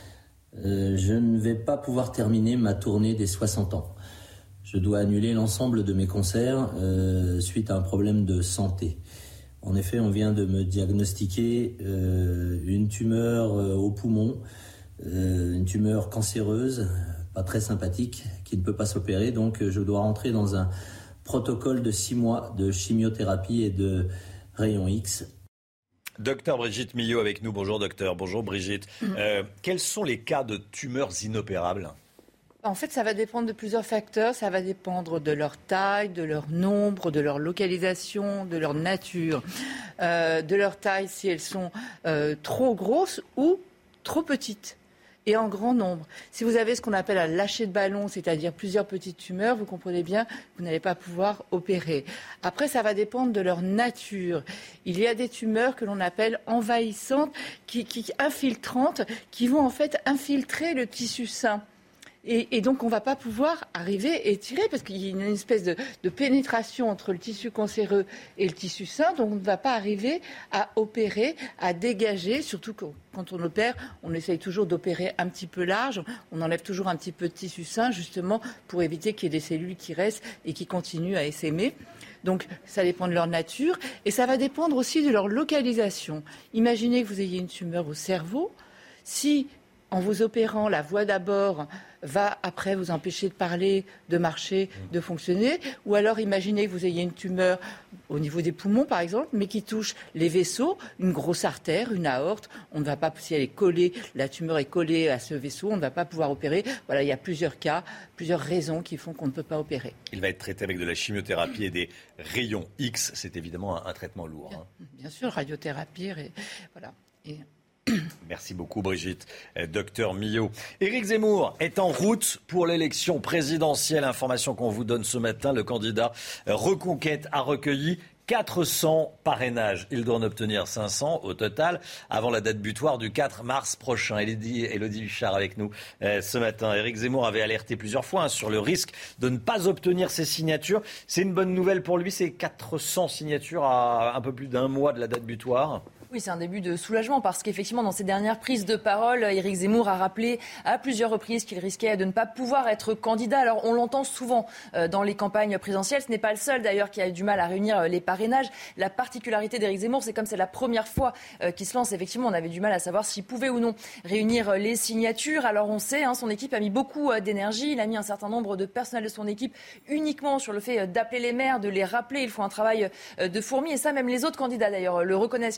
Euh, je ne vais pas pouvoir terminer ma tournée des soixante ans. Je dois annuler l'ensemble de mes concerts euh, suite à un problème de santé. En effet, on vient de me diagnostiquer euh, une tumeur euh, au poumon, euh, une tumeur cancéreuse, pas très sympathique, qui ne peut pas s'opérer. Donc, je dois rentrer dans un protocole de six mois de chimiothérapie et de rayon X. Docteur Brigitte Millot avec nous. Bonjour docteur. Bonjour Brigitte. Mmh. Euh, quels sont les cas de tumeurs inopérables ? En fait, ça va dépendre de plusieurs facteurs. Ça va dépendre de leur taille, de leur nombre, de leur localisation, de leur nature. Euh, de leur taille, si elles sont euh, trop grosses ou trop petites. Et en grand nombre. Si vous avez ce qu'on appelle un lâcher de ballon, c'est-à-dire plusieurs petites tumeurs, vous comprenez bien que vous n'allez pas pouvoir opérer. Après, ça va dépendre de leur nature. Il y a des tumeurs que l'on appelle envahissantes, qui, qui, infiltrantes, qui vont en fait infiltrer le tissu sain. Et, et donc, on ne va pas pouvoir arriver et tirer parce qu'il y a une espèce de, de pénétration entre le tissu cancéreux et le tissu sain. Donc, on ne va pas arriver à opérer, à dégager. Surtout que, quand on opère, on essaye toujours d'opérer un petit peu large. On enlève toujours un petit peu de tissu sain, justement, pour éviter qu'il y ait des cellules qui restent et qui continuent à essaimer. Donc, ça dépend de leur nature. Et ça va dépendre aussi de leur localisation. Imaginez que vous ayez une tumeur au cerveau. Si, en vous opérant, la voie d'abord va après vous empêcher de parler, de marcher, de fonctionner. Ou alors imaginez que vous ayez une tumeur au niveau des poumons, par exemple, mais qui touche les vaisseaux, une grosse artère, une aorte. On ne va pas, si elle est collée, la tumeur est collée à ce vaisseau, on ne va pas pouvoir opérer. Voilà, il y a plusieurs cas, plusieurs raisons qui font qu'on ne peut pas opérer. Il va être traité avec de la chimiothérapie et des rayons X. C'est évidemment un, un traitement lourd. Bien, hein. bien sûr, radiothérapie, et, voilà. Et... Merci beaucoup Brigitte. Euh, docteur Millot. Éric Zemmour est en route pour l'élection présidentielle. Information qu'on vous donne ce matin. Le candidat euh, Reconquête a recueilli quatre cents parrainages. Il doit en obtenir cinq cents au total avant la date butoir du quatre mars prochain. Élodie, Élodie Huchard avec nous euh, ce matin. Éric Zemmour avait alerté plusieurs fois hein, sur le risque de ne pas obtenir ces signatures. C'est une bonne nouvelle pour lui, ces quatre cents signatures à un peu plus d'un mois de la date butoir. Oui, c'est un début de soulagement parce qu'effectivement, dans ses dernières prises de parole, Éric Zemmour a rappelé à plusieurs reprises qu'il risquait de ne pas pouvoir être candidat. Alors, on l'entend souvent dans les campagnes présidentielles. Ce n'est pas le seul, d'ailleurs, qui a eu du mal à réunir les parrainages. La particularité d'Éric Zemmour, c'est comme c'est la première fois qu'il se lance. Effectivement, on avait du mal à savoir s'il pouvait ou non réunir les signatures. Alors, on sait, hein, son équipe a mis beaucoup d'énergie. Il a mis un certain nombre de personnel de son équipe uniquement sur le fait d'appeler les maires, de les rappeler. Ils font un travail de fourmi. Et ça, même les autres candidats, d'ailleurs, le reconnaissent qu'ils sont très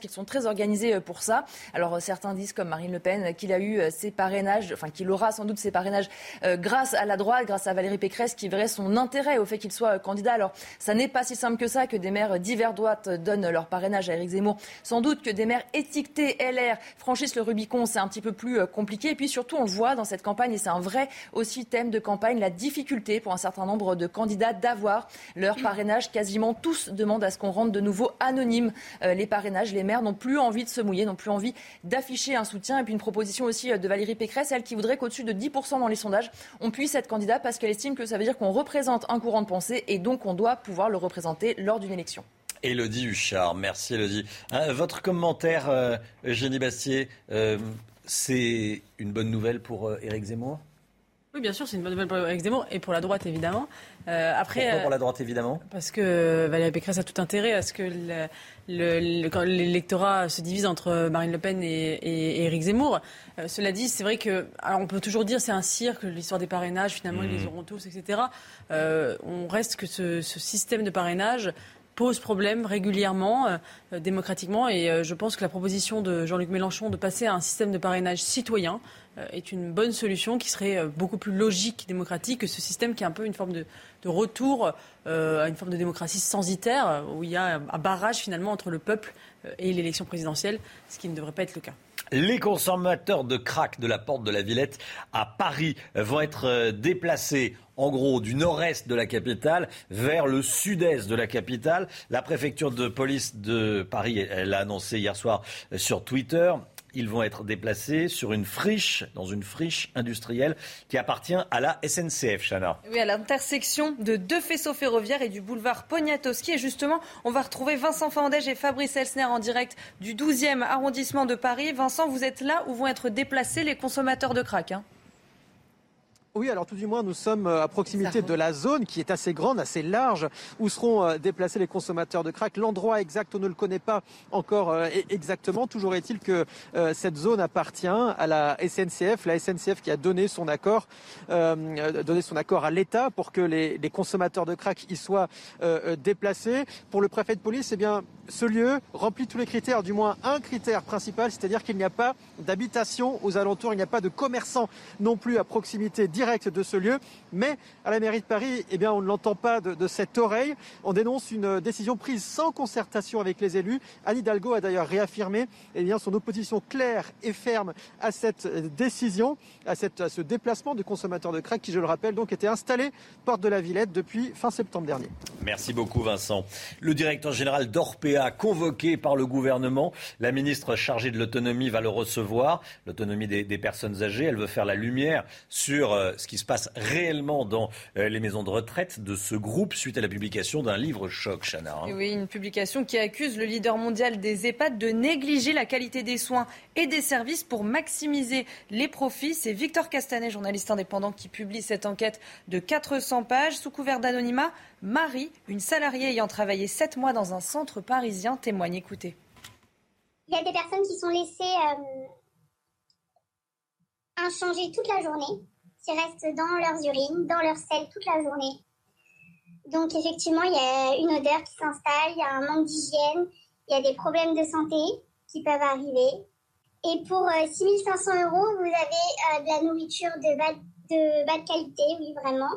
organisé pour ça. Alors certains disent, comme Marine Le Pen, qu'il a eu ses parrainages, enfin qu'il aura sans doute ses parrainages euh, grâce à la droite, grâce à Valérie Pécresse, qui verrait son intérêt au fait qu'il soit candidat. Alors ça n'est pas si simple que ça, que des maires divers droite donnent leur parrainage à Éric Zemmour. Sans doute que des maires étiquetés L R franchissent le Rubicon, c'est un petit peu plus compliqué. Et puis surtout, on le voit dans cette campagne, et c'est un vrai aussi thème de campagne, la difficulté pour un certain nombre de candidats d'avoir leur parrainage. Quasiment tous demandent à ce qu'on rende de nouveau anonyme euh, les parrainages. Les maires n'ont plus envie de se mouiller, n'ont plus envie d'afficher un soutien. Et puis une proposition aussi de Valérie Pécresse, elle qui voudrait qu'au-dessus de dix pour cent dans les sondages, on puisse être candidat parce qu'elle estime que ça veut dire qu'on représente un courant de pensée et donc on doit pouvoir le représenter lors d'une élection. Élodie Huchard, merci Élodie. Hein, votre commentaire, euh, Eugénie Bastier, euh, c'est une bonne nouvelle pour euh, Éric Zemmour ? Oui, bien sûr, c'est une bonne nouvelle pour Éric Zemmour et pour la droite, évidemment. Euh, après, Pourquoi pour la droite, évidemment ? Parce que Valérie Pécresse a tout intérêt à ce que le, le, le, quand l'électorat se divise entre Marine Le Pen et, et, et Éric Zemmour. Euh, cela dit, c'est vrai que, alors on peut toujours dire c'est un cirque, l'histoire des parrainages, finalement mmh. ils les auront tous, et cetera. Euh, on reste que ce, ce système de parrainage pose problème régulièrement, euh, démocratiquement, et euh, je pense que la proposition de Jean-Luc Mélenchon de passer à un système de parrainage citoyen euh, est une bonne solution qui serait euh, beaucoup plus logique, démocratique, que ce système qui est un peu une forme de, de retour euh, à une forme de démocratie censitaire, où il y a un barrage finalement entre le peuple euh, et l'élection présidentielle, ce qui ne devrait pas être le cas. Les consommateurs de crack de la Porte de la Villette à Paris vont être déplacés en gros du nord-est de la capitale vers le sud-est de la capitale. La préfecture de police de Paris, elle l'a annoncé hier soir sur Twitter. Ils vont être déplacés sur une friche, dans une friche industrielle qui appartient à la S N C F, Chana. Oui, à l'intersection de deux faisceaux ferroviaires et du boulevard Poniatowski. Et justement, on va retrouver Vincent Fandège et Fabrice Elsner en direct du douzième arrondissement de Paris. Vincent, vous êtes là où vont être déplacés les consommateurs de crack, hein ? Oui, alors tout du moins, nous sommes à proximité de la zone qui est assez grande, assez large, où seront déplacés les consommateurs de crack. L'endroit exact, on ne le connaît pas encore exactement. Toujours est-il que cette zone appartient à la S N C F, la S N C F qui a donné son accord, euh, donné son accord à l'État pour que les, les consommateurs de crack y soient euh, déplacés. Pour le préfet de police, eh bien, ce lieu remplit tous les critères, du moins un critère principal, c'est-à-dire qu'il n'y a pas d'habitation aux alentours, il n'y a pas de commerçants non plus à proximité directe de ce lieu, mais à la mairie de Paris, eh bien, on ne l'entend pas de, de cette oreille. On dénonce une décision prise sans concertation avec les élus. Anne Hidalgo a d'ailleurs réaffirmé eh bien, son opposition claire et ferme à cette décision, à, cette, à ce déplacement de consommateurs de crack qui, je le rappelle, donc était installé porte de la Villette depuis fin septembre dernier. Merci beaucoup Vincent. Le directeur général d'Orpea, convoqué par le gouvernement, la ministre chargée de l'autonomie va le recevoir, l'autonomie des, des personnes âgées. Elle veut faire la lumière sur euh, ce qui se passe réellement dans euh, les maisons de retraite de ce groupe suite à la publication d'un livre choc, Chana. Hein. Oui, une publication qui accuse le leader mondial des EHPAD de négliger la qualité des soins et des services pour maximiser les profits. C'est Victor Castanet, journaliste indépendant, qui publie cette enquête de quatre cents pages. Sous couvert d'anonymat, Marie, une salariée ayant travaillé sept mois dans un centre parisien, témoigne. Écoutez. Il y a des personnes qui sont laissées euh, inchangées toute la journée, qui restent dans leurs urines, dans leur selle toute la journée. Donc effectivement, il y a une odeur qui s'installe, il y a un manque d'hygiène, il y a des problèmes de santé qui peuvent arriver. Et pour euh, six mille cinq cents euros, vous avez euh, de la nourriture de bas de, bas de qualité, oui vraiment.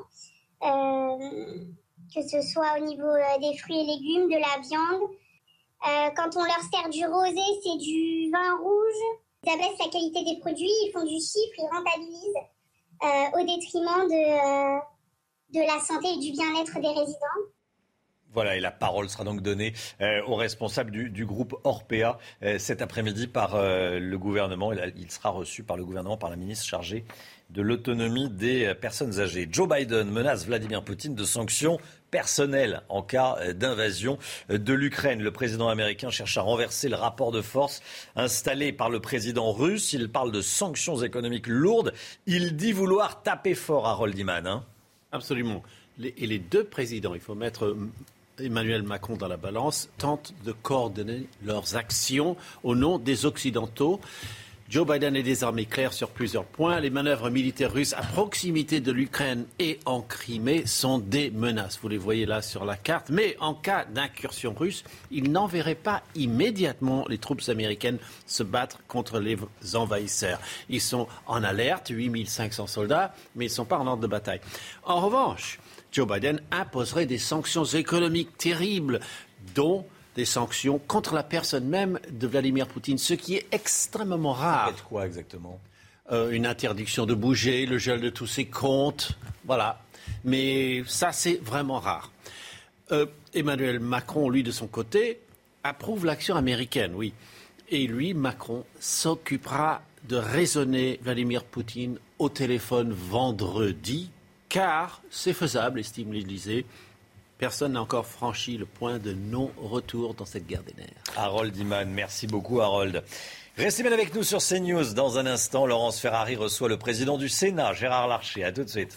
Euh, que ce soit au niveau euh, des fruits et légumes, de la viande. Euh, quand on leur sert du rosé, c'est du vin rouge. Ils abaissent la qualité des produits, ils font du chiffre, ils rentabilisent euh, au détriment de, euh, de la santé et du bien-être des résidents. Voilà, et la parole sera donc donnée euh, au responsable du, du groupe Orpea euh, cet après-midi par euh, le gouvernement. Il sera reçu par le gouvernement, par la ministre chargée de l'autonomie des personnes âgées. Joe Biden menace Vladimir Poutine de sanctions personnelles en cas d'invasion de l'Ukraine. Le président américain cherche à renverser le rapport de force installé par le président russe. Il parle de sanctions économiques lourdes. Il dit vouloir taper fort, Harold Iman. Hein. Absolument. Les, et les deux présidents, il faut mettre Emmanuel Macron dans la balance, tentent de coordonner leurs actions au nom des Occidentaux. Joe Biden est désormais clair sur plusieurs points. Les manœuvres militaires russes à proximité de l'Ukraine et en Crimée sont des menaces. Vous les voyez là sur la carte. Mais en cas d'incursion russe, il n'enverrait pas immédiatement les troupes américaines se battre contre les envahisseurs. Ils sont en alerte, huit mille cinq cents soldats, mais ils ne sont pas en ordre de bataille. En revanche, Joe Biden imposerait des sanctions économiques terribles, dont des sanctions contre la personne même de Vladimir Poutine, ce qui est extrêmement rare. Ça peut être quoi exactement ? euh, Une interdiction de bouger, le gel de tous ses comptes, voilà. Mais ça, c'est vraiment rare. Euh, Emmanuel Macron, lui, de son côté, approuve l'action américaine, oui. Et lui, Macron, s'occupera de raisonner Vladimir Poutine au téléphone vendredi, car c'est faisable, estime l'Élysée. Personne n'a encore franchi le point de non-retour dans cette guerre des nerfs. Harold Iman, merci beaucoup Harold. Restez bien avec nous sur CNews. Dans un instant, Laurence Ferrari reçoit le président du Sénat, Gérard Larcher. À tout de suite.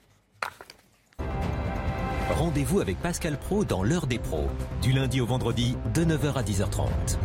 Rendez-vous avec Pascal Praud dans l'heure des pros, du lundi au vendredi de neuf heures à dix heures trente.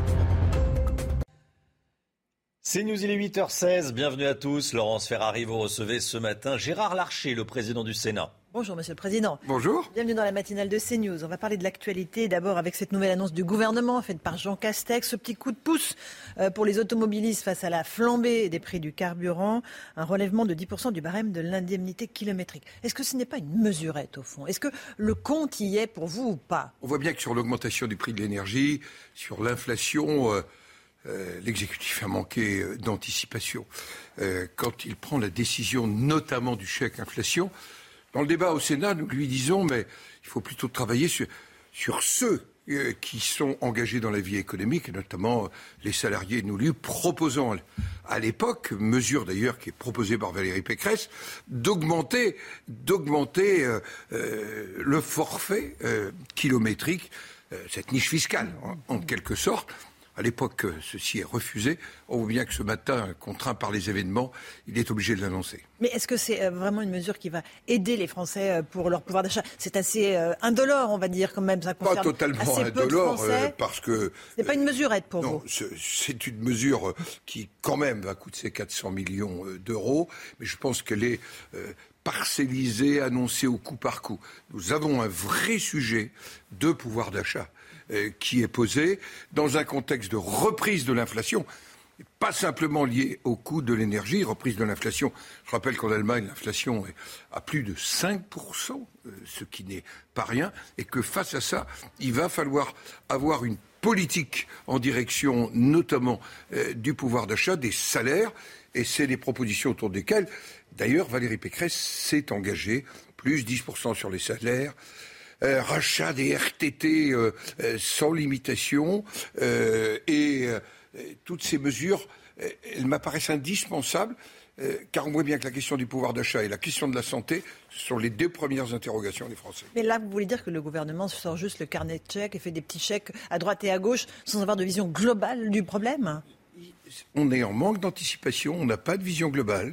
CNews, il est huit heures seize. Bienvenue à tous. Laurence Ferrari, vous recevez ce matin Gérard Larcher, le président du Sénat. Bonjour Monsieur le Président. Bonjour. Bienvenue dans la matinale de CNews. On va parler de l'actualité d'abord avec cette nouvelle annonce du gouvernement faite par Jean Castex. Ce petit coup de pouce pour les automobilistes face à la flambée des prix du carburant. Un relèvement de dix pour cent du barème de l'indemnité kilométrique. Est-ce que ce n'est pas une mesurette au fond ? Est-ce que le compte y est pour vous ou pas ? On voit bien que sur l'augmentation du prix de l'énergie, sur l'inflation, euh, euh, l'exécutif a manqué euh, d'anticipation. Euh, quand il prend la décision notamment du chèque inflation, dans le débat au Sénat, nous lui disons, mais il faut plutôt travailler sur, sur ceux euh, qui sont engagés dans la vie économique, et notamment euh, les salariés. Nous lui proposons à l'époque, mesure d'ailleurs qui est proposée par Valérie Pécresse, d'augmenter, d'augmenter euh, euh, le forfait euh, kilométrique, euh, cette niche fiscale, hein, en quelque sorte. À l'époque, ceci est refusé. On voit bien que ce matin, contraint par les événements, il est obligé de l'annoncer. Mais est-ce que c'est vraiment une mesure qui va aider les Français pour leur pouvoir d'achat ? C'est assez euh, indolore, on va dire, quand même. Ça concerne pas totalement assez indolore, peu de euh, parce que... C'est pas une mesurette pour non, vous. Non, c'est une mesure qui, quand même, va coûter quatre cents millions d'euros. Mais je pense qu'elle est... Euh, parcellisée, annoncée au coup par coup. Nous avons un vrai sujet de pouvoir d'achat euh, qui est posé dans un contexte de reprise de l'inflation, pas simplement lié au coût de l'énergie, reprise de l'inflation. Je rappelle qu'en Allemagne, l'inflation est à plus de cinq pour cent, euh, ce qui n'est pas rien, et que face à ça, il va falloir avoir une politique en direction notamment euh, du pouvoir d'achat, des salaires, et c'est les propositions autour desquelles, d'ailleurs, Valérie Pécresse s'est engagée, plus dix pour cent sur les salaires, euh, rachat des R T T euh, euh, sans limitation, euh, et euh, toutes ces mesures, euh, elles m'apparaissent indispensables, euh, car on voit bien que la question du pouvoir d'achat et la question de la santé, ce sont les deux premières interrogations des Français. Mais là, vous voulez dire que le gouvernement sort juste le carnet de chèques et fait des petits chèques à droite et à gauche sans avoir de vision globale du problème ? On est en manque d'anticipation, on n'a pas de vision globale.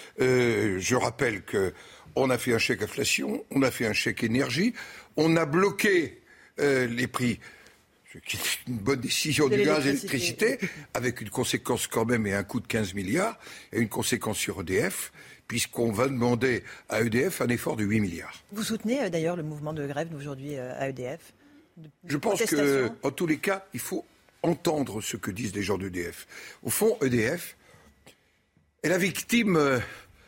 Euh, je rappelle qu'on a fait un chèque inflation, on a fait un chèque énergie, on a bloqué euh, les prix, ce qui est une bonne décision du gaz et de l'électricité, avec une conséquence quand même et un coût de quinze milliards, et une conséquence sur E D F, puisqu'on va demander à E D F un effort de huit milliards. Vous soutenez euh, d'ailleurs le mouvement de grève d'aujourd'hui euh, à E D F de, de Je pense que, en tous les cas, il faut entendre ce que disent les gens d'E D F. Au fond, E D F est la victime euh,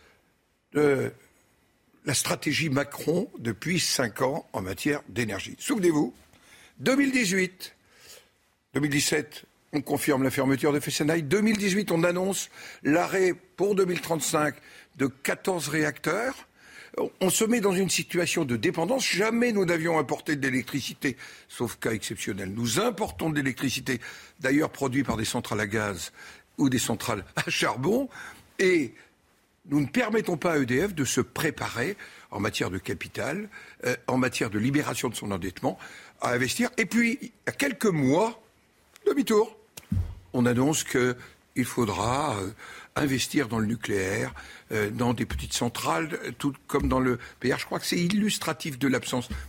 de la stratégie Macron depuis cinq ans en matière d'énergie. Souvenez-vous, deux mille dix-huit, deux mille dix-sept, on confirme la fermeture de Fessenheim. deux mille dix-huit, on annonce l'arrêt pour deux mille trente-cinq de quatorze réacteurs. On se met dans une situation de dépendance. Jamais nous n'avions importé de l'électricité, sauf cas exceptionnel. Nous importons de l'électricité, d'ailleurs produite par des centrales à gaz ou des centrales à charbon. Et nous ne permettons pas à E D F de se préparer en matière de capital, euh, en matière de libération de son endettement, à investir. Et puis, il y a quelques mois, demi-tour, on annonce qu'il faudra euh, investir dans le nucléaire, euh, dans des petites centrales, tout comme dans le P R. Je crois que c'est illustratif de l'absence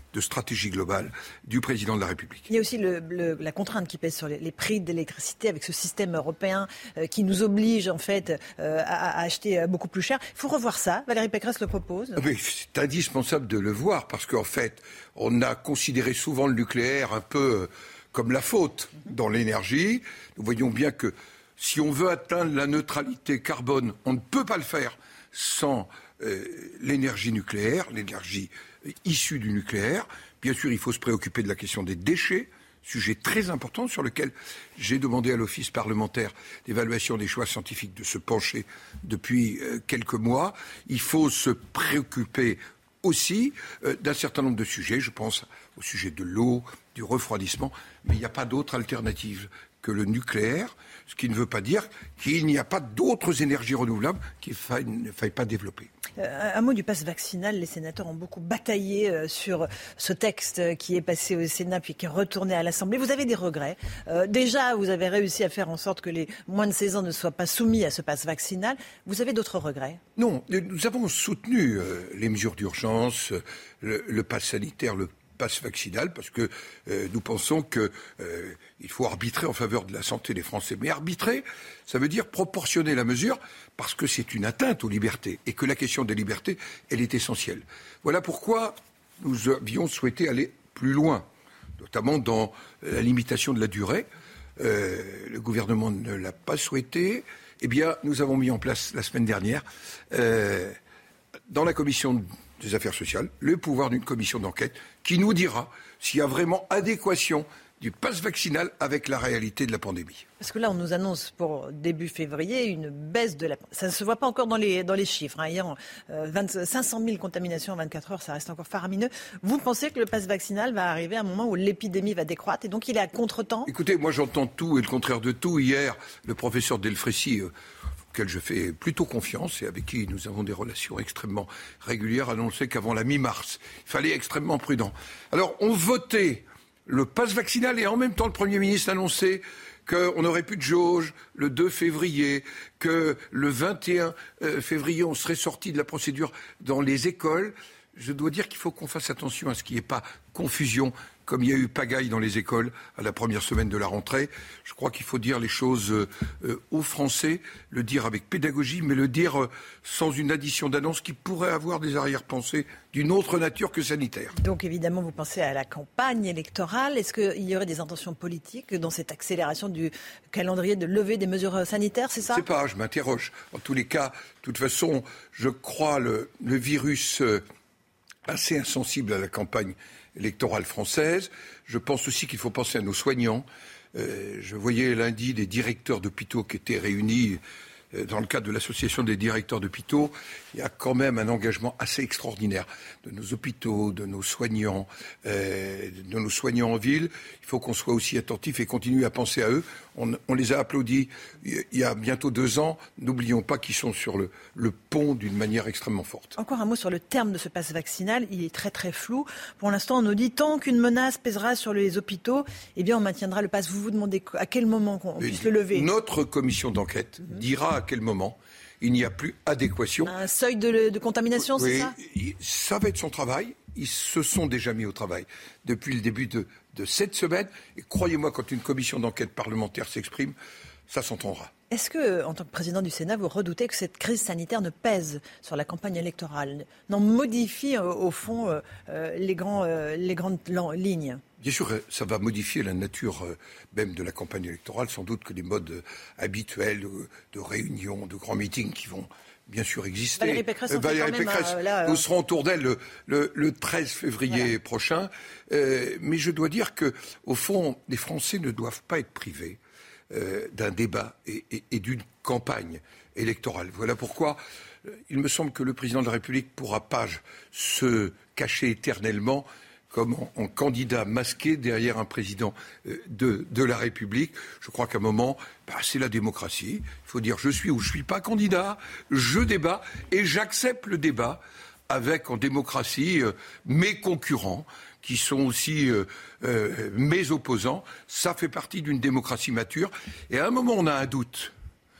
de stratégie globale du président de la République. Il y a aussi le, le, la contrainte qui pèse sur les, les prix d'électricité avec ce système européen euh, qui nous oblige en fait euh, à, à acheter beaucoup plus cher. Il faut revoir ça. Valérie Pécresse le propose. Mais c'est indispensable de le voir parce qu'en fait, on a considéré souvent le nucléaire un peu comme la faute dans l'énergie. Nous voyons bien que si on veut atteindre la neutralité carbone, on ne peut pas le faire sans euh, l'énergie nucléaire, l'énergie issue du nucléaire. Bien sûr, il faut se préoccuper de la question des déchets, sujet très important sur lequel j'ai demandé à l'Office parlementaire d'évaluation des choix scientifiques de se pencher depuis euh, quelques mois. Il faut se préoccuper aussi euh, d'un certain nombre de sujets. Je pense au sujet de l'eau, du refroidissement, mais il n'y a pas d'autre alternative que le nucléaire, ce qui ne veut pas dire qu'il n'y a pas d'autres énergies renouvelables qu'il ne faille pas développer. Euh, un mot du pass vaccinal. Les sénateurs ont beaucoup bataillé euh, sur ce texte qui est passé au Sénat puis qui est retourné à l'Assemblée. Vous avez des regrets. Euh, déjà, vous avez réussi à faire en sorte que les moins de seize ans ne soient pas soumis à ce pass vaccinal. Vous avez d'autres regrets? Non, nous avons soutenu euh, les mesures d'urgence, le, le pass sanitaire, le passe vaccinal, parce que euh, nous pensons qu'il euh, faut arbitrer en faveur de la santé des Français. Mais arbitrer, ça veut dire proportionner la mesure, parce que c'est une atteinte aux libertés, et que la question des libertés, elle est essentielle. Voilà pourquoi nous avions souhaité aller plus loin, notamment dans la limitation de la durée. Euh, le gouvernement ne l'a pas souhaité. Eh bien, nous avons mis en place la semaine dernière, euh, dans la commission des affaires sociales, le pouvoir d'une commission d'enquête qui nous dira s'il y a vraiment adéquation du pass vaccinal avec la réalité de la pandémie. Parce que là, on nous annonce pour début février une baisse de la... Ça ne se voit pas encore dans les, dans les chiffres. Hein. Hier, euh, vingt, cinq cent mille contaminations en vingt-quatre heures, ça reste encore faramineux. Vous pensez que le pass vaccinal va arriver à un moment où l'épidémie va décroître et donc il est à contre-temps? Écoutez, moi j'entends tout et le contraire de tout. Hier, le professeur Delfrécy... Euh, auquel je fais plutôt confiance et avec qui nous avons des relations extrêmement régulières, annonçait qu'avant la mi-mars, il fallait être extrêmement prudent. Alors, on votait le pass vaccinal et en même temps, le Premier ministre annonçait qu'on n'aurait plus de jauge le deux février, que le vingt et un février, on serait sorti de la procédure dans les écoles. Je dois dire qu'il faut qu'on fasse attention à ce qu'il n'y ait pas confusion, comme il y a eu pagaille dans les écoles à la première semaine de la rentrée. Je crois qu'il faut dire les choses euh, aux Français, le dire avec pédagogie, mais le dire euh, sans une addition d'annonces qui pourrait avoir des arrière-pensées d'une autre nature que sanitaire. Donc évidemment, vous pensez à la campagne électorale. Est-ce qu'il y aurait des intentions politiques dans cette accélération du calendrier de levée des mesures sanitaires, c'est ça? Je ne sais pas, je m'interroge. En tous les cas, de toute façon, je crois le, le virus euh, assez insensible à la campagne électorale française. Je pense aussi qu'il faut penser à nos soignants. Euh, je voyais lundi des directeurs d'hôpitaux qui étaient réunis euh, dans le cadre de l'association des directeurs d'hôpitaux. Il y a quand même un engagement assez extraordinaire de nos hôpitaux, de nos soignants, euh, de nos soignants en ville. Il faut qu'on soit aussi attentif et continue à penser à eux. On, on les a applaudis il y a bientôt deux ans. N'oublions pas qu'ils sont sur le, le pont d'une manière extrêmement forte. Encore un mot sur le terme de ce pass vaccinal. Il est très très flou. Pour l'instant, on nous dit tant qu'une menace pèsera sur les hôpitaux, eh bien on maintiendra le pass. Vous vous demandez à quel moment qu'on puisse le lever? Notre commission d'enquête mmh. dira à quel moment il n'y a plus adéquation. Un seuil de, de contamination, oui, c'est ça? Ça va être son travail. Ils se sont déjà mis au travail depuis le début de, de cette semaine. Et croyez-moi, quand une commission d'enquête parlementaire s'exprime, ça s'entendra. Est-ce que, en tant que président du Sénat, vous redoutez que cette crise sanitaire ne pèse sur la campagne électorale, n'en modifie euh, au fond euh, les, grands, euh, les grandes lignes? Bien sûr, ça va modifier la nature euh, même de la campagne électorale. Sans doute que les modes euh, habituels de, de réunion, de grands meetings qui vont bien sûr exister. Valérie Pécresse, euh, Valérie Pécresse euh, là, nous serons autour d'elle le, le, le treize février voilà. prochain. Euh, mais je dois dire que, au fond, les Français ne doivent pas être privés euh, d'un débat et, et, et d'une campagne électorale. Voilà pourquoi euh, il me semble que le président de la République ne pourra pas se cacher éternellement comme en, en candidat masqué derrière un président euh, de, de la République. Je crois qu'à un moment, bah, c'est la démocratie. Il faut dire je suis ou je ne suis pas candidat, je débat et j'accepte le débat avec en démocratie euh, mes concurrents qui sont aussi euh, euh, mes opposants. Ça fait partie d'une démocratie mature. Et à un moment, on a un doute.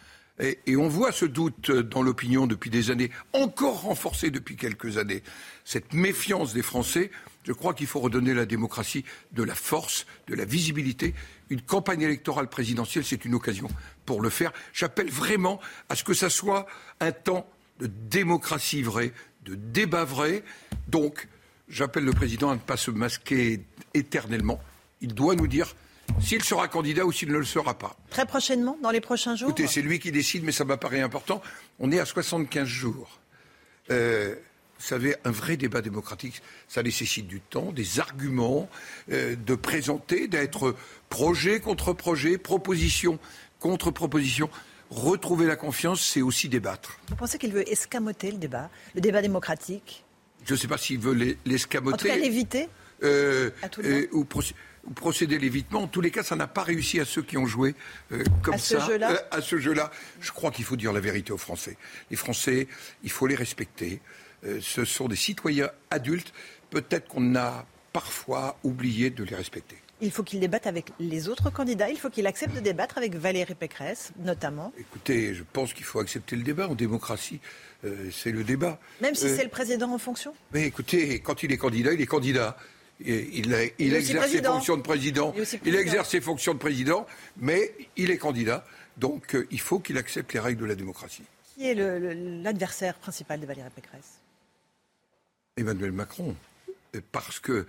Et, et on voit ce doute dans l'opinion depuis des années, encore renforcé depuis quelques années. Cette méfiance des Français, Je crois qu'il faut redonner à la démocratie de la force, de la visibilité. Une campagne électorale présidentielle, c'est une occasion pour le faire. J'appelle vraiment à ce que ça soit un temps de démocratie vraie, de débat vrai. Donc, j'appelle le président à ne pas se masquer éternellement. Il doit nous dire s'il sera candidat ou s'il ne le sera pas. Très prochainement, dans les prochains jours. Écoutez, c'est lui qui décide, mais ça m'apparaît important. On est à soixante-quinze jours. Euh, vous savez, un vrai débat démocratique, ça nécessite du temps, des arguments, euh, de présenter, d'être projet contre projet, proposition contre proposition. Retrouver la confiance, c'est aussi débattre. Vous pensez qu'il veut escamoter le débat, le débat démocratique? Je ne sais pas s'il veut l'escamoter. En tout cas, l'éviter euh, à tout le euh, monde. ou, procé- ou procéder à l'évitement. En tous les cas, ça n'a pas réussi à ceux qui ont joué euh, comme à ça. Ce jeu-là. Euh, à ce jeu-là, je crois qu'il faut dire la vérité aux Français. Les Français, il faut les respecter. Euh, ce sont des citoyens adultes. Peut-être qu'on a parfois oublié de les respecter. Il faut qu'il débatte avec les autres candidats. Il faut qu'il accepte de débattre avec Valérie Pécresse, notamment. Écoutez, je pense qu'il faut accepter le débat. En démocratie, euh, c'est le débat. Même si Euh, c'est le président en fonction. Mais écoutez, quand il est candidat, il est candidat. Et Il, a- il Il est aussi exerce ses président. fonctions de président. Il est aussi Il président. exerce ses fonctions de président, mais il est candidat. Donc euh, il faut qu'il accepte les règles de la démocratie. Qui est le- le- l'adversaire principal de Valérie Pécresse? Emmanuel Macron. Euh, Parce que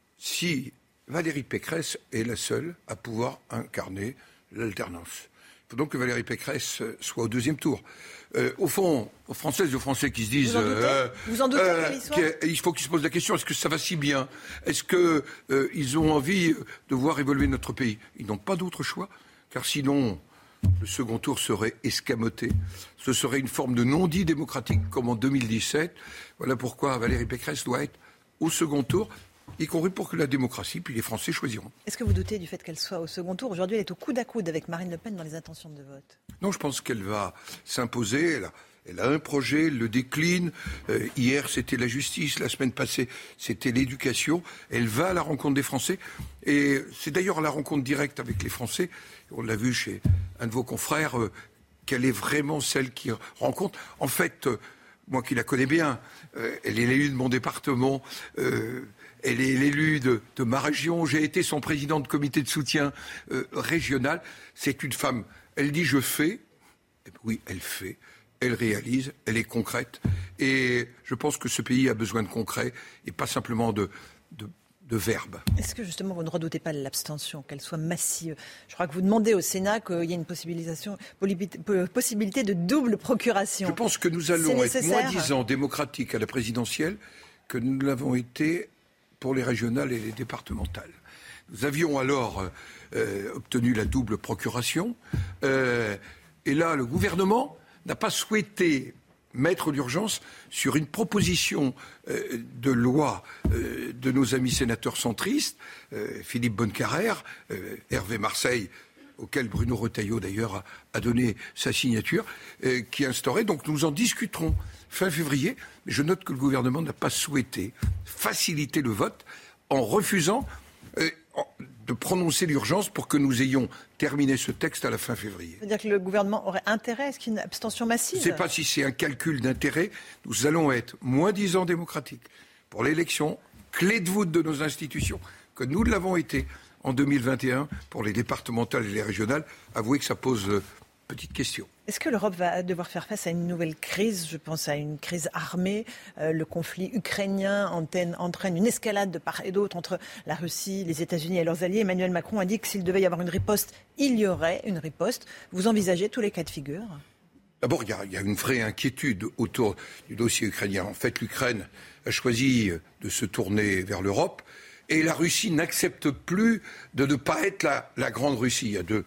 si Valérie Pécresse est la seule à pouvoir incarner l'alternance, il faut donc que Valérie Pécresse euh, soit au deuxième tour. Euh, au fond, aux Françaises et aux Français qui se disent... Vous en doutez euh, Vous en doutez euh, qu'elle y soit qu'il- il faut qu'ils se posent la question, est-ce que ça va si bien? Est-ce qu'ils euh, ont envie de voir évoluer notre pays? Ils n'ont pas d'autre choix, car sinon... Le second tour serait escamoté. Ce serait une forme de non-dit démocratique, comme en deux mille dix-sept. Voilà pourquoi Valérie Pécresse doit être au second tour, y compris pour que la démocratie, puis les Français choisiront. Est-ce que vous doutez du fait qu'elle soit au second tour? Aujourd'hui, elle est au coude à coude avec Marine Le Pen dans les intentions de vote. Non, je pense qu'elle va s'imposer. Elle a, elle a un projet, elle le décline. Euh, hier, c'était la justice. La semaine passée, c'était l'éducation. Elle va à la rencontre des Français. Et c'est d'ailleurs à la rencontre directe avec les Français. On l'a vu chez un de vos confrères, euh, qu'elle est vraiment celle qui rencontre. En fait, euh, moi qui la connais bien, euh, elle est l'élue de mon département. Euh, Elle est l'élue de, de ma région. J'ai été son président de comité de soutien euh, régional. C'est une femme. Elle dit je fais. Et oui, elle fait. Elle réalise. Elle est concrète. Et je pense que ce pays a besoin de concret et pas simplement de, de, de verbes. Est-ce que justement vous ne redoutez pas l'abstention, qu'elle soit massive? Je crois que vous demandez au Sénat qu'il y ait une possibilisation- possibilité de double procuration. Je pense que nous allons être moins disant démocratiques à la présidentielle que nous l'avons été pour les régionales et les départementales. Nous avions alors euh, obtenu la double procuration. Euh, et là, le gouvernement n'a pas souhaité mettre l'urgence sur une proposition euh, de loi euh, de nos amis sénateurs centristes, euh, Philippe Bonnecarrère, euh, Hervé Marseille, auquel Bruno Retailleau d'ailleurs a, a donné sa signature, euh, qui instaurait. Donc nous en discuterons fin février. Mais je note que le gouvernement n'a pas souhaité faciliter le vote en refusant euh, de prononcer l'urgence pour que nous ayons terminé ce texte à la fin février. C'est-à-dire que le gouvernement aurait intérêt à ce qu'il y ait une abstention massive? Je ne sais pas si c'est un calcul d'intérêt. Nous allons être moins disant démocratiques pour l'élection, clé de voûte de nos institutions, que nous l'avons été en deux mille vingt et un pour les départementales et les régionales. Avouez que ça pose euh, petite question. Est-ce que l'Europe va devoir faire face à une nouvelle crise? Je pense à une crise armée. Euh, le conflit ukrainien entraîne, entraîne une escalade de part et d'autre entre la Russie, les États-Unis et leurs alliés. Emmanuel Macron a dit que s'il devait y avoir une riposte, il y aurait une riposte. Vous envisagez tous les cas de figure? D'abord, il y a, il y a une vraie inquiétude autour du dossier ukrainien. En fait, l'Ukraine a choisi de se tourner vers l'Europe et la Russie n'accepte plus de ne pas être la, la grande Russie. Il y a deux...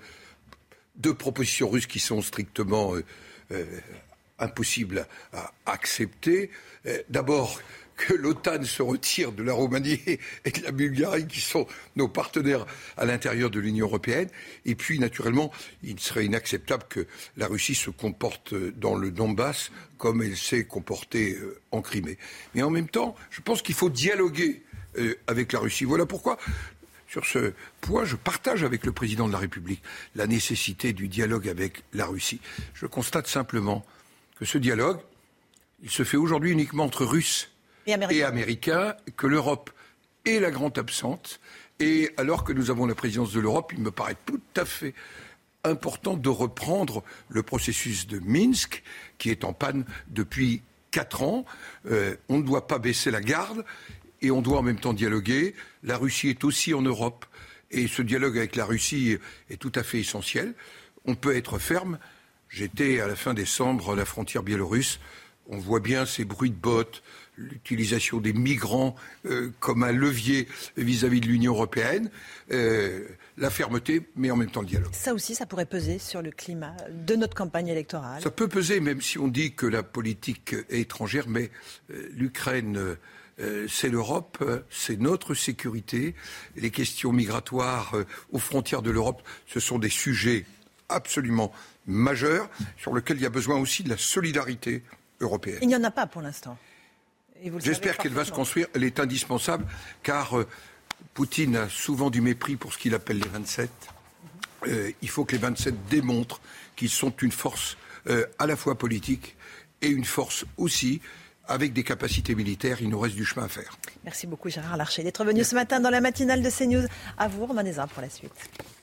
Deux propositions russes qui sont strictement euh, euh, impossibles à, à accepter. Euh, d'abord, que l'OTAN se retire de la Roumanie et de la Bulgarie, qui sont nos partenaires à l'intérieur de l'Union européenne. Et puis, naturellement, il serait inacceptable que la Russie se comporte dans le Donbass comme elle s'est comportée euh, en Crimée. Mais en même temps, je pense qu'il faut dialoguer euh, avec la Russie. Voilà pourquoi... Sur ce point, je partage avec le président de la République la nécessité du dialogue avec la Russie. Je constate simplement que ce dialogue, il se fait aujourd'hui uniquement entre Russes et Américains, et Américains, que l'Europe est la grande absente. Et alors que nous avons la présidence de l'Europe, il me paraît tout à fait important de reprendre le processus de Minsk, qui est en panne depuis quatre ans. Euh, on ne doit pas baisser la garde et on doit en même temps dialoguer. La Russie est aussi en Europe et ce dialogue avec la Russie est tout à fait essentiel. On peut être ferme. J'étais à la fin décembre à la frontière biélorusse. On voit bien ces bruits de bottes, l'utilisation des migrants euh, comme un levier vis-à-vis de l'Union européenne, euh, la fermeté, mais en même temps le dialogue. Ça aussi, ça pourrait peser sur le climat de notre campagne électorale. Ça peut peser, même si on dit que la politique est étrangère, mais euh, l'Ukraine, euh, c'est l'Europe, euh, c'est notre sécurité. Les questions migratoires euh, aux frontières de l'Europe, ce sont des sujets absolument majeurs, sur lesquels il y a besoin aussi de la solidarité européenne. Il n'y en a pas pour l'instant. J'espère qu'elle va se construire. Elle est indispensable, car euh, Poutine a souvent du mépris pour ce qu'il appelle les vingt-sept. Euh, il faut que les vingt-sept démontrent qu'ils sont une force euh, à la fois politique et une force aussi avec des capacités militaires. Il nous reste du chemin à faire. Merci beaucoup Gérard Larcher d'être venu ce matin dans la matinale de CNews. À vous Romain Desarmes pour la suite.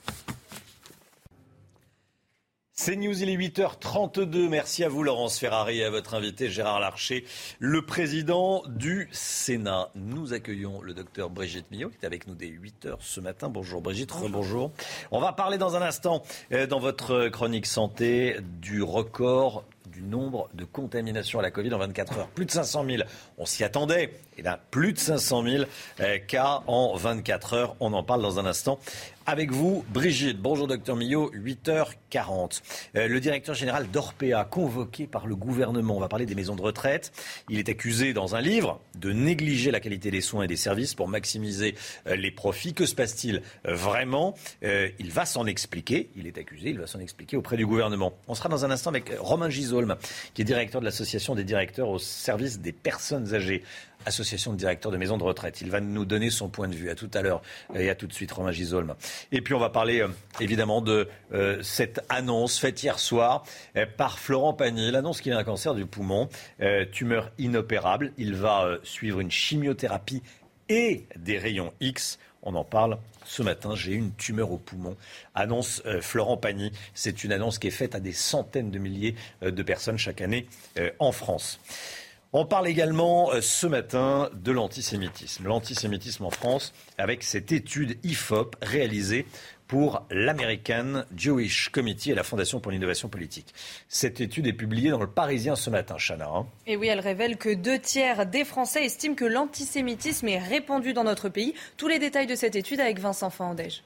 C'est News, il est huit heures trente-deux. Merci à vous Laurence Ferrari et à votre invité Gérard Larcher, le président du Sénat. Nous accueillons le docteur Brigitte Millot qui est avec nous dès huit heures ce matin. Bonjour Brigitte, rebonjour. On va parler dans un instant, euh, dans votre chronique santé, du record du nombre de contaminations à la Covid en vingt-quatre heures. Plus de cinq cent mille, on s'y attendait. Et bien, plus de cinq cent mille euh, cas en vingt-quatre heures. On en parle dans un instant. Avec vous, Brigitte. Bonjour, docteur Millot, huit heures quarante. Euh, le directeur général d'Orpea, convoqué par le gouvernement. On va parler des maisons de retraite. Il est accusé dans un livre de négliger la qualité des soins et des services pour maximiser euh, les profits. Que se passe-t-il euh, vraiment euh, Il va s'en expliquer. Il est accusé, il va s'en expliquer auprès du gouvernement. On sera dans un instant avec Romain Gisolme, qui est directeur de l'association des directeurs au service des personnes âgées. Association de directeurs de maisons de retraite. Il va nous donner son point de vue. À tout à l'heure et à tout de suite, Romain Gisolme. Et puis on va parler euh, évidemment de euh, cette annonce faite hier soir euh, par Florent Pagny. L'annonce qu'il a un cancer du poumon, euh, tumeur inopérable. Il va euh, suivre une chimiothérapie et des rayons X. On en parle ce matin. J'ai une tumeur au poumon. Annonce euh, Florent Pagny. C'est une annonce qui est faite à des centaines de milliers euh, de personnes chaque année euh, en France. On parle également euh, ce matin de l'antisémitisme. L'antisémitisme en France avec cette étude I F O P réalisée pour l'American Jewish Committee et la Fondation pour l'innovation politique. Cette étude est publiée dans Le Parisien ce matin, Chana. Hein. Et oui, elle révèle que deux tiers des Français estiment que l'antisémitisme est répandu dans notre pays. Tous les détails de cette étude avec Vincent Fandège.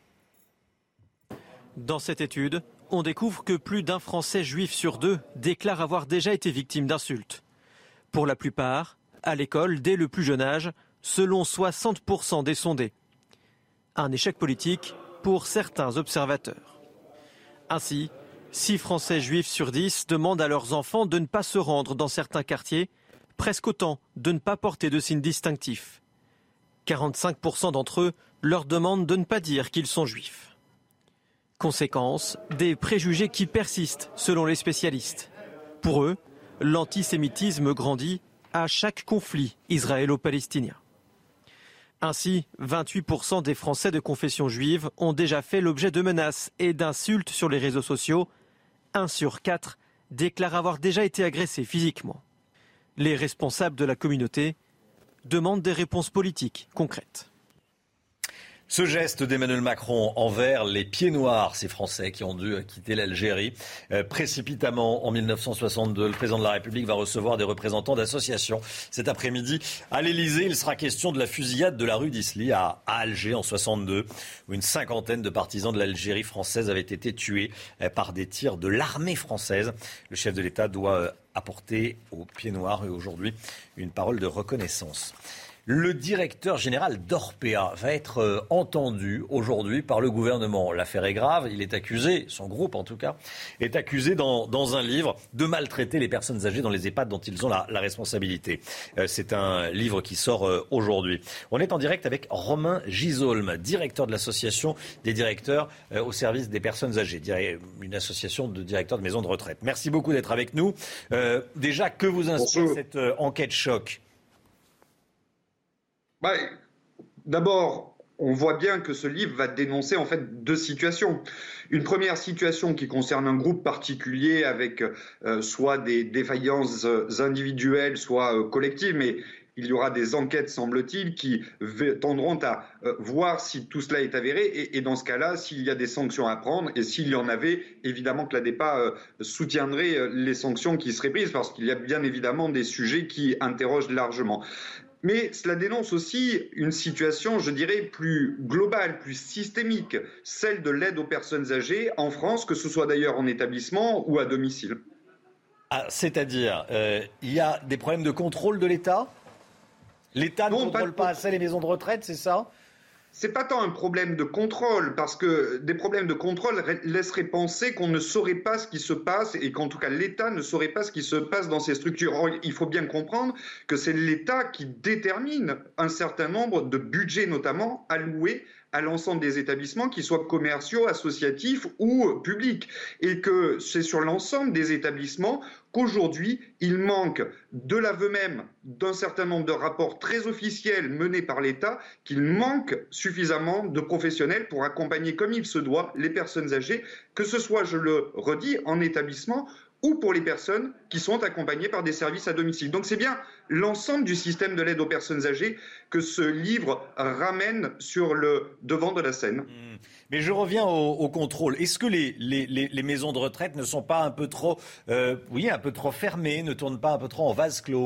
Dans cette étude, on découvre que plus d'un Français juif sur deux déclare avoir déjà été victime d'insultes. Pour la plupart, à l'école, dès le plus jeune âge, selon soixante pour cent des sondés. Un échec politique pour certains observateurs. Ainsi, six Français juifs sur dix demandent à leurs enfants de ne pas se rendre dans certains quartiers, presque autant de ne pas porter de signes distinctifs. quarante-cinq pour cent d'entre eux leur demandent de ne pas dire qu'ils sont juifs. Conséquence, des préjugés qui persistent selon les spécialistes. Pour eux, l'antisémitisme grandit à chaque conflit israélo-palestinien. Ainsi, vingt-huit pour cent des Français de confession juive ont déjà fait l'objet de menaces et d'insultes sur les réseaux sociaux. Un sur quatre déclare avoir déjà été agressé physiquement. Les responsables de la communauté demandent des réponses politiques concrètes. Ce geste d'Emmanuel Macron envers les pieds noirs, ces Français qui ont dû quitter l'Algérie euh, précipitamment en mille neuf cent soixante-deux. Le président de la République va recevoir des représentants d'associations. Cet après-midi, à l'Élysée, il sera question de la fusillade de la rue d'Isly à, à Alger en soixante-deux, où une cinquantaine de partisans de l'Algérie française avaient été tués euh, par des tirs de l'armée française. Le chef de l'État doit euh, apporter aux pieds noirs et aujourd'hui une parole de reconnaissance. Le directeur général d'Orpea va être euh, entendu aujourd'hui par le gouvernement. L'affaire est grave. Il est accusé, son groupe en tout cas, est accusé dans, dans un livre de maltraiter les personnes âgées dans les EHPAD dont ils ont la, la responsabilité. Euh, c'est un livre qui sort euh, aujourd'hui. On est en direct avec Romain Gisolme, directeur de l'association des directeurs euh, au service des personnes âgées, une association de directeurs de maisons de retraite. Merci beaucoup d'être avec nous. Euh, déjà, que vous inspire cette euh, enquête choc ? Ben, D'abord, on voit bien que ce livre va dénoncer en fait deux situations. Une première situation qui concerne un groupe particulier avec euh, soit des défaillances individuelles, soit euh, collectives, mais il y aura des enquêtes, semble-t-il, qui tendront à euh, voir si tout cela est avéré et, et dans ce cas-là, s'il y a des sanctions à prendre et s'il y en avait, évidemment que l'ADEPA euh, soutiendrait euh, les sanctions qui seraient prises parce qu'il y a bien évidemment des sujets qui interrogent largement. Mais cela dénonce aussi une situation, je dirais, plus globale, plus systémique, celle de l'aide aux personnes âgées en France, que ce soit d'ailleurs en établissement ou à domicile. Ah, c'est-à-dire, euh, il y a des problèmes de contrôle de l'État ? L'État ne non, contrôle pas, pas assez les maisons de retraite, c'est ça ? C'est pas tant un problème de contrôle, parce que des problèmes de contrôle laisseraient penser qu'on ne saurait pas ce qui se passe et qu'en tout cas l'État ne saurait pas ce qui se passe dans ces structures. Or, il faut bien comprendre que c'est l'État qui détermine un certain nombre de budgets notamment alloués à l'ensemble des établissements, qu'ils soient commerciaux, associatifs ou publics. Et que c'est sur l'ensemble des établissements qu'aujourd'hui, il manque, de l'aveu même d'un certain nombre de rapports très officiels menés par l'État, qu'il manque suffisamment de professionnels pour accompagner comme il se doit les personnes âgées, que ce soit, je le redis, en établissement ou pour les personnes qui sont accompagnées par des services à domicile. Donc c'est bien l'ensemble du système de l'aide aux personnes âgées que ce livre ramène sur le devant de la scène. Mmh. Mais je reviens au, au contrôle. Est-ce que les, les, les, les maisons de retraite ne sont pas un peu trop, euh, oui, un peu trop fermées, ne tournent pas un peu trop en vase clos ?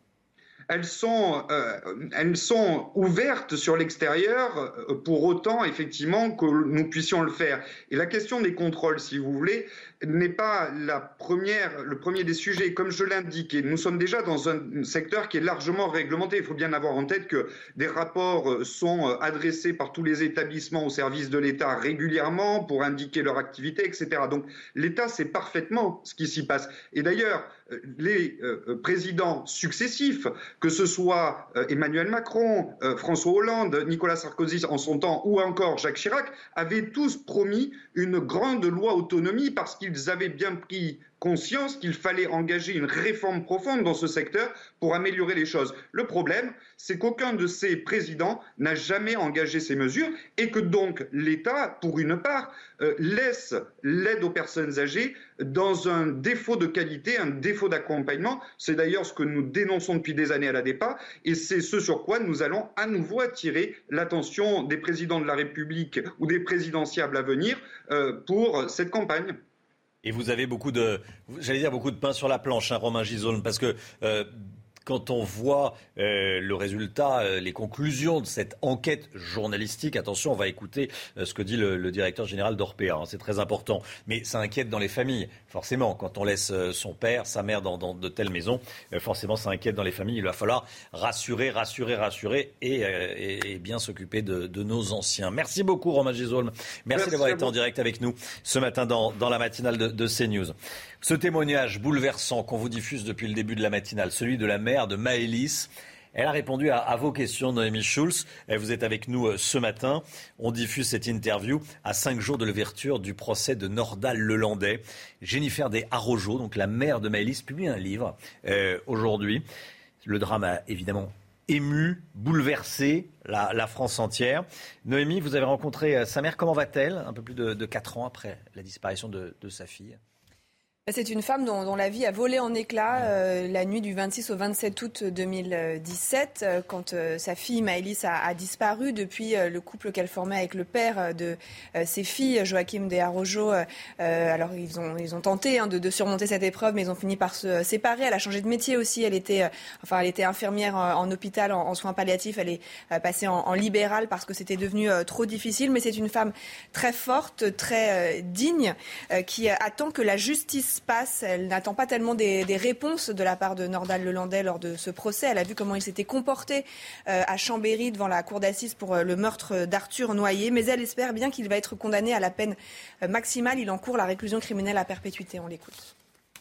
Elles sont, euh, elles sont ouvertes sur l'extérieur pour autant, effectivement, que nous puissions le faire. Et la question des contrôles, si vous voulez, n'est pas la première, le premier des sujets. Comme je l'indiquais, nous sommes déjà dans un secteur qui est largement réglementé. Il faut bien avoir en tête que des rapports sont adressés par tous les établissements au service de l'État régulièrement pour indiquer leur activité, et cetera. Donc l'État sait parfaitement ce qui s'y passe. Et d'ailleurs, les euh, présidents successifs, que ce soit euh, Emmanuel Macron, euh, François Hollande, Nicolas Sarkozy en son temps ou encore Jacques Chirac, avaient tous promis une grande loi autonomie parce qu'ils avaient bien pris conscience qu'il fallait engager une réforme profonde dans ce secteur pour améliorer les choses. Le problème, c'est qu'aucun de ces présidents n'a jamais engagé ces mesures et que donc l'État, pour une part, euh, laisse l'aide aux personnes âgées dans un défaut de qualité, un défaut d'accompagnement. C'est d'ailleurs ce que nous dénonçons depuis des années à l'ADEPA et c'est ce sur quoi nous allons à nouveau attirer l'attention des présidents de la République ou des présidentiables à venir euh, pour cette campagne. Et vous avez beaucoup de, j'allais dire beaucoup de pain sur la planche, hein, Romain Gisolme, parce que euh, quand on voit euh, le résultat, euh, les conclusions de cette enquête journalistique, attention, on va écouter euh, ce que dit le, le directeur général d'Orpea, hein, c'est très important, mais ça inquiète dans les familles, forcément. Quand on laisse euh, son père, sa mère dans, dans de telles maisons, euh, forcément ça inquiète dans les familles. Il va falloir rassurer, rassurer, rassurer et, euh, et, et bien s'occuper de, de nos anciens. Merci beaucoup Romain Gisolme, merci, merci d'avoir été en direct avec nous ce matin dans, dans la matinale de, de CNews. Ce témoignage bouleversant qu'on vous diffuse depuis le début de la matinale, celui de la mère de Maëlys. Elle a répondu à, à vos questions, Noémie Schulz. Vous êtes avec nous ce matin. On diffuse cette interview à cinq jours de l'ouverture du procès de Nordal-Lelandais. Jennifer des Arrojo, donc la mère de Maëlys, publie un livre euh, aujourd'hui. Le drame a évidemment ému, bouleversé la, la France entière. Noémie, vous avez rencontré sa mère. Comment va-t-elle, un peu plus de, de quatre ans après la disparition de, de sa fille ? C'est une femme dont, dont la vie a volé en éclats euh, la nuit du vingt-six au vingt-sept août deux mille dix-sept, euh, quand euh, sa fille Maëlys a, a disparu. Depuis, euh, le couple qu'elle formait avec le père de euh, ses filles, Joachim des Arrojo, euh, alors ils ont, ils ont tenté hein, de, de surmonter cette épreuve, mais ils ont fini par se séparer. Elle a changé de métier aussi. Elle était, euh, enfin, elle était infirmière en, en hôpital, en, en soins palliatifs. Elle est euh, passée en, en libéral parce que c'était devenu euh, trop difficile. Mais c'est une femme très forte, très euh, digne, euh, qui attend que la justice passe. Elle n'attend pas tellement des, des réponses de la part de Nordal-Lelandais lors de ce procès. Elle a vu comment il s'était comporté euh, à Chambéry devant la cour d'assises pour euh, le meurtre d'Arthur Noyer. Mais elle espère bien qu'il va être condamné à la peine euh, maximale. Il encourt la réclusion criminelle à perpétuité. On l'écoute.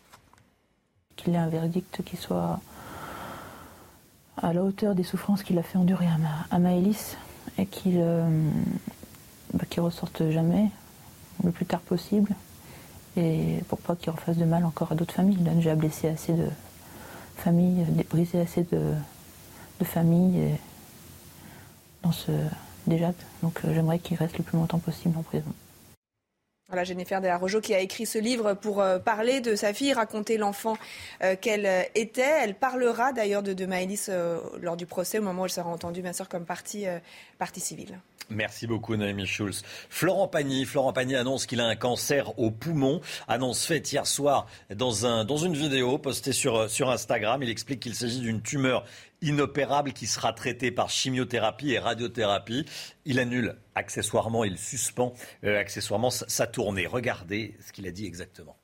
Qu'il ait un verdict qui soit à la hauteur des souffrances qu'il a fait endurer à, Ma, à Maëlys et qu'il euh, bah, qu'il ressorte jamais, le plus tard possible. Et pour pas qu'il refasse de mal encore à d'autres familles. Il a déjà blessé assez de familles, brisé assez de, de familles. Et pense euh, déjà. Donc euh, j'aimerais qu'il reste le plus longtemps possible en prison. Voilà, Jennifer De Araujo qui a écrit ce livre pour euh, parler de sa fille, raconter l'enfant euh, qu'elle euh, était. Elle parlera d'ailleurs de, de Maëlys euh, lors du procès, au moment où elle sera entendue, bien sûr, comme partie, euh, partie civile. Merci beaucoup, Noémie Schulz. Florent Pagny, Florent Pagny annonce qu'il a un cancer au poumon. Annonce faite hier soir dans, un, dans une vidéo postée sur, sur Instagram. Il explique qu'il s'agit d'une tumeur inopérable qui sera traitée par chimiothérapie et radiothérapie. Il annule accessoirement, il suspend euh, accessoirement sa, sa tournée. Regardez ce qu'il a dit exactement.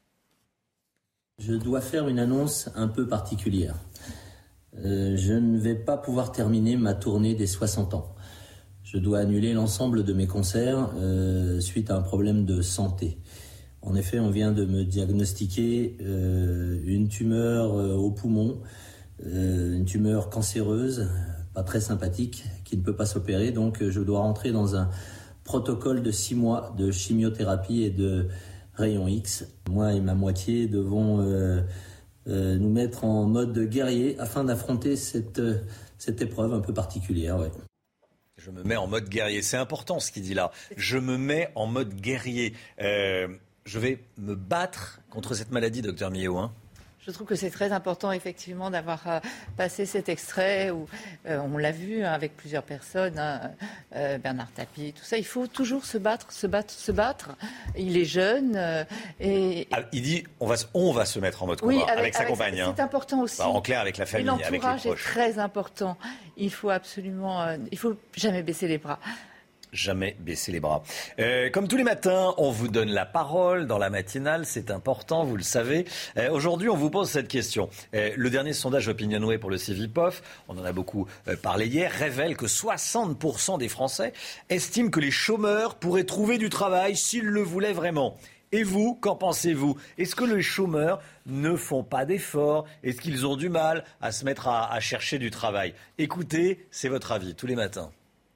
Je dois faire une annonce un peu particulière. Euh, je ne vais pas pouvoir terminer ma tournée des soixante ans. Je dois annuler l'ensemble de mes concerts euh, suite à un problème de santé. En effet, on vient de me diagnostiquer euh, une tumeur euh, au poumon, euh, une tumeur cancéreuse, pas très sympathique, qui ne peut pas s'opérer. Donc, je dois rentrer dans un protocole de six mois de chimiothérapie et de rayons X. Moi et ma moitié devons euh, euh, nous mettre en mode guerrier afin d'affronter cette, cette épreuve un peu particulière. Ouais. Je me mets en mode guerrier. C'est important ce qu'il dit là. Je me mets en mode guerrier. Euh, je vais me battre contre cette maladie, docteur Millot. Hein. Je trouve que c'est très important, effectivement, d'avoir euh, passé cet extrait où euh, on l'a vu hein, avec plusieurs personnes, hein, euh, Bernard Tapie, tout ça. Il faut toujours se battre, se battre, se battre. Il est jeune euh, et... Ah, il dit on va, on va se mettre en mode combat oui, avec, avec sa avec, compagne. C'est hein. important aussi. Bah, en clair, avec la famille, avec les proches. L'entourage est très important. Il faut absolument... Euh, il faut jamais baisser les bras. Jamais baisser les bras. Euh, comme tous les matins, on vous donne la parole dans la matinale. C'est important, vous le savez. Euh, aujourd'hui, on vous pose cette question. Euh, le dernier sondage Opinionway pour le Cevipof, on en a beaucoup euh, parlé hier, révèle que soixante pour cent des Français estiment que les chômeurs pourraient trouver du travail s'ils le voulaient vraiment. Et vous, qu'en pensez-vous ? Est-ce que les chômeurs ne font pas d'efforts ? Est-ce qu'ils ont du mal à se mettre à, à chercher du travail ? Écoutez, c'est votre avis tous les matins.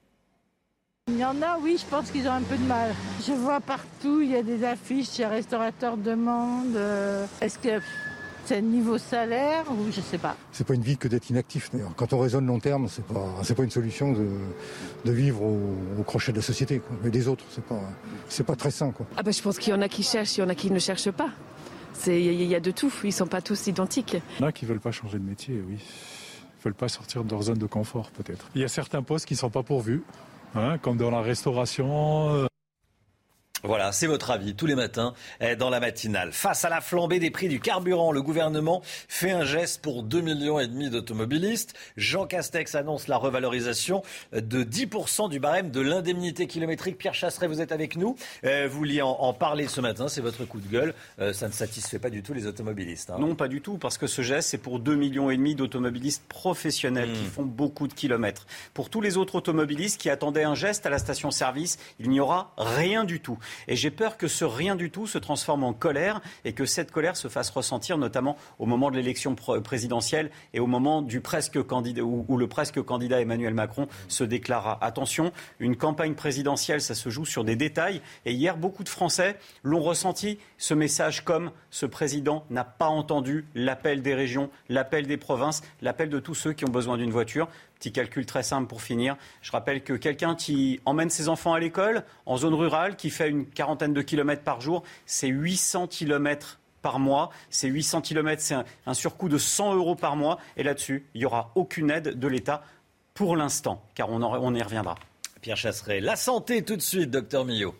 Il y en a, oui, je pense qu'ils ont un peu de mal. Je vois partout, il y a des affiches, les restaurateurs demandent. Euh, est-ce que c'est niveau salaire ou je sais pas. C'est pas une vie que d'être inactif. D'ailleurs. Quand on raisonne long terme, c'est pas, c'est pas une solution de, de vivre au, au crochet de la société, quoi. Mais des autres, c'est pas, c'est pas très sain, quoi. Ah bah, je pense qu'il y en a qui cherchent, il y en a qui ne cherchent pas. Il y, y a de tout, ils sont pas tous identiques. Il y en a qui veulent pas changer de métier, oui. Ils veulent pas sortir de leur zone de confort, peut-être. Il y a certains postes qui sont pas pourvus. Hein, comme dans la restauration. Euh... Voilà, c'est votre avis tous les matins dans la matinale. Face à la flambée des prix du carburant, le gouvernement fait un geste pour deux virgule cinq millions d'automobilistes. Jean Castex annonce la revalorisation de dix pour cent du barème de l'indemnité kilométrique. Pierre Chasseret, vous êtes avec nous. Euh, vous vouliez en, en parler ce matin, c'est votre coup de gueule. Euh, ça ne satisfait pas du tout les automobilistes. Hein. Non, pas du tout, parce que ce geste, c'est pour deux virgule cinq millions d'automobilistes professionnels mmh. qui font beaucoup de kilomètres. Pour tous les autres automobilistes qui attendaient un geste à la station-service, il n'y aura rien du tout. Et j'ai peur que ce rien du tout se transforme en colère et que cette colère se fasse ressentir notamment au moment de l'élection présidentielle et au moment du presque candidat, où, où le presque candidat Emmanuel Macron se déclara. Attention, une campagne présidentielle, ça se joue sur des détails. Et hier, beaucoup de Français l'ont ressenti, ce message comme ce président n'a pas entendu l'appel des régions, l'appel des provinces, l'appel de tous ceux qui ont besoin d'une voiture. Petit calcul très simple pour finir. Je rappelle que quelqu'un qui emmène ses enfants à l'école, en zone rurale, qui fait une quarantaine de kilomètres par jour, c'est huit cents kilomètres par mois. Ces huit cents kilomètres, c'est un, un surcoût de cent euros par mois. Et là-dessus, il n'y aura aucune aide de l'État pour l'instant, car on, en, on y reviendra. Pierre Chasseret, la santé tout de suite, docteur Millot.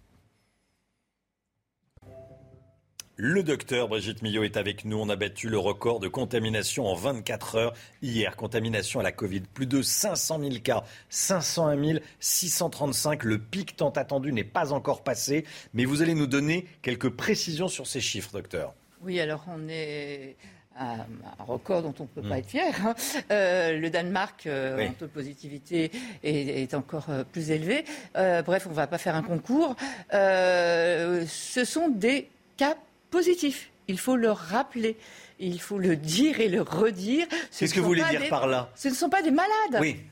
Le docteur Brigitte Millot est avec nous. On a battu le record de contamination en vingt-quatre heures hier. Contamination à la Covid. Plus de cinq cent mille cas. cinq cent un mille six cent trente-cinq. Le pic tant attendu n'est pas encore passé. Mais vous allez nous donner quelques précisions sur ces chiffres, docteur. Oui, alors on est à un record dont on ne peut mmh. pas être fier. Hein. Euh, le Danemark, euh, oui. en taux de positivité, est, est encore euh, plus élevé. Euh, bref, on ne va pas faire un concours. Euh, ce sont des cas positif. Il faut le rappeler. Il faut le dire et le redire. Qu'est-ce que vous voulez dire des... par là ? Ce ne sont pas des malades. Oui.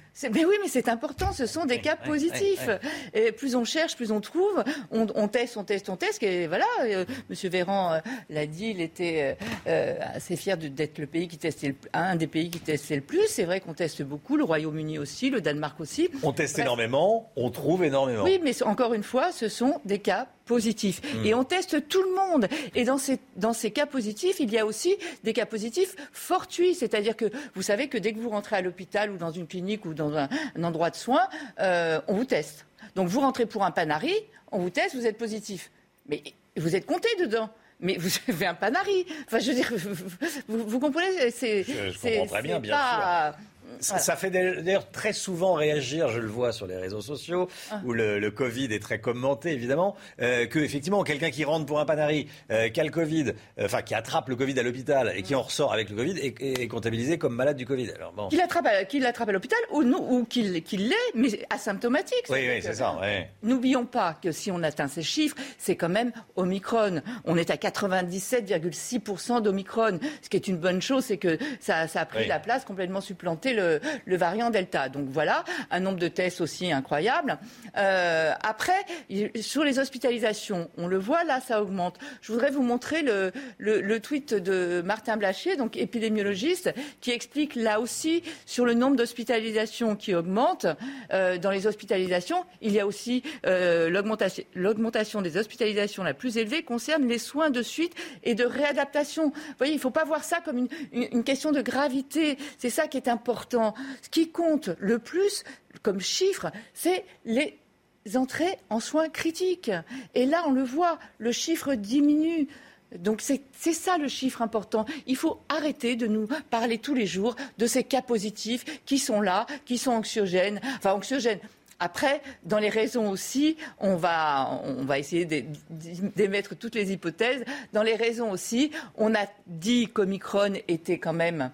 C'est, mais oui, mais c'est important, ce sont des cas ouais, positifs. ouais, ouais. Et plus on cherche, plus on trouve, on, on teste, on teste, on teste. Et voilà, euh, Monsieur Véran euh, l'a dit, il était euh, assez fier de, d'être le pays qui testait, le, un des pays qui testait le plus. C'est vrai qu'on teste beaucoup, le Royaume-Uni aussi, le Danemark aussi. On teste Bref. énormément, on trouve énormément. Oui, mais encore une fois, ce sont des cas positifs. Mmh. Et on teste tout le monde. Et dans ces, dans ces cas positifs, il y a aussi des cas positifs fortuits. C'est-à-dire que vous savez que dès que vous rentrez à l'hôpital ou dans une clinique ou dans un, un endroit de soins, euh, on vous teste. Donc vous rentrez pour un Panari, on vous teste, vous êtes positif. Mais vous êtes compté dedans. Mais vous avez un Panari. Enfin, je veux dire, vous, vous comprenez c'est, Je, je c'est, comprends très bien, bien pas... sûr. Ça, ça fait d'ailleurs très souvent réagir, je le vois sur les réseaux sociaux, ah. où le, le Covid est très commenté évidemment, euh, que effectivement quelqu'un qui rentre pour un Panari, euh, qui a le Covid, enfin euh, qui attrape le Covid à l'hôpital et qui en ressort avec le Covid est, est comptabilisé comme malade du Covid. Alors, bon. Qu'il l'attrape à, qu'il l'attrape à l'hôpital ou, non, ou qu'il, qu'il l'ait, mais asymptomatique. Oui, oui, c'est ça. Ouais. N'oublions pas que si on atteint ces chiffres, c'est quand même Omicron. On est à quatre-vingt-dix-sept virgule six pour cent d'Omicron. Ce qui est une bonne chose, c'est que ça, ça a pris oui. la place, complètement supplanté le, le variant Delta. Donc voilà, un nombre de tests aussi incroyable. Euh, après, sur les hospitalisations, on le voit, là, ça augmente. Je voudrais vous montrer le, le, le tweet de Martin Blachier, donc épidémiologiste, qui explique là aussi sur le nombre d'hospitalisations qui augmente. Euh, dans les hospitalisations, il y a aussi euh, l'augmentation, l'augmentation des hospitalisations la plus élevée concerne les soins de suite et de réadaptation. Vous voyez, il ne faut pas voir ça comme une, une, une question de gravité. C'est ça qui est important. Ce qui compte le plus comme chiffre, c'est les entrées en soins critiques. Et là, on le voit, le chiffre diminue. Donc c'est, c'est ça le chiffre important. Il faut arrêter de nous parler tous les jours de ces cas positifs qui sont là, qui sont anxiogènes. Enfin, anxiogènes. Après, dans les raisons aussi, on va, on va essayer d'émettre toutes les hypothèses. Dans les raisons aussi, on a dit qu'Omicron était quand même...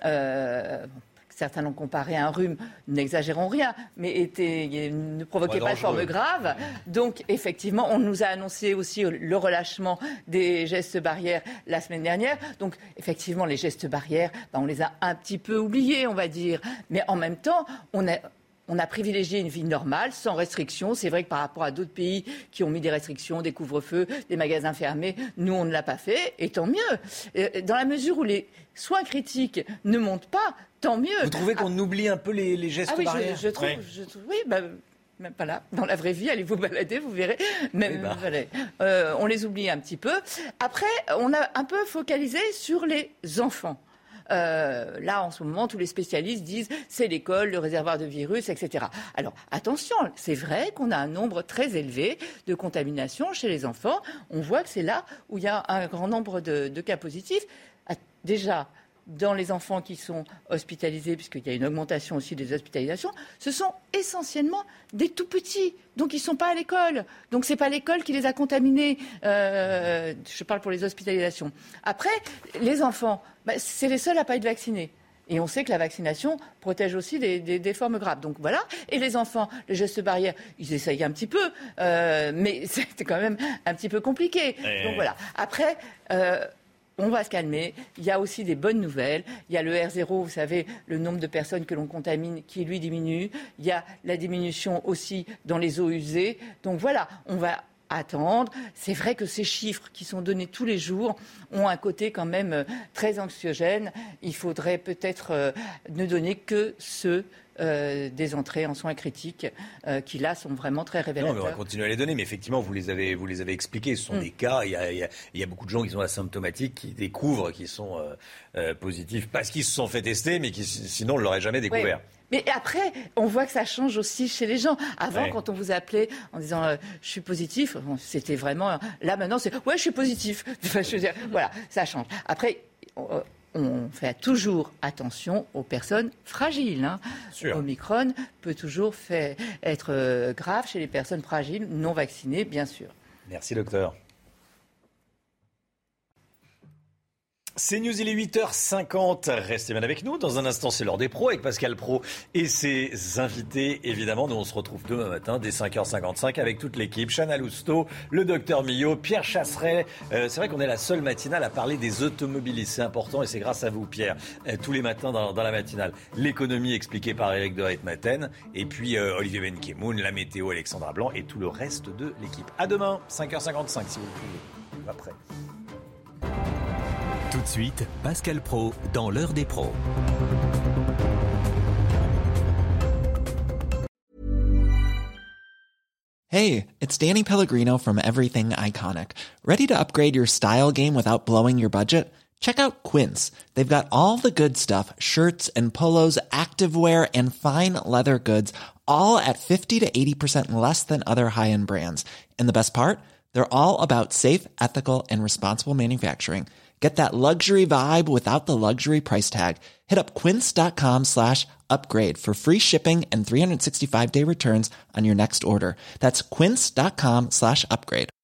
Euh, certains l'ont comparé à un rhume, n'exagérons rien, mais était, ne provoquait pas de forme grave. Donc, effectivement, on nous a annoncé aussi le relâchement des gestes barrières la semaine dernière. Donc, effectivement, les gestes barrières, ben, on les a un petit peu oubliés, on va dire. Mais en même temps, on a... On a privilégié une vie normale, sans restrictions. C'est vrai que par rapport à d'autres pays qui ont mis des restrictions, des couvre-feux, des magasins fermés, nous, on ne l'a pas fait, et tant mieux. Dans la mesure où les soins critiques ne montent pas, tant mieux. Vous trouvez qu'on ah. oublie un peu les, les gestes ah oui, barrières je, je trouve, ouais. je trouve, oui, bah, même pas là. Dans la vraie vie, allez vous balader, vous verrez. Même, oui, bah. voilà. euh, on les oublie un petit peu. Après, on a un peu focalisé sur les enfants. Euh, là, en ce moment, tous les spécialistes disent c'est l'école, le réservoir de virus, et cetera. Alors, attention, c'est vrai qu'on a un nombre très élevé de contaminations chez les enfants. On voit que c'est là où il y a un grand nombre de, de cas positifs. Déjà, dans les enfants qui sont hospitalisés, puisqu'il y a une augmentation aussi des hospitalisations, ce sont essentiellement des tout petits. Donc, ils ne sont pas à l'école. Donc, ce n'est pas l'école qui les a contaminés. Euh, je parle pour les hospitalisations. Après, les enfants, bah, c'est les seuls à ne pas être vaccinés. Et on sait que la vaccination protège aussi des, des, des formes graves. Donc voilà. Et les enfants, les gestes barrières, ils essayent un petit peu, euh, mais c'est quand même un petit peu compliqué. Et... Donc voilà. Après... Euh, On va se calmer. Il y a aussi des bonnes nouvelles. Il y a le R zéro, vous savez, le nombre de personnes que l'on contamine qui, lui, diminue. Il y a la diminution aussi dans les eaux usées. Donc voilà, on va attendre. C'est vrai que ces chiffres qui sont donnés tous les jours ont un côté quand même très anxiogène. Il faudrait peut-être euh, ne donner que ceux Euh, des entrées en soins critiques euh, qui là sont vraiment très révélateurs. Non, mais on va continuer à les donner, mais effectivement vous les avez, vous les avez expliqués, ce sont mm. des cas, il y, a, il, y a, il y a beaucoup de gens qui sont asymptomatiques, qui découvrent qu'ils sont euh, euh, positifs parce qu'ils se sont fait tester, mais qui sinon ne l'auraient jamais découvert. Oui. Mais après, on voit que ça change aussi chez les gens. Avant, ouais. quand on vous appelait en disant euh, « je suis positif », c'était vraiment... Là, maintenant, c'est « ouais, je suis positif ». Enfin, je veux dire, voilà, ça change. Après... On, on fait toujours attention aux personnes fragiles. Hein. Omicron peut toujours faire, être euh, grave chez les personnes fragiles, non vaccinées, bien sûr. Merci, docteur. C'est News, il est huit heures cinquante. Restez bien avec nous. Dans un instant, c'est l'heure des pros avec Pascal Praud et ses invités. Évidemment, nous, on se retrouve demain matin dès cinq heures cinquante-cinq avec toute l'équipe. Chana Lousteau, le docteur Millot, Pierre Chasseret. Euh, c'est vrai qu'on est la seule matinale à parler des automobilistes. C'est important et c'est grâce à vous, Pierre. Euh, tous les matins dans, dans la matinale. L'économie expliquée par Éric de Ritmaten. Et puis euh, Olivier Benkemoun, la météo, Alexandra Blanc et tout le reste de l'équipe. À demain, cinq heures cinquante-cinq si vous le pouvez. Après. Tout de suite, Pascal Praud dans l'heure des pros. Hey, it's Danny Pellegrino from Everything Iconic. Ready to upgrade your style game without blowing your budget? Check out Quince. They've got all the good stuff, shirts and polos, activewear and fine leather goods, all at fifty to eighty percent less than other high-end brands. And the best part? They're all about safe, ethical and responsible manufacturing. Get that luxury vibe without the luxury price tag. Hit up quince.com slash upgrade for free shipping and three sixty-five day returns on your next order. That's quince.com slash upgrade.